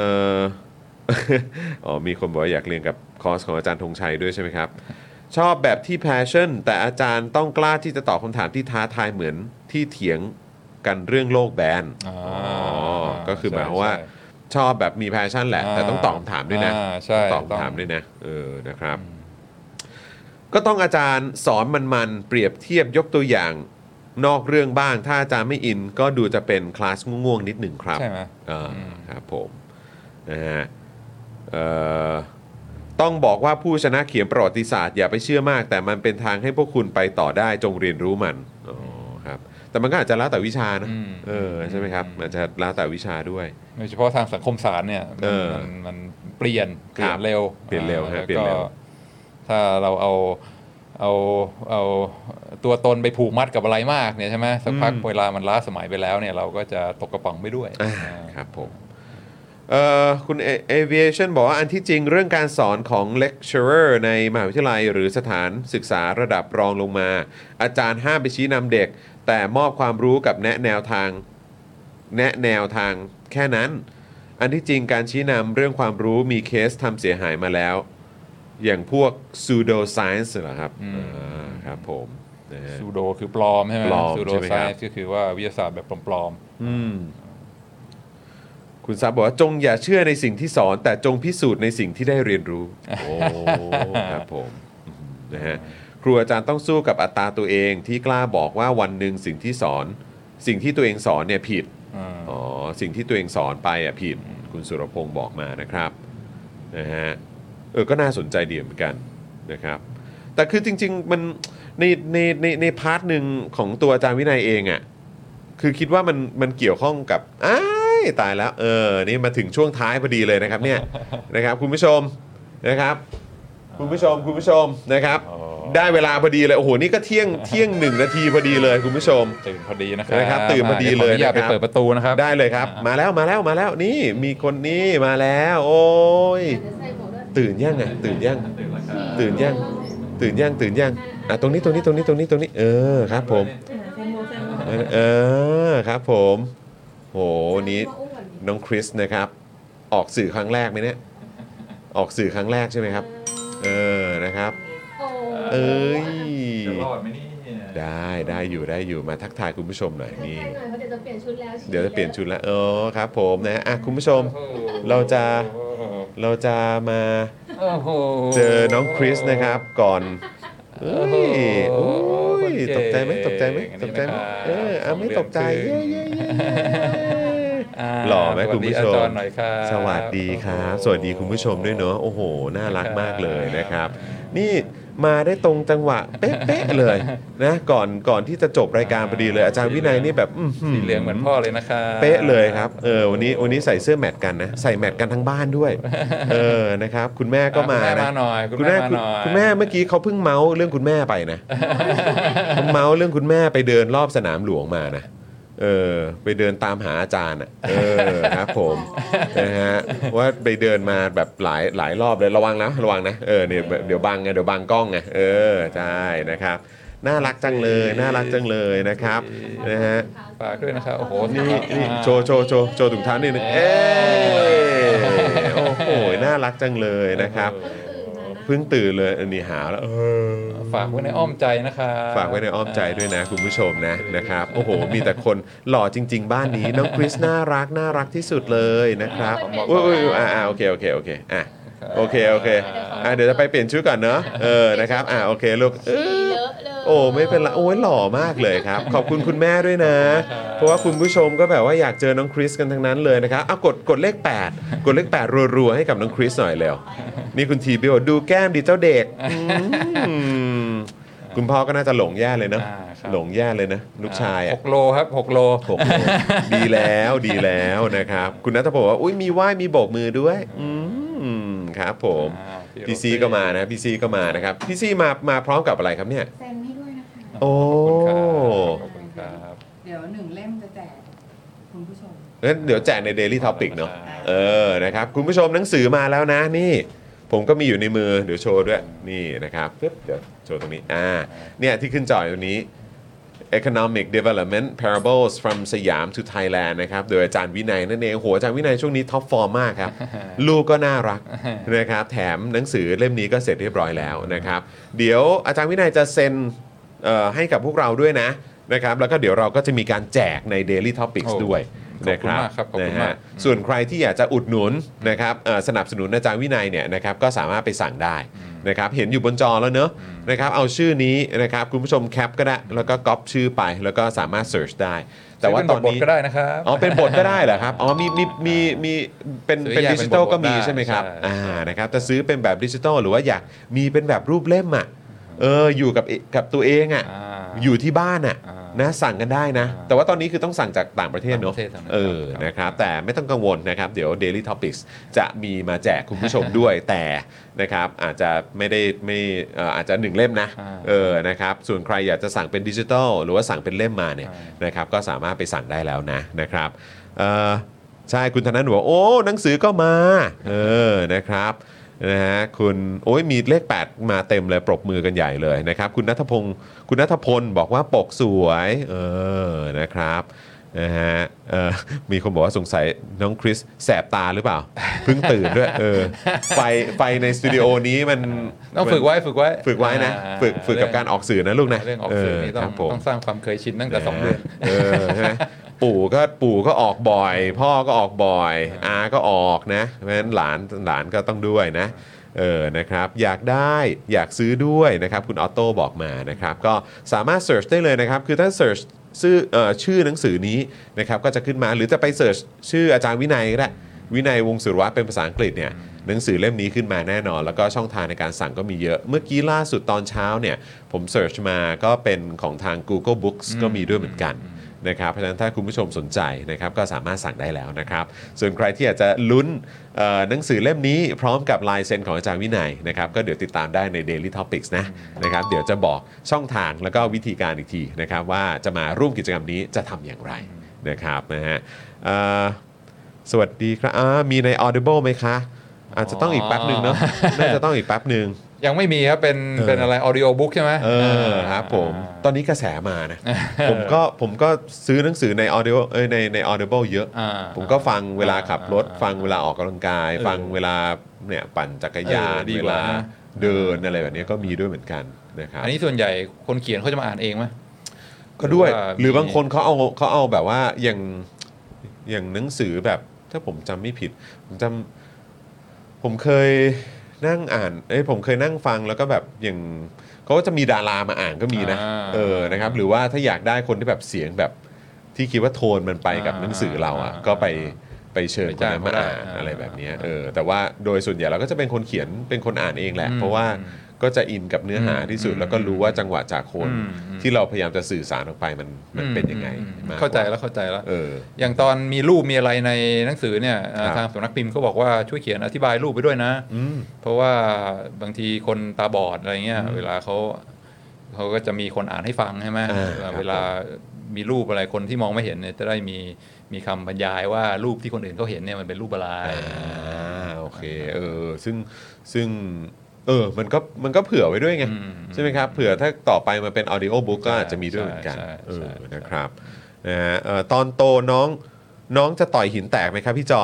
มีคนบอกว่าอยากเรียนกับคอร์สของอาจารย์ธงชัยด้วยใช่ไหมครับชอบแบบที่ passion แต่อาจารย์ต้องกล้าที่จะตอบคำถามที่ท้าทายเหมือนที่เถียงกันเรื่องโลกแบนก็คือหมายความว่าชอบแบบมี passion แหละแต่ต้องตอบคำถามด้วยนะตอบคำถามด้วยนะนะครับก็ต้องอาจารย์สอนมันๆเปรียบเทียบยกตัวอย่างนอกเรื่องบ้างถ้าอาจารย์ไม่อินก็ดูจะเป็นคลาสง่วงๆนิดหนึ่งครับใช่ไหมครับผมนะฮะต้องบอกว่าผู้ชนะเขียนประวัติศาสตร์อย่าไปเชื่อมากแต่มันเป็นทางให้พวกคุณไปต่อได้จงเรียนรู้มันครับแต่มันก็อาจจะแล้วแต่วิชานะใช่ไหมครับอาจจะแล้วแต่วิชาด้วยโดยเฉพาะทางสังคมศาสตร์เนี่ยมันเปลี่ยนเร็วครับก็ถ้าเราเอาตัวตนไปผูกมัดกับอะไรมากเนี่ยใช่ไหมสักพักเวลามันล้าสมัยไปแล้วเนี่ยเราก็จะตกกระป๋องไปด้วยครับผมคุณ Aviation บอกว่าอันที่จริงเรื่องการสอนของ lecturer ในมหาวิทยาลัยหรือสถานศึกษาระดับรองลงมาอาจารย์ห้ามไปชี้นำเด็กแต่มอบความรู้กับแนะแนวทางแค่นั้นอันที่จริงการชี้นำเรื่องความรู้มีเคสทำเสียหายมาแล้วอย่างพวก pseudo science เหรอครับครับผม pseudo คือปลอมใช่ไหม pseudo science ก็คือว่าวิทยาศาสตร์แบบปลอมคุณซับบอกว่าจงอย่าเชื่อในสิ่งที่สอนแต่จงพิสูจน์ในสิ่งที่ได้เรียนรู้โอ้ครับผมนะฮะครูอาจารย์ต้องสู้กับอัตราตัวเองที่กล้าบอกว่าวันหนึ่งสิ่งที่ตัวเองสอนเนี่ยผิดสิ่งที่ตัวเองสอนไปผิดคุณสุรพงศ์บอกมานะครับนะฮะก็น่าสนใจดีเหมือนกันนะครับแต่คือจริงๆมันในพาร์ทหนึ่งของตัวอาจารย์วินัยเองคือคิดว่ามันเกี่ยวข้องกับตายแล้วนี่มาถึงช่วงท้ายพอดีเลยนะครับเนี่ยนะครับคุณผู้ชมนะครับคุณผู้ชมนะครับได้เวลาพอดีเลยโอ้โหนี่ก็เที่ยง1 นาทีพอดีเลยคุณผู้ชมตื่นพอดีนะครับตื่นพอดีเลยนะครับไปเปิดประตูนะครับได้เลยครับมาแล้วนี่มีคนนี้มาแล้วโอ้ยตื่นยังตื่นยังตรงนี้ครับผมครับผมโหนี้น้องคริสนะครับออกสื่อครั้งแรกไหมเนี่ยออกสื่อครั้งแรกใช่ไหมครับนะครับได้อยู่มาทักทายคุณผู้ชมหน่อยนี่เดี๋ยวจะเปลี่ยนชุดแล้วครับผมนะคุณผู้ชมเราจะมาเจอน้องคริสนะครับก่อนตกใจไหมไม่ตกใจหล่อไหมคุณผู้ชมสวัสดีครับสวัสดีคุณผู้ชมด้วยเนาะโอ้โหน่ารักมากเลยนะครับนี่มาได้ตรงจังหวะเป๊ะเลยนะก่อนที่จะจบรายการพอดีเลยอาจารย์วินัยนี่แบบสีเหลืองเหมือนพ่อเลยนะครับเป๊ะเลยครับวันนี้ใส่เสื้อแมทกันนะใส่แมทกันทั้งบ้านด้วยนะครับคุณแม่ก็มานะคุณแม่เมื่อกี้เขาเพิ่งเมาส์เรื่องคุณแม่ไปนะเมาส์เรื่องคุณแม่ไปเดินรอบสนามหลวงมานะไปเดินตามหาอาจารย์ครับผมนะฮะว่าไปเดินมาแบบหลายรอบเลยระวังนะเนี่ยเดี๋ยวบังกล้องไงใช่นะครับน่ารักจังเลยนะครับนะฮะฝากด้วยนะครับโอ้โหนี่โชว์ถุงเท้านิดนึงโอ้โหน่ารักจังเลยนะครับเพิ่งตื่นเลยอันนี้หาแล้วฝากไว้ในอ้อมใจนะครับฝากไว้ในอ้อมใจด้วยนะคุณผู้ชมนะครับโอ้โหมีแต่คนหล่อจริงๆบ้านนี้น้องคริสน่ารักที่สุดเลยนะครับโอเคโอเคเดี๋ยวจะไปเปลี่ยนชุดก่อนเนอะนะครับโอเคลูกโอ้ไม่เป็นไรโอ้ยหล่อมากเลยครับขอบคุณคุณแม่ด้วยนะเพราะว่าคุณผู้ชมก็แบบว่าอยากเจอน้องคริสกันทั้งนั้นเลยนะครับกดเลข8รัวๆให้กับน้องคริสหน่อยเร็วนี่คุณทีบิวดูแก้มดิเจ้าเด็กคุณพ่อก็น่าจะหลงแย่เลยเนาะหลงแย่เลยนะลูกชาย 6 โลครับ6 โลดีแล้วนะครับคุณณัฐพงศ์ว่าอุ้ยมีไหว้มีโบกมือด้วยครับผมพี่ซีก็มานะพี่ซีก็มานะครับพี่ซีมาพร้อมกับอะไรครับเนี่ยเซ็นให้ด้วยนะคะโอ้ขอบคุณครับเดี๋ยว1 เล่มจะแจกคุณผู้ชมงั้นเดี๋ยวแจกใน Daily Topic เนาะนะครับคุณผู้ชมหนังสือมาแล้วนะนี่ผมก็มีอยู่ในมือเดี๋ยวโชว์ด้วยนี่นะครับเดี๋ยวโชว์ตรงนี้เนี่ยที่ขึ้นจออยู่ตรงนี้ Economic Development Parables from สยาม to Thailand นะครับโดยอาจารย์วินัยนั่นเองโหอาจารย์วินัยช่วงนี้ท็อปฟอร์มมากครับลูกก็น่ารักนะครับแถมหนังสือเล่มนี้ก็เสร็จเรียบร้อยแล้วนะครับเดี๋ยวอาจารย์วินัยจะเซ็นให้กับพวกเราด้วยนะครับแล้วก็เดี๋ยวเราก็จะมีการแจกใน Daily Topics ด้วยนะครับนะฮะส่วนใครที่อยากจะอุดหนุนนะครับสนับสนุนอาจารย์วินัยเนี่ยนะครับก็สามารถไปสั่งได้นะครับเห็นอยู่บนจอแล้วเนอะนะครับเอาชื่อนี้นะครับคุณผู้ชมแคปก็ได้แล้วก็ก๊อปชื่อไปแล้วก็สามารถเสิร์ชได้แต่ว่าตอนนี้ก็ได้นะครับอ๋อเป็นบทก็ได้เหรอครับอ๋อมีเป็นดิจิตอลก็มีใช่ไหมครับนะครับจะซื้อเป็นแบบดิจิตอลหรือว่าอยากมีเป็นแบบรูปเล่มอ่ะอยู่กับตัวเองอ่ะอยู่ที่บ้านอ่ะนะสั่งกันได้นะแต่ว่าตอนนี้คือต้องสั่งจากต่างประเทศเนอะนะครับแต่ไม่ต้องกังวลนะครับเดี๋ยว Daily Topics จะมีมาแจกคุณผู้ชมด้วยแต่นะครับอาจจะไม่อาจจะ1เล่มนะนะครับส่วนใครอยากจะสั่งเป็นดิจิทัลหรือว่าสั่งเป็นเล่มมาเนี่ยนะครับก็สามารถไปสั่งได้แล้วนะครับใช่คุณธนาหนูบอกโอ้หนังสือก็มานะครับนะฮะคุณโอ้ยมีเลข8มาเต็มเลยปรบมือกันใหญ่เลยนะครับคุณณัฐพลบอกว่าปกสวยนะครับนะฮะมีคนบอกว่าสงสัยน้องคริสแสบตาหรือเปล่าเพิ่งตื่นด้วยไฟในสตูดิโอนี้มันต้องฝึกไว้นะฝึกกับการออกสื่อนะลูกนะเรื่องออกสื่อนี่ต้องสร้างความเคยชินตั้งแต่2 เดือนใช่ไหมปู่ก็ออกบ่อยพ่อก็ออกบ่อยอาก็ออกนะเพราะฉะนั้นหลานก็ต้องด้วยนะนะครับอยากซื้อด้วยนะครับคุณออโต้บอกมานะครับก็สามารถเสิร์ชได้เลยนะครับคือถ้าเสิร์ชชื่อหนังสือนี้นะครับก็จะขึ้นมาหรือจะไปเสิร์ชชื่ออาจารย์วินัยก็ได้วินัยวงศ์สุรวัฒน์เป็นภาษาอังกฤษเนี่ยหนังสือเล่มนี้ขึ้นมาแน่นอนแล้วก็ช่องทางในการสั่งก็มีเยอะเมื่อกี้ล่าสุดตอนเช้าเนี่ยผมเสิร์ชมาก็เป็นของทาง Google Books ก็มีด้วยเหมือนกันนะครับเพราะฉะนั้นถ้าคุณผู้ชมสนใจนะครับก็สามารถสั่งได้แล้วนะครับส่วนใครที่อยากจะลุ้นหนังสือเล่มนี้พร้อมกับลายเซ็นของอาจารย์วินัยนะครับก็เดี๋ยวติดตามได้ใน Daily Topics นะครับเดี๋ยวจะบอกช่องทางแล้วก็วิธีการอีกทีนะครับว่าจะมาร่วมกิจกรรมนี้จะทำอย่างไรนะครับนะฮะสวัสดีครับมีใน Audible ไหมคะอาจจะต้องอีกแป๊บนึงเนาะน่าจะต้องอีกแป๊บนึงยังไม่มีครับเป็นอะไร audio book ใช่ไหมครับผมตอนนี้กระแสมานะผมก็ซื้อหนังสือใน audio ใน Audible เยอะผมก็ฟังเวลาขับรถฟังเวลาออกกำลังกายฟังเวลาเนี่ยปั่นจักรยานเวลาเดินอะไรแบบนี้ก็มีด้วยเหมือนกันนะครับอันนี้ส่วนใหญ่คนเขียนเขาจะมาอ่านเองไหมก็ด้วยหรือบางคนเขาเอาแบบว่าอย่างหนังสือแบบถ้าผมจำไม่ผิดผมเคยนั่งอ่านผมเคยนั่งฟังแล้วก็แบบอย่างเขาก็จะมีดารามาอ่านก็มีนะนะครับหรือว่าถ้าอยากได้คนที่แบบเสียงแบบที่คิดว่าโทนมันไปกับหนังสือเราอ่ะก็ไปเชิญคนนั้นมาอ่านอะไรแบบนี้แต่ว่าโดยส่วนใหญ่เราก็จะเป็นคนเขียนเป็นคนอ่านเองแหละเพราะว่าก็จะอินกับเนื้อหาที่สุดแล้วก็รู้ว่าจังหวะจากคนที่เราพยายามจะสื่อสารออกไปมันเป็นยังไงเข้าใจแล้วอย่างตอนมีรูปมีอะไรในหนังสือเนี่ยทางสำนักพิมพ์ก็บอกว่าช่วยเขียนอธิบายรูปไปด้วยนะเพราะว่าบางทีคนตาบอดอะไรเงี้ยเวลาเขาก็จะมีคนอ่านให้ฟังใช่ไหมเวลามีรูปอะไรคนที่มองไม่เห็นเนี่ยจะได้มีคำบรรยายว่ารูปที่คนอื่นเขาเห็นเนี่ยมันเป็นรูปอะไรโอเคซึ่งมันก็เผื่อไว้ด้วยไงใช่ไหมครับเผื่อถ้าต่อไปมาเป็น audio book ก็อาจจะมีด้วยเหมือนกันนะครับนะฮะตอนโตน้องจะต่อยหินแตกไหมครับพี่จอน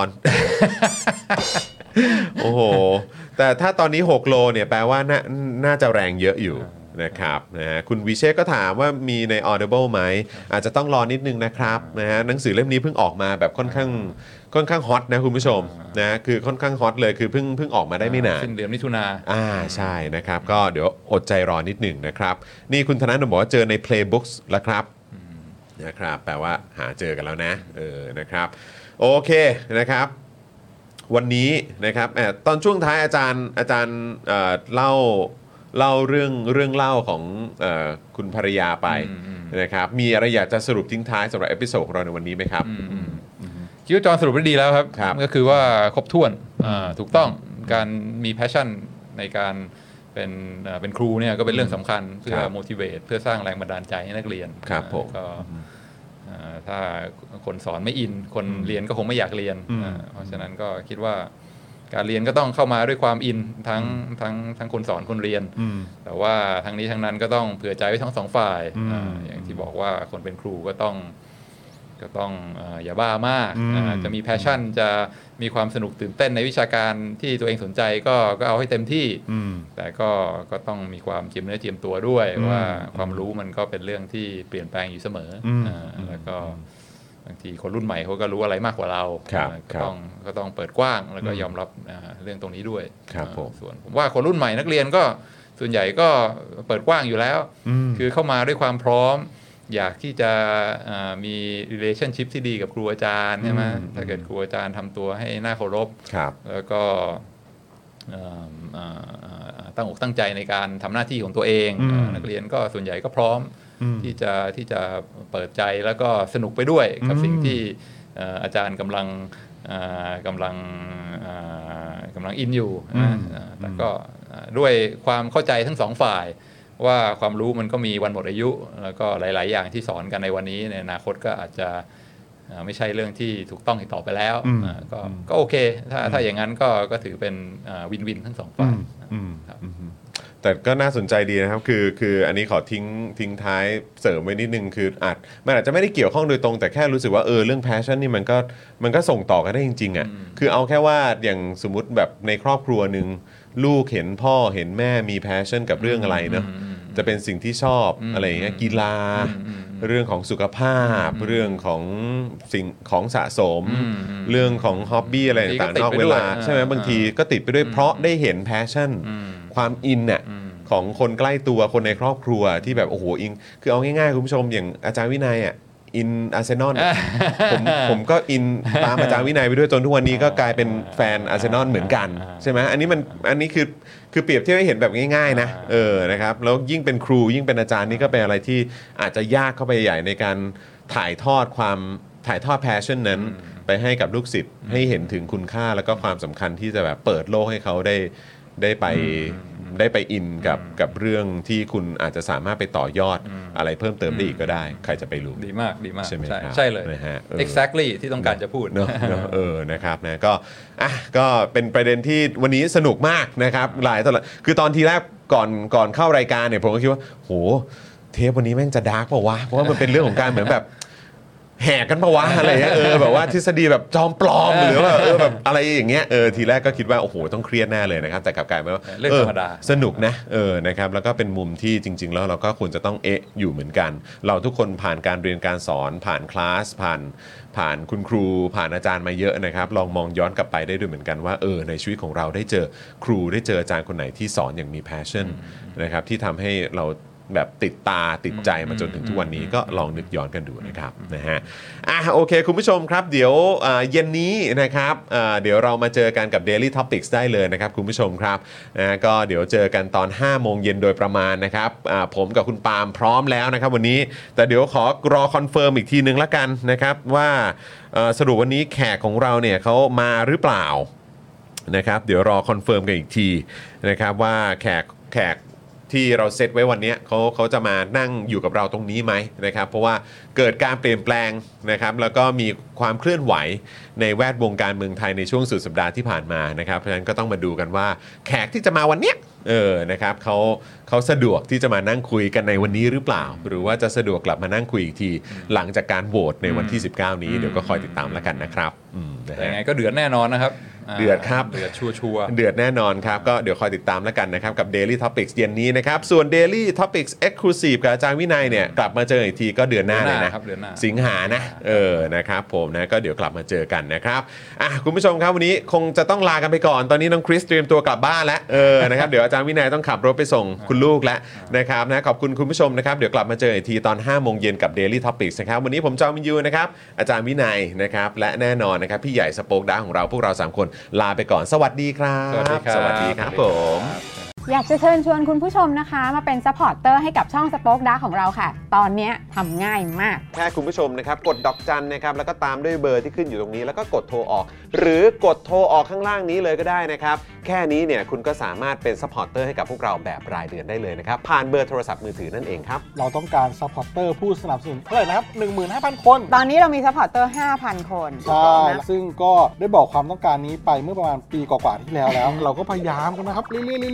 โอ้โหแต่ถ้าตอนนี้6โลเนี่ยแปลว่าน่าจะแรงเยอะอยู่นะครับนะฮะคุณวิเชษก็ถามว่ามีใน Audible ไหมอาจจะต้องรอนิดนึงนะครับนะฮะหนังสือเล่มนี้เพิ่งออกมาแบบค่อนข้างฮอตนะคุณผู้ชมนะคือค่อนข้างฮอตเลยคือเพิ่งออกมาได้ไม่นานสิ้นเดือนมิถุนาใช่นะครับก็เดี๋ยวอดใจรอนิดนึงนะครับนี่คุณธนาหนุ่มบอกว่าเจอใน Playbooks แล้วครับนะครับแปลว่าหาเจอกันแล้วนะนะครับโอเคนะครับวันนี้นะครับตอนช่วงท้ายอาจารย์เล่าเรื่องเล่าของคุณภรรยาไปนะครับมีอะไรอยากจะสรุปทิ้งท้ายสำหรับเอพิโซดของเราในวันนี้ไหมครับคิดว่าจอห์นสรุปได้ดีแล้วครับก็คือว่าครบถ้วนถูกต้องการมี passion ในการเป็นครูเนี่ยก็เป็นเรื่องสำคัญเพื่อ motivate เพื่อสร้างแรงบันดาลใจให้นักเรียนครับผมก็ถ้าคนสอนไม่อินคนเรียนก็คงไม่อยากเรียนเพราะฉะนั้นก็คิดว่าการเรียนก็ต้องเข้ามาด้วยความอินทั้งคนสอนคนเรียนแต่ว่าทั้งนี้ทั้งนั้นก็ต้องเผื่อใจไว้ทั้งสองฝ่ายอย่างที่บอกว่าคนเป็นครูก็ต้องอย่าบ้ามากจะมีแพชชั่นจะมีความสนุกตื่นเต้นในวิชาการที่ตัวเองสนใจก็เอาให้เต็มที่แต่ก็ต้องมีความเจียมเนื้อเจียมตัวด้วยว่าความรู้มันก็เป็นเรื่องที่เปลี่ยนแปลงอยู่เสมอแล้วก็บางทีคนรุ่นใหม่เขาก็รู้อะไรมากกว่าเราก็ต้องเปิดกว้างแล้วก็ยอมรับเรื่องตรงนี้ด้วยส่วนผมว่าคนรุ่นใหม่นักเรียนก็ส่วนใหญ่ก็เปิดกว้างอยู่แล้วคือเข้ามาด้วยความพร้อมอยากที่จะมี relationship ที่ดีกับครูอาจารย์ใช่ไหมถ้าเกิดครูอาจารย์ทำตัวให้น่าเคารพแล้วก็ตั้งอกตั้งใจในการทำหน้าที่ของตัวเองนักเรียนก็ส่วนใหญ่ก็พร้อมที่จะเปิดใจแล้วก็สนุกไปด้วยกับสิ่งที่อาจารย์กำลังอินอยู่แต่ก็ด้วยความเข้าใจทั้งสองฝ่ายว่าความรู้มันก็มีวันหมดอายุแล้วก็หลายๆอย่างที่สอนกันในวันนี้ในอนาคตก็อาจจะไม่ใช่เรื่องที่ถูกต้องอีกต่อไปแล้วก็โอเคถ้าอย่างนั้นก็ถือเป็นวินวินทั้งสองฝ่ายแต่ก็น่าสนใจดีนะครับคืออันนี้ขอทิ้งท้ายเสริมไว้นิดนึงคือมันอาจจะไม่ได้เกี่ยวข้องโดยตรงแต่แค่รู้สึกว่าเรื่อง passion นี่มันก็ส่งต่อกันได้จริงๆอ่ะคือเอาแค่ว่าอย่างสมมุติแบบในครอบครัวนึงลูกเห็นพ่อเห็นแม่มี passion กับเรื่องอะไรเนาะจะเป็นสิ่งที่ชอบอะไรอย่างเงี้ยกีฬาเรื่องของสุขภาพเรื่องของสิ่งของสะสมเรื่องของฮ็อบบี้อะไรต่างๆนอกเวลาใช่ไหมบางทีก็ติดไปด้วยเพราะได้เห็น passion ความอินน่ะของคนใกล้ตัวคนในครอบครัวที่แบบโอ้โหอินคือเอาง่ายๆคุณผู้ชมอย่างอาจารย์วินัยอ่ะอินอาร์เซนอลผมก็อินตามอาจารย์วินัยไปด้วยจนทุกวันนี้ก็กลายเป็นแฟนอาร์เซนอลเหมือนกันใช่ไหมอันนี้คือเปรียบเทียบให้เห็นแบบง่ายๆนะนะครับแล้วยิ่งเป็นครูยิ่งเป็นอาจารย์นี่ก็เป็นอะไรที่อาจจะยากเข้าไปใหญ่ในการถ่ายทอดแพชชั่นนั้นไปให้กับลูกศิษย์ให้เห็นถึงคุณค่าแล้วก็ความสำคัญที่จะแบบเปิดโลกให้เขาได้ไปอินกับเรื่องที่คุณอาจจะสามารถไปต่อยอดอะไรเพิ่มเติมได้อีกก็ได้ใครจะไปรู้ดีมากใช่ไหมครับใช่เลยนะฮะ exactly ที่ต้องการจะพูดเนอะนะครับนะก็เป็นประเด็นที่วันนี้สนุกมากนะครับหลายตอนคือตอนทีแรกก่อนเข้ารายการเนี่ยผมก็คิดว่าโหเทปวันนี้แม่งจะดาร์กป่าววะเพราะว่ามันเป็นเรื่องของการเหมือนแบบแหกกันปะวะอะไรเงี้ยแบบว่าทฤษฎีแบบจอมปลอมหรือว่าแบบอะไรอย่างเงี้ยทีแรกก็คิดว่าโอ้โหต้องเครียดแน่เลยนะครับแต่กลับกลายเป็นว่าเรื่องธรรมดาสนุกนะนะครับแล้วก็เป็นมุมที่จริงๆแล้วเราก็ควรจะต้องอยู่เหมือนกันเราทุกคนผ่านการเรียนการสอนผ่านคลาสผ่านคุณครูผ่านอาจารย์มาเยอะนะครับลองมองย้อนกลับไปได้ด้วยเหมือนกันว่าในชีวิตของเราได้เจอครูได้เจออาจารย์คนไหนที่สอนอย่างมี passion นะครับที่ทำให้เราแบบติดตาติดใจมาจนถึงทุกวันนี้ก็ลองนึกย้อนกันดูนะครับนะฮะโอเคคุณผู้ชมครับเดี๋ยวเย็นนี้นะครับเดี๋ยวเรามาเจอกันกับ Daily Topics ได้เลยนะครับคุณผู้ชมครับก็เดี๋ยวเจอกันตอน 5 โมงเย็นโดยประมาณนะครับผมกับคุณปาล์มพร้อมแล้วนะครับวันนี้แต่เดี๋ยวขอรอคอนเฟิร์มอีกทีนึงละกันนะครับว่าสรุปวันนี้แขกของเราเนี่ยเขามาหรือเปล่านะครับเดี๋ยวรอคอนเฟิร์มกันอีกทีนะครับว่าแขกที่เราเซตไว้วันนี้เขาจะมานั่งอยู่กับเราตรงนี้ไหมนะครับเพราะว่าเกิดการเปลี่ยนแปลงนะครับแล้วก็มีความเคลื่อนไหวในแวดวงการเมืองไทยในช่วงสุดสัปดาห์ที่ผ่านมานะครับเพราะฉะนั้นก็ต้องมาดูกันว่าแขกที่จะมาวันนี้นะครับเขาสะดวกที่จะมานั่งคุยกันในวันนี้หรือเปล่าหรือว่าจะสะดวกกลับมานั่งคุยอีกทีหลังจากการโหวตในวันที่19นี้เดี๋ยวก็คอยติดตามแล้วกันนะครับยังไงก็เดือดแน่นอนนะครับเดือดครับเดือดชัวร์เดือดแน่นอนครับก็เดี๋ยวคอยติดตามแล้วกันนะครับกับ Daily Topics เย็นนี้นะครับส่วน Daily Topics Exclusive กับอาจารย์วินัยเนี่ยกลับมาเจออีกทีก็เดือนหน้าเลยนะสิงหานะนะครับผมนะก็เดี๋ยวกลับมาเจอกันนะครับคุณผู้ชมครับวันนี้คงจะต้องลากันไปก่อนตอนนี้น้องคริสเตรียมตัวกลับบ้านแล้วนะครับเดี๋ยวอาจารย์วินัยต้องขับรถไปส่งคุณลูกแล้วนะครับนะขอบคุณคุณผู้ชมนะครับเดี๋ยวกลับมาเจออีกทีตอน 5 โมงเย็นกับ Daily Topics นะครับวันนี้ผมจอมินยูนะครับอาจารย์วินัยนะครับและแน่นอนนะครับพี่ใหญ่สโป๊กดาร์กของเราพวกเรา3คนลาไปก่อนสวัสดีครับสวัสดีครับผมอยากจะเชิญชวนคุณผู้ชมนะคะมาเป็นซัพพอร์ตเตอร์ให้กับช่องสป็อคดาร์กของเราค่ะตอนนี้ทำง่ายมากแค่คุณผู้ชมนะครับกดดอกจันนะครับแล้วก็ตามด้วยเบอร์ที่ขึ้นอยู่ตรงนี้แล้วก็กดโทรออกหรือกดโทรออกข้างล่างนี้เลยก็ได้นะครับแค่นี้เนี่ยคุณก็สามารถเป็นซัพพอร์ตเตอร์ให้กับพวกเราแบบรายเดือนได้เลยนะครับผ่านเบอร์โทรศัพท์มือถือนั่นเองครับเราต้องการซัพพอร์ตเตอร์ผู้สนับสนุนเท่าไหร่นะครับ 15,000 คนตอนนี้เรามีซัพพอร์ตเตอร์ 5,000 คนใช่ซึ่งก็ได้บอกความต้องการนี้ไปเมื่อประมาณปีกว่าๆที่แล้วเราก็พยายามกันนะครับเรื่อยๆเป็น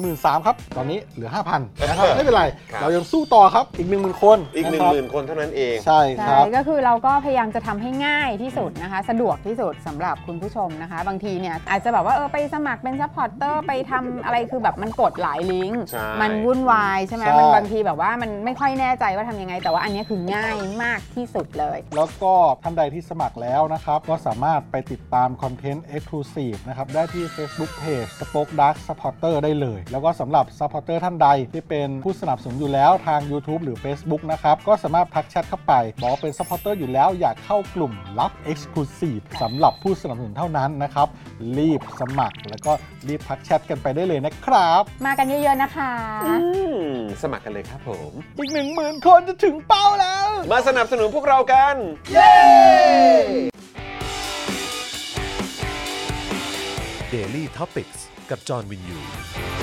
13,000 ครับตอนนี้เหลือ 5,000 นะครับไม่เป็นไรเรายังสู้ต่อครับอีก 10,000 คนอีก 10,000 คนเท่านั้นเองใช่ครับก็คือเราก็พยายามจะทำให้ง่ายที่สุดนะคะสะดวกที่สุดสำหรับคุณผู้ชมนะคะบางทีเนี่ยอาจจะแบบว่าไปสมัครเป็นซัพพอร์ตเตอร์ไปทำอะไรคือแบบมันกดหลายลิงก์มันวุ่นวายใช่ไหมมันบางทีแบบว่ามันไม่ค่อยแน่ใจว่าทำยังไงแต่ว่าอันนี้คือง่ายมากที่สุดเลยแล้วก็ท่านใดที่สมัครแล้วนะครับก็สามารถไปติดตามคอนเทนต์ Exclusive นะครับได้ที่ Facebook Page Spoke Dark Supporter ได้เลยแล้วก็สำหรับ Supporter ท่านใดที่เป็นผู้สนับสนุนอยู่แล้วทาง YouTube หรือ Facebook นะครับก็สามารถทักแชทเข้าไปบอกเป็น Supporter อยู่แล้วอยากเข้ากลุ่มลับ Exclusive สำหรับผู้สนับสนุนเท่านั้นนะครับรีบสมัครแล้วก็รีบทักแชทกันไปได้เลยนะครับมากันเยอะๆนะคะสมัครกันเลยครับผมอีก 10,000 คนจะถึงเป้าแล้วมาสนับสนุนพวกเรากันเย้ Daily Topics กับจอห์นวินยู